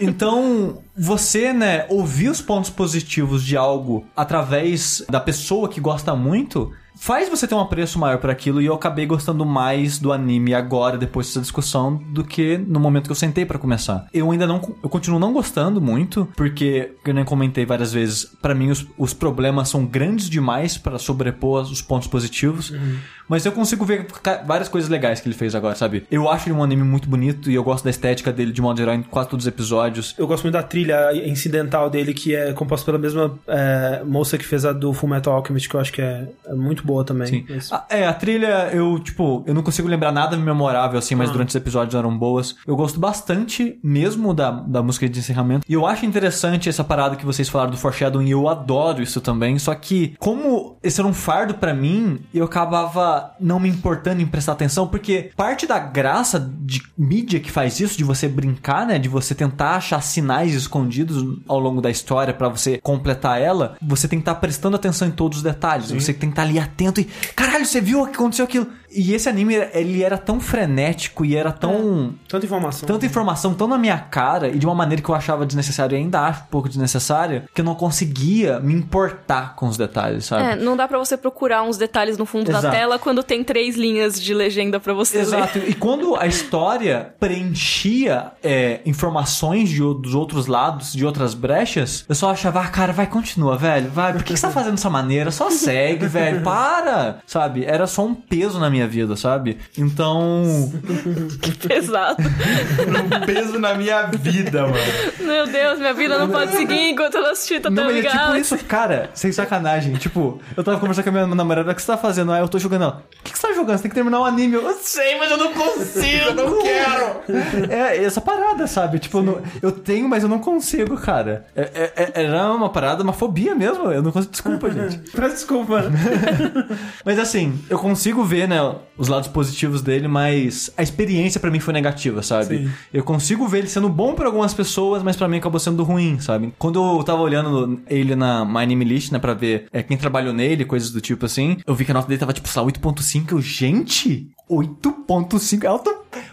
Então, você, né, ouvir os pontos positivos de algo através da pessoa que gosta muito faz você ter um apreço maior por aquilo, e eu acabei gostando mais do anime agora, depois dessa discussão, do que no momento que eu sentei pra começar. Eu continuo não gostando muito, porque, eu nem comentei várias vezes, pra mim os problemas são grandes demais pra sobrepor os pontos positivos, mas eu consigo ver várias coisas legais que ele fez agora, sabe? Eu acho ele um anime muito bonito, e eu gosto da estética dele de modo geral em quase todos os episódios. Eu gosto muito da trilha incidental dele, que é composta pela mesma moça que fez a do Fullmetal Alchemist, que eu acho que é muito boa também. Sim. Mas... A trilha, eu não consigo lembrar nada memorável, assim, mas durante os episódios eram boas. Eu gosto bastante mesmo da música de encerramento. E eu acho interessante essa parada que vocês falaram do foreshadowing, e eu adoro isso também. Só que, como esse era um fardo pra mim, eu acabava não me importando em prestar atenção, porque parte da graça de mídia que faz isso, de você brincar, né, de você tentar achar sinais escondidos ao longo da história pra você completar ela, você tem que estar prestando atenção em todos os detalhes. Você tem que estar ali atento e, caralho, você viu que aconteceu aquilo? E esse anime, ele era tão frenético e era tão... Tanta informação, tão na minha cara, e de uma maneira que eu achava desnecessária, e ainda acho um pouco desnecessária, que eu não conseguia me importar com os detalhes, sabe? Não dá pra você procurar uns detalhes no fundo da tela quando tem 3 linhas de legenda pra você ler. Exato. E quando a história preenchia informações dos outros lados, de outras brechas, eu só achava, cara, continua, velho, vai, por que você tá fazendo dessa maneira? Só segue, velho, para! Sabe? Era só um peso na minha vida, sabe? Então... Que pesado. Um peso na minha vida, mano. Meu Deus, minha vida não pode seguir enquanto eu não assistir Tatami Galaxy. Tipo isso, cara, sem sacanagem. Tipo, eu tava conversando com a minha namorada, o que você tá fazendo? Aí eu tô jogando ela. O que você tá jogando? Você tem que terminar o anime. Eu sei, mas eu não consigo. Eu não quero. É essa parada, sabe? Tipo, eu tenho, mas eu não consigo, cara. Era uma parada, uma fobia mesmo. Eu não consigo. Desculpa, gente. Peço desculpa. Mas assim, eu consigo ver, né, os lados positivos dele, mas a experiência pra mim foi negativa, sabe? Sim. Eu consigo ver ele sendo bom pra algumas pessoas, mas pra mim acabou sendo ruim, sabe? Quando eu tava olhando ele na My Anime List, né, pra ver quem trabalhou nele, coisas do tipo assim, eu vi que a nota dele tava tipo, sei lá, 8.5. Gente, 8.5 é alto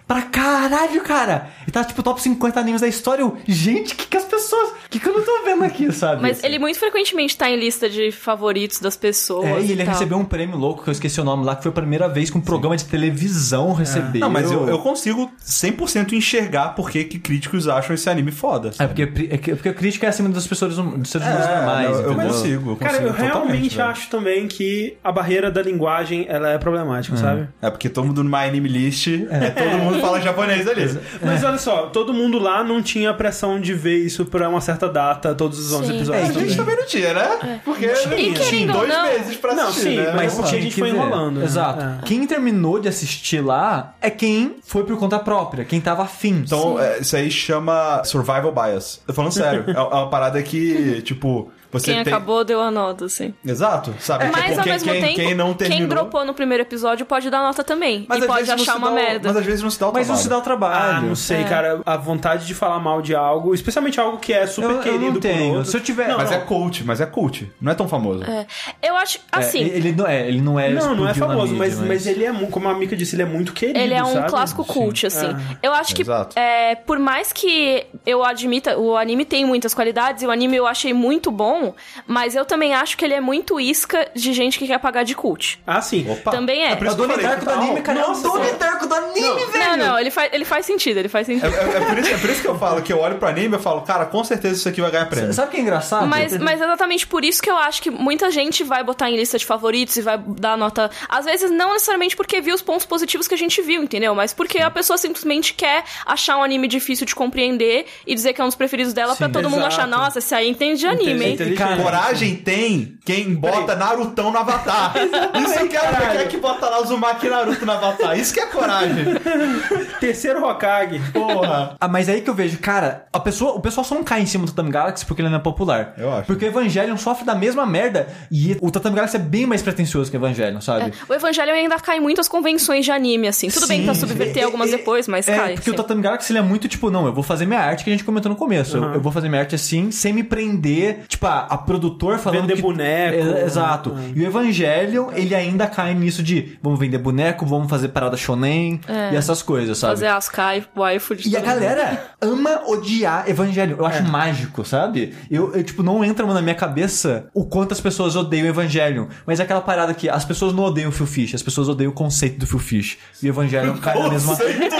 pra caralho, cara. E tá, tipo, top 50 animes da história. Gente, que as pessoas... que eu não tô vendo aqui, sabe? Mas ele muito frequentemente tá em lista de favoritos das pessoas. E ele recebeu um prêmio louco, que eu esqueci o nome lá, que foi a primeira vez que um programa de televisão recebeu. Não, mas eu consigo 100% enxergar por que críticos acham esse anime foda. Porque a crítica é acima das pessoas, dos seres humanos normais. Eu consigo. Cara, eu realmente velho. acho também que a barreira da linguagem, ela é problemática, sabe? É porque todo mundo no My Anime List, todo mundo fala japonês ali. Mas olha só, todo mundo lá não tinha a pressão de ver isso pra uma certa data, todos os 11 episódios. A gente também não tinha, né? Porque tinha 2 meses pra assistir, né? Mas porque a gente foi enrolando. Exato. Quem terminou de assistir lá é quem foi por conta própria, quem tava afim. Então, isso aí chama Survival Bias. Tô falando sério. É uma parada que, tipo... Quem acabou deu a nota, assim. Exato, sabe? Mas tipo, ao mesmo tempo, quem não terminou... quem dropou no primeiro episódio pode dar nota também. Mas e pode achar uma merda. Mas às vezes não se dá o trabalho. Mas não se dá o trabalho. Não sei, cara. A vontade de falar mal de algo, especialmente algo que é super querido eu não tenho. por outro. Se eu tiver... Mas é cult. Não é tão famoso. Eu acho, assim... Ele não é Não é famoso, mídia, mas ele é, como a Mika disse, ele é muito querido, ele é um sabe? clássico cult, assim. Eu acho que, Exato. por mais que eu admita, o anime tem muitas qualidades, e o anime eu achei muito bom, mas eu também acho que ele é muito isca de gente que quer pagar de cult. Ah, sim. Opa. Também é. É o Donnie Darko do anime, cara. É o Donnie Darko do anime, velho. Não, ele faz sentido, ele faz sentido. É por isso que eu falo que eu olho pro anime e falo, cara, com certeza isso aqui vai ganhar prêmio. Sabe o que é engraçado? Mas exatamente por isso que eu acho que muita gente vai botar em lista de favoritos e vai dar nota... Às vezes não necessariamente porque viu os pontos positivos que a gente viu, entendeu? Mas porque a pessoa simplesmente quer achar um anime difícil de compreender e dizer que é um dos preferidos dela pra todo mundo achar, nossa, esse aí entende de anime, hein? Cara, coragem tem quem bota Narutão no Avatar. Isso eu quero que bota lá Uzumaki Naruto no Avatar. Isso que é coragem. Terceiro Hokage. Porra. Mas aí que eu vejo, cara, o pessoal só não cai em cima do Tatami Galaxy porque ele não é popular. Eu acho. Porque o Evangelion sofre da mesma merda e o Tatami Galaxy é bem mais pretencioso que o Evangelion, sabe? O Evangelion ainda cai em muitas convenções de anime, assim. Tudo bem pra subverter algumas depois, mas cai. Porque o Tatami Galaxy, ele é muito tipo, não, eu vou fazer minha arte que a gente comentou no começo. Eu vou fazer minha arte assim, sem me prender, tipo, a produtor falando vender boneco. Exato. E o Evangelion, ele ainda cai nisso de vamos vender boneco, vamos fazer parada shonen e essas coisas, sabe? Fazer as Kai, waifu de E a galera ama odiar Evangelion. Eu acho mágico, sabe? Eu, tipo, não entra na minha cabeça o quanto as pessoas odeiam Evangelion. Mas é aquela parada que as pessoas não odeiam o Phil Fish, as pessoas odeiam o conceito do Phil Fish. E Evangelion cai na mesma...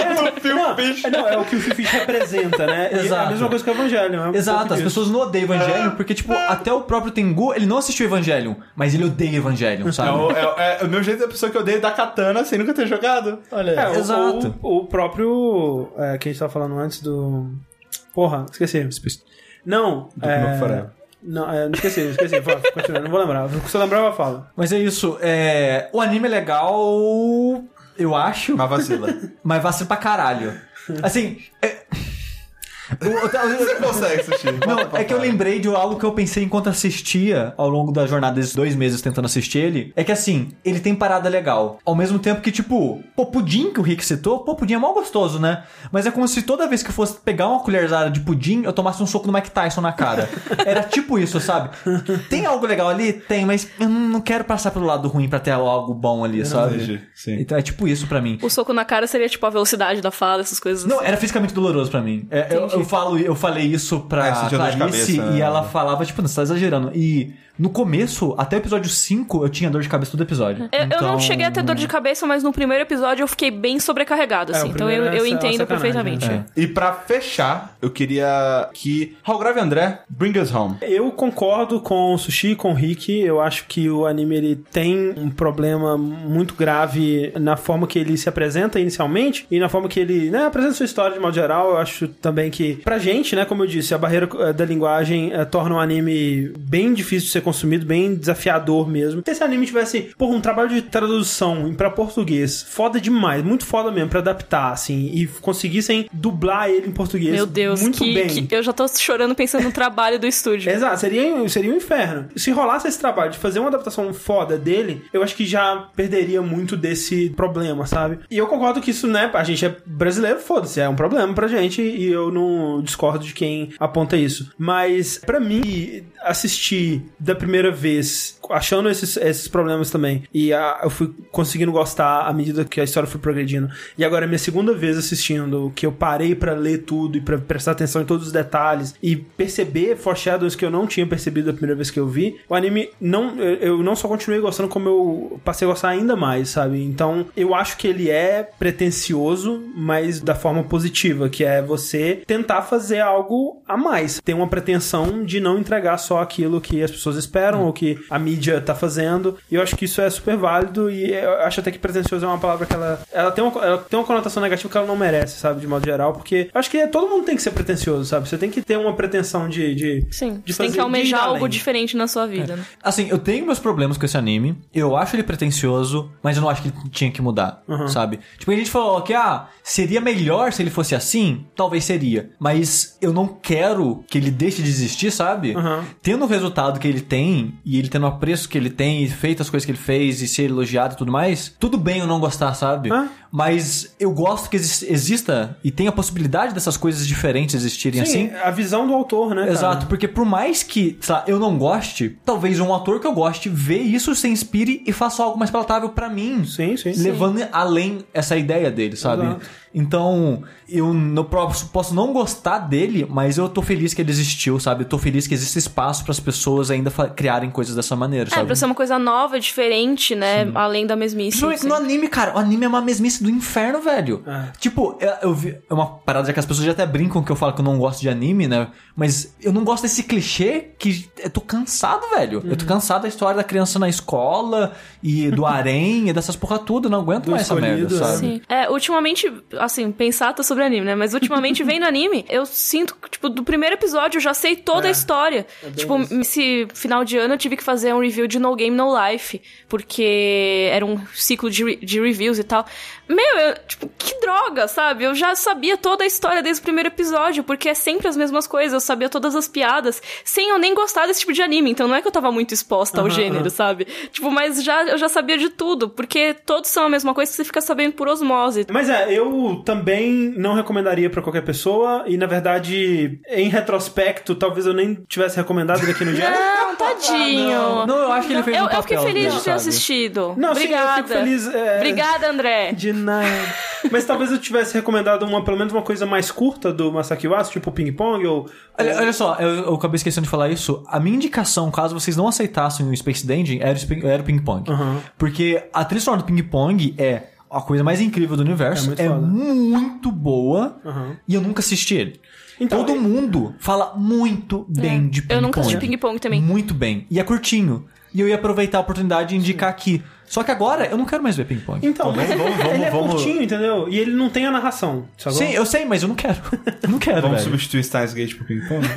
Não, é o que o Phil Fish representa, né? Exato. E é a mesma coisa que o Evangelion. Exato, as pessoas não odeiam Evangelion porque, tipo, até o próprio Tengu, ele não assistiu Evangelion, mas ele odeia Evangelion, sabe? O meu jeito é a pessoa que odeia da katana sem nunca ter jogado. Olha aí. Exato. O próprio... que a gente tava falando antes do... Porra, esqueci. Não, não, esqueci. Continua, não vou lembrar. Se eu lembrar, eu falo. Mas é isso, o anime é legal, eu acho. Mas vacila. Mas vacila pra caralho. Assim, Você consegue assistir. Não, é que eu lembrei de algo que eu pensei enquanto assistia ao longo da jornada desses 2 meses tentando assistir ele. É que assim, ele tem parada legal. Ao mesmo tempo que, tipo, pudim que o Rick citou, pudim é mal gostoso, né? Mas é como se toda vez que eu fosse pegar uma colherzada de pudim, eu tomasse um soco do Mike Tyson na cara. Era tipo isso, sabe? Tem algo legal ali? Tem, mas eu não quero passar pelo lado ruim pra ter algo bom ali, sabe? Sim. Então é tipo isso pra mim. O soco na cara seria tipo a velocidade da fala, essas coisas Não, assim. era fisicamente doloroso pra mim. Eu falei isso pra Clarice e ela falava, tipo, não, você tá exagerando. E no começo, até o episódio 5, eu tinha dor de cabeça todo episódio. Eu não cheguei a ter dor de cabeça, mas no primeiro episódio eu fiquei bem sobrecarregado, assim. Então eu entendo perfeitamente. E pra fechar, eu queria que Halgrave André, Bring Us Home. Eu concordo com o Sushi e com o Rick. Eu acho que o anime ele tem um problema muito grave na forma que ele se apresenta inicialmente e na forma que ele apresenta sua história de modo geral. Eu acho também que, pra gente, né, como eu disse, a barreira da linguagem torna um anime bem difícil de ser consumido, bem desafiador mesmo. Se esse anime tivesse, um trabalho de tradução pra português, foda demais, muito foda mesmo, pra adaptar, assim, e conseguissem dublar ele em português. Meu Deus, muito bem. Eu já tô chorando pensando no trabalho do estúdio. Exato, seria um inferno. Se rolasse esse trabalho de fazer uma adaptação foda dele, eu acho que já perderia muito desse problema, sabe? E eu concordo que isso, né, a gente é brasileiro, foda-se, é um problema pra gente, e eu não não discordo de quem aponta isso. Mas, pra mim, assistir da primeira vez, achando esses problemas também, e eu fui conseguindo gostar à medida que a história foi progredindo. E agora é minha segunda vez assistindo, que eu parei pra ler tudo e pra prestar atenção em todos os detalhes e perceber foreshadows que eu não tinha percebido da primeira vez que eu vi. O anime, eu não só continuei gostando, como eu passei a gostar ainda mais, sabe? Então, eu acho que ele é pretencioso, mas da forma positiva, que é você tentar fazer algo a mais. Tem uma pretensão de não entregar só aquilo que as pessoas esperam ou que a mídia tá fazendo. E eu acho que isso é super válido e eu acho até que pretencioso é uma palavra que ela tem uma conotação negativa que ela não merece, sabe? De modo geral, porque eu acho que todo mundo tem que ser pretencioso, sabe? Você tem que ter uma pretensão de Sim, de você tem que almejar algo diferente na sua vida, né? Assim, eu tenho meus problemas com esse anime. Eu acho ele pretencioso, mas eu não acho que ele tinha que mudar, sabe? Tipo, a gente falou que, seria melhor se ele fosse assim? Talvez seria. Mas eu não quero que ele deixe de existir, sabe? Tendo o resultado que ele tem, e ele tendo o apreço que ele tem, e feito as coisas que ele fez, e ser elogiado e tudo mais, tudo bem eu não gostar, sabe? Mas eu gosto que exista e tenha a possibilidade dessas coisas diferentes existirem assim. A visão do autor, né, Exato, cara? porque por mais que, sei lá, eu não goste, talvez um autor que eu goste vê isso, se inspire e faça algo mais palatável pra mim. Sim. Levando além essa ideia dele, sabe? Exato. Então, eu posso não gostar dele, mas eu tô feliz que ele existiu, sabe? Eu tô feliz que existe espaço pras pessoas ainda criarem coisas dessa maneira, sabe? Pra ser uma coisa nova, diferente, né? Sim. Além da mesmice. Principalmente no anime, cara. O anime é uma mesmice do inferno, velho. Tipo, eu vi... É uma parada que as pessoas já até brincam que eu falo que eu não gosto de anime, né? Mas eu não gosto desse clichê que eu tô cansado, velho. Eu tô cansado da história da criança na escola e do harém e dessas porra tudo. Eu não aguento mais essa merda, sabe? Sim. ultimamente... Assim, pensar tá sobre anime, né? Mas ultimamente vendo anime, eu sinto que, tipo, do primeiro episódio eu já sei toda a história. Tipo, esse final de ano eu tive que fazer um review de No Game No Life, porque era um ciclo de reviews e tal. Tipo, que droga, sabe? Eu já sabia toda a história desde o primeiro episódio, porque é sempre as mesmas coisas, eu sabia todas as piadas, sem eu nem gostar desse tipo de anime, então não é que eu tava muito exposta ao gênero, sabe? Tipo, mas eu já sabia de tudo, porque todos são a mesma coisa que você fica sabendo por osmose. Mas eu também não recomendaria pra qualquer pessoa, e na verdade, em retrospecto, talvez eu nem tivesse recomendado ele aqui no Jack. Não, tadinho. Não, eu acho que ele fez um papel. Eu fiquei feliz dele, de ter sabe? assistido. Não, obrigada. Sim, eu fico feliz. Obrigada, André. De nada. Mas talvez eu tivesse recomendado pelo menos uma coisa mais curta do Masaki Uesu, tipo Ping Pong ou... Olha só, eu acabei esquecendo de falar isso. A minha indicação, caso vocês não aceitassem o Space Dandy, era o Ping Pong. Porque a trilha sonora do Ping Pong é a coisa mais incrível do universo. É muito boa. E eu nunca assisti ele. Então, todo mundo fala muito bem de Ping Pong. Eu nunca assisti Ping Pong também. Muito bem. E é curtinho. E eu ia aproveitar a oportunidade de indicar aqui. Só que agora eu não quero mais ver Ping Pong. Então, ele é curtinho, entendeu? E ele não tem a narração. Sabe? Sim, eu sei, mas eu não quero. Eu não quero, Vamos velho. substituir Steins Gate por Ping Pong?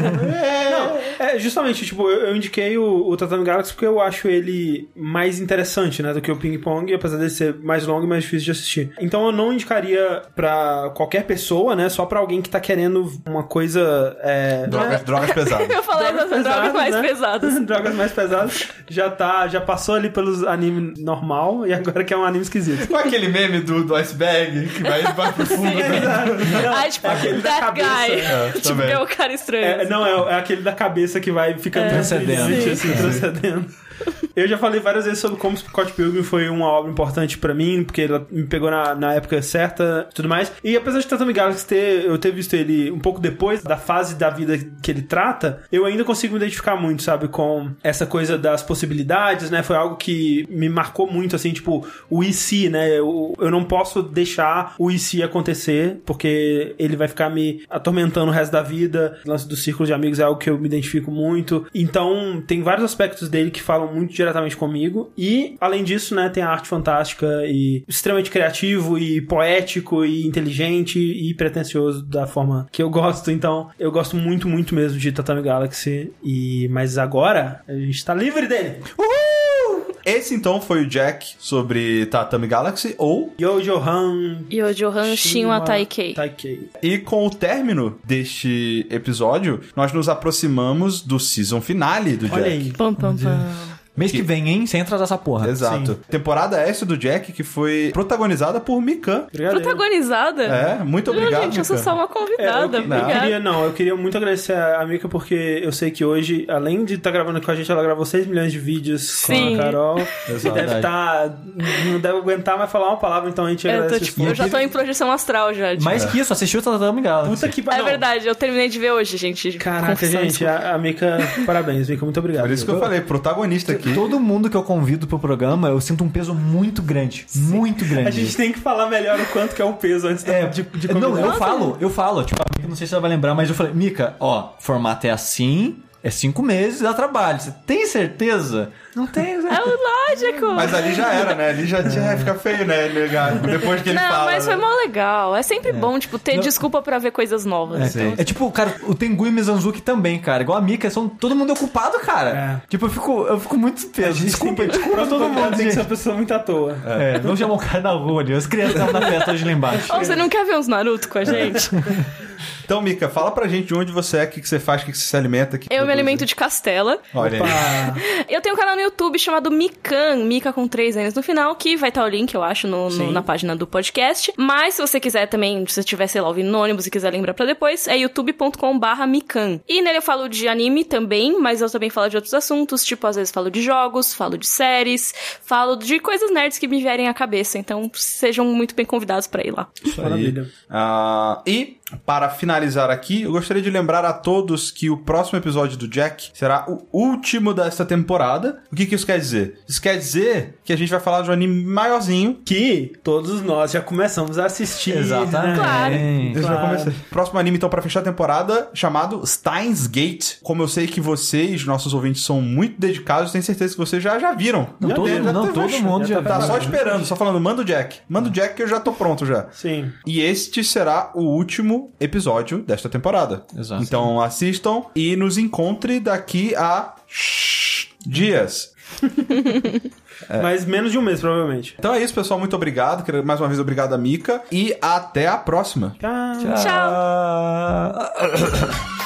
Justamente, tipo, eu indiquei o Tatami Galaxy porque eu acho ele mais interessante, né, do que o Ping Pong, apesar dele ser mais longo e mais difícil de assistir. Então eu não indicaria pra qualquer pessoa, né, só pra alguém que tá querendo uma coisa... Drogas pesadas. Eu falei das drogas mais pesadas. Drogas mais pesadas. Já passou ali pelos animes normal e agora quer um anime esquisito. Com aquele meme do iceberg que vai pro fundo. Tipo, that guy. Tipo, é o cara estranho. É aquele da cabeça que vai ficando transcendendo. Eu já falei várias vezes sobre como Scott Pilgrim foi uma obra importante pra mim, porque ela me pegou na época certa e tudo mais. E apesar de Tatami Galaxy eu ter visto ele um pouco depois da fase da vida que ele trata, eu ainda consigo me identificar muito, sabe, com essa coisa das possibilidades, né? Foi algo que me marcou muito, assim, tipo, o e se, né? Eu não posso deixar o e se acontecer, porque ele vai ficar me atormentando o resto da vida. O lance do círculo de amigos é algo que eu me identifico muito. Então, tem vários aspectos dele que falam muito diretamente comigo. E, além disso, né, tem a arte fantástica e extremamente criativo e poético e inteligente e pretencioso da forma que eu gosto. Então, eu gosto muito, muito mesmo de Tatami Galaxy. Mas agora, a gente tá livre dele. Uhul! Esse, então, foi o Jack sobre Tatami Galaxy ou Yojo-Han Shinwa Taikei. E com o término deste episódio, nós nos aproximamos do season finale do Jack. Olha aí. Pam, pam, pam. Mês que vem, hein? Sem atrasar essa porra. Exato. Sim. Temporada essa do Jack, que foi protagonizada por Mikan. Protagonizada? Muito Não, obrigado, gente, eu sou Mika. só uma convidada. Obrigada. Eu queria muito agradecer a Mika, porque eu sei que hoje, além de estar gravando com a gente, ela gravou 6 milhões de vídeos Sim. com a Carol. Exato. E deve estar... não deve aguentar mais falar uma palavra, então a gente agradece. Eu já tô em projeção astral já. Tipo. Mais que isso, assistiu o Tatame Galaxy. Puta que É pariu. verdade, eu terminei de ver hoje, gente. Caraca, Confissão, gente, desculpa. a Mika, parabéns, Mika, muito obrigado. Por isso que eu falei, protagonista aqui. Todo mundo que eu convido pro programa, eu sinto um peso muito grande. Muito grande. A gente tem que falar melhor o quanto que é o peso antes de Não, convidar. eu falo. Tipo, a Mika, não sei se ela vai lembrar, mas eu falei, Mika, ó, formato é assim, é 5 meses, dá trabalho. Você tem certeza? Não tem, É lógico. Mas ali já era, né? Ali já tinha fica feio, né? Legal. Depois que ele Não, fala. mas foi né? mó legal. É sempre bom, tipo, ter desculpa pra ver coisas novas. Sim. É tipo, cara, o Tengu e Mizanzuki também, cara. Igual a Mika, são todo mundo ocupado, cara. Tipo, eu fico muito peso. Desculpa todo mundo. Tem que gente. ser uma pessoa muito à toa. Não chamam o cara na rua ali. As crianças estavam na festa hoje lá embaixo. Ou você não quer ver uns Naruto com a gente? Então, Mika, fala pra gente de onde você é, o que você faz, o que você se alimenta. Eu me alimento de castela. Olha aí. Eu tenho um canal no YouTube chamado Mikan, Mika com 3 N's no final, que vai estar o link, eu acho, na página do podcast. Mas se você quiser também, se você estiver, sei lá, ouvindo no ônibus e quiser lembrar pra depois, é youtube.com/Mikan. E nele eu falo de anime também, mas eu também falo de outros assuntos, tipo, às vezes falo de jogos, falo de séries, falo de coisas nerds que me vierem à cabeça. Então, sejam muito bem convidados pra ir lá. Maravilha. E, para finalizar aqui, eu gostaria de lembrar a todos que o próximo episódio do Jack será o último desta temporada. O que isso quer dizer? Isso quer dizer que a gente vai falar de um anime maiorzinho. Que todos nós já começamos a assistir. Exatamente. Claro. Eu já comecei. Próximo anime, então, para fechar a temporada, chamado Steins Gate. Como eu sei que vocês, nossos ouvintes, são muito dedicados, tenho certeza que vocês já viram. Todo mundo já Tá só esperando, só falando, manda o Jack. Manda o Jack que eu já tô pronto já. Sim. E este será o último episódio desta temporada. Exato. Então assistam e nos encontre daqui a dias. Mas menos de um mês, provavelmente. Então é isso, pessoal. Muito obrigado. Quero mais uma vez obrigado a Mika. E até a próxima. Tchau. Tchau.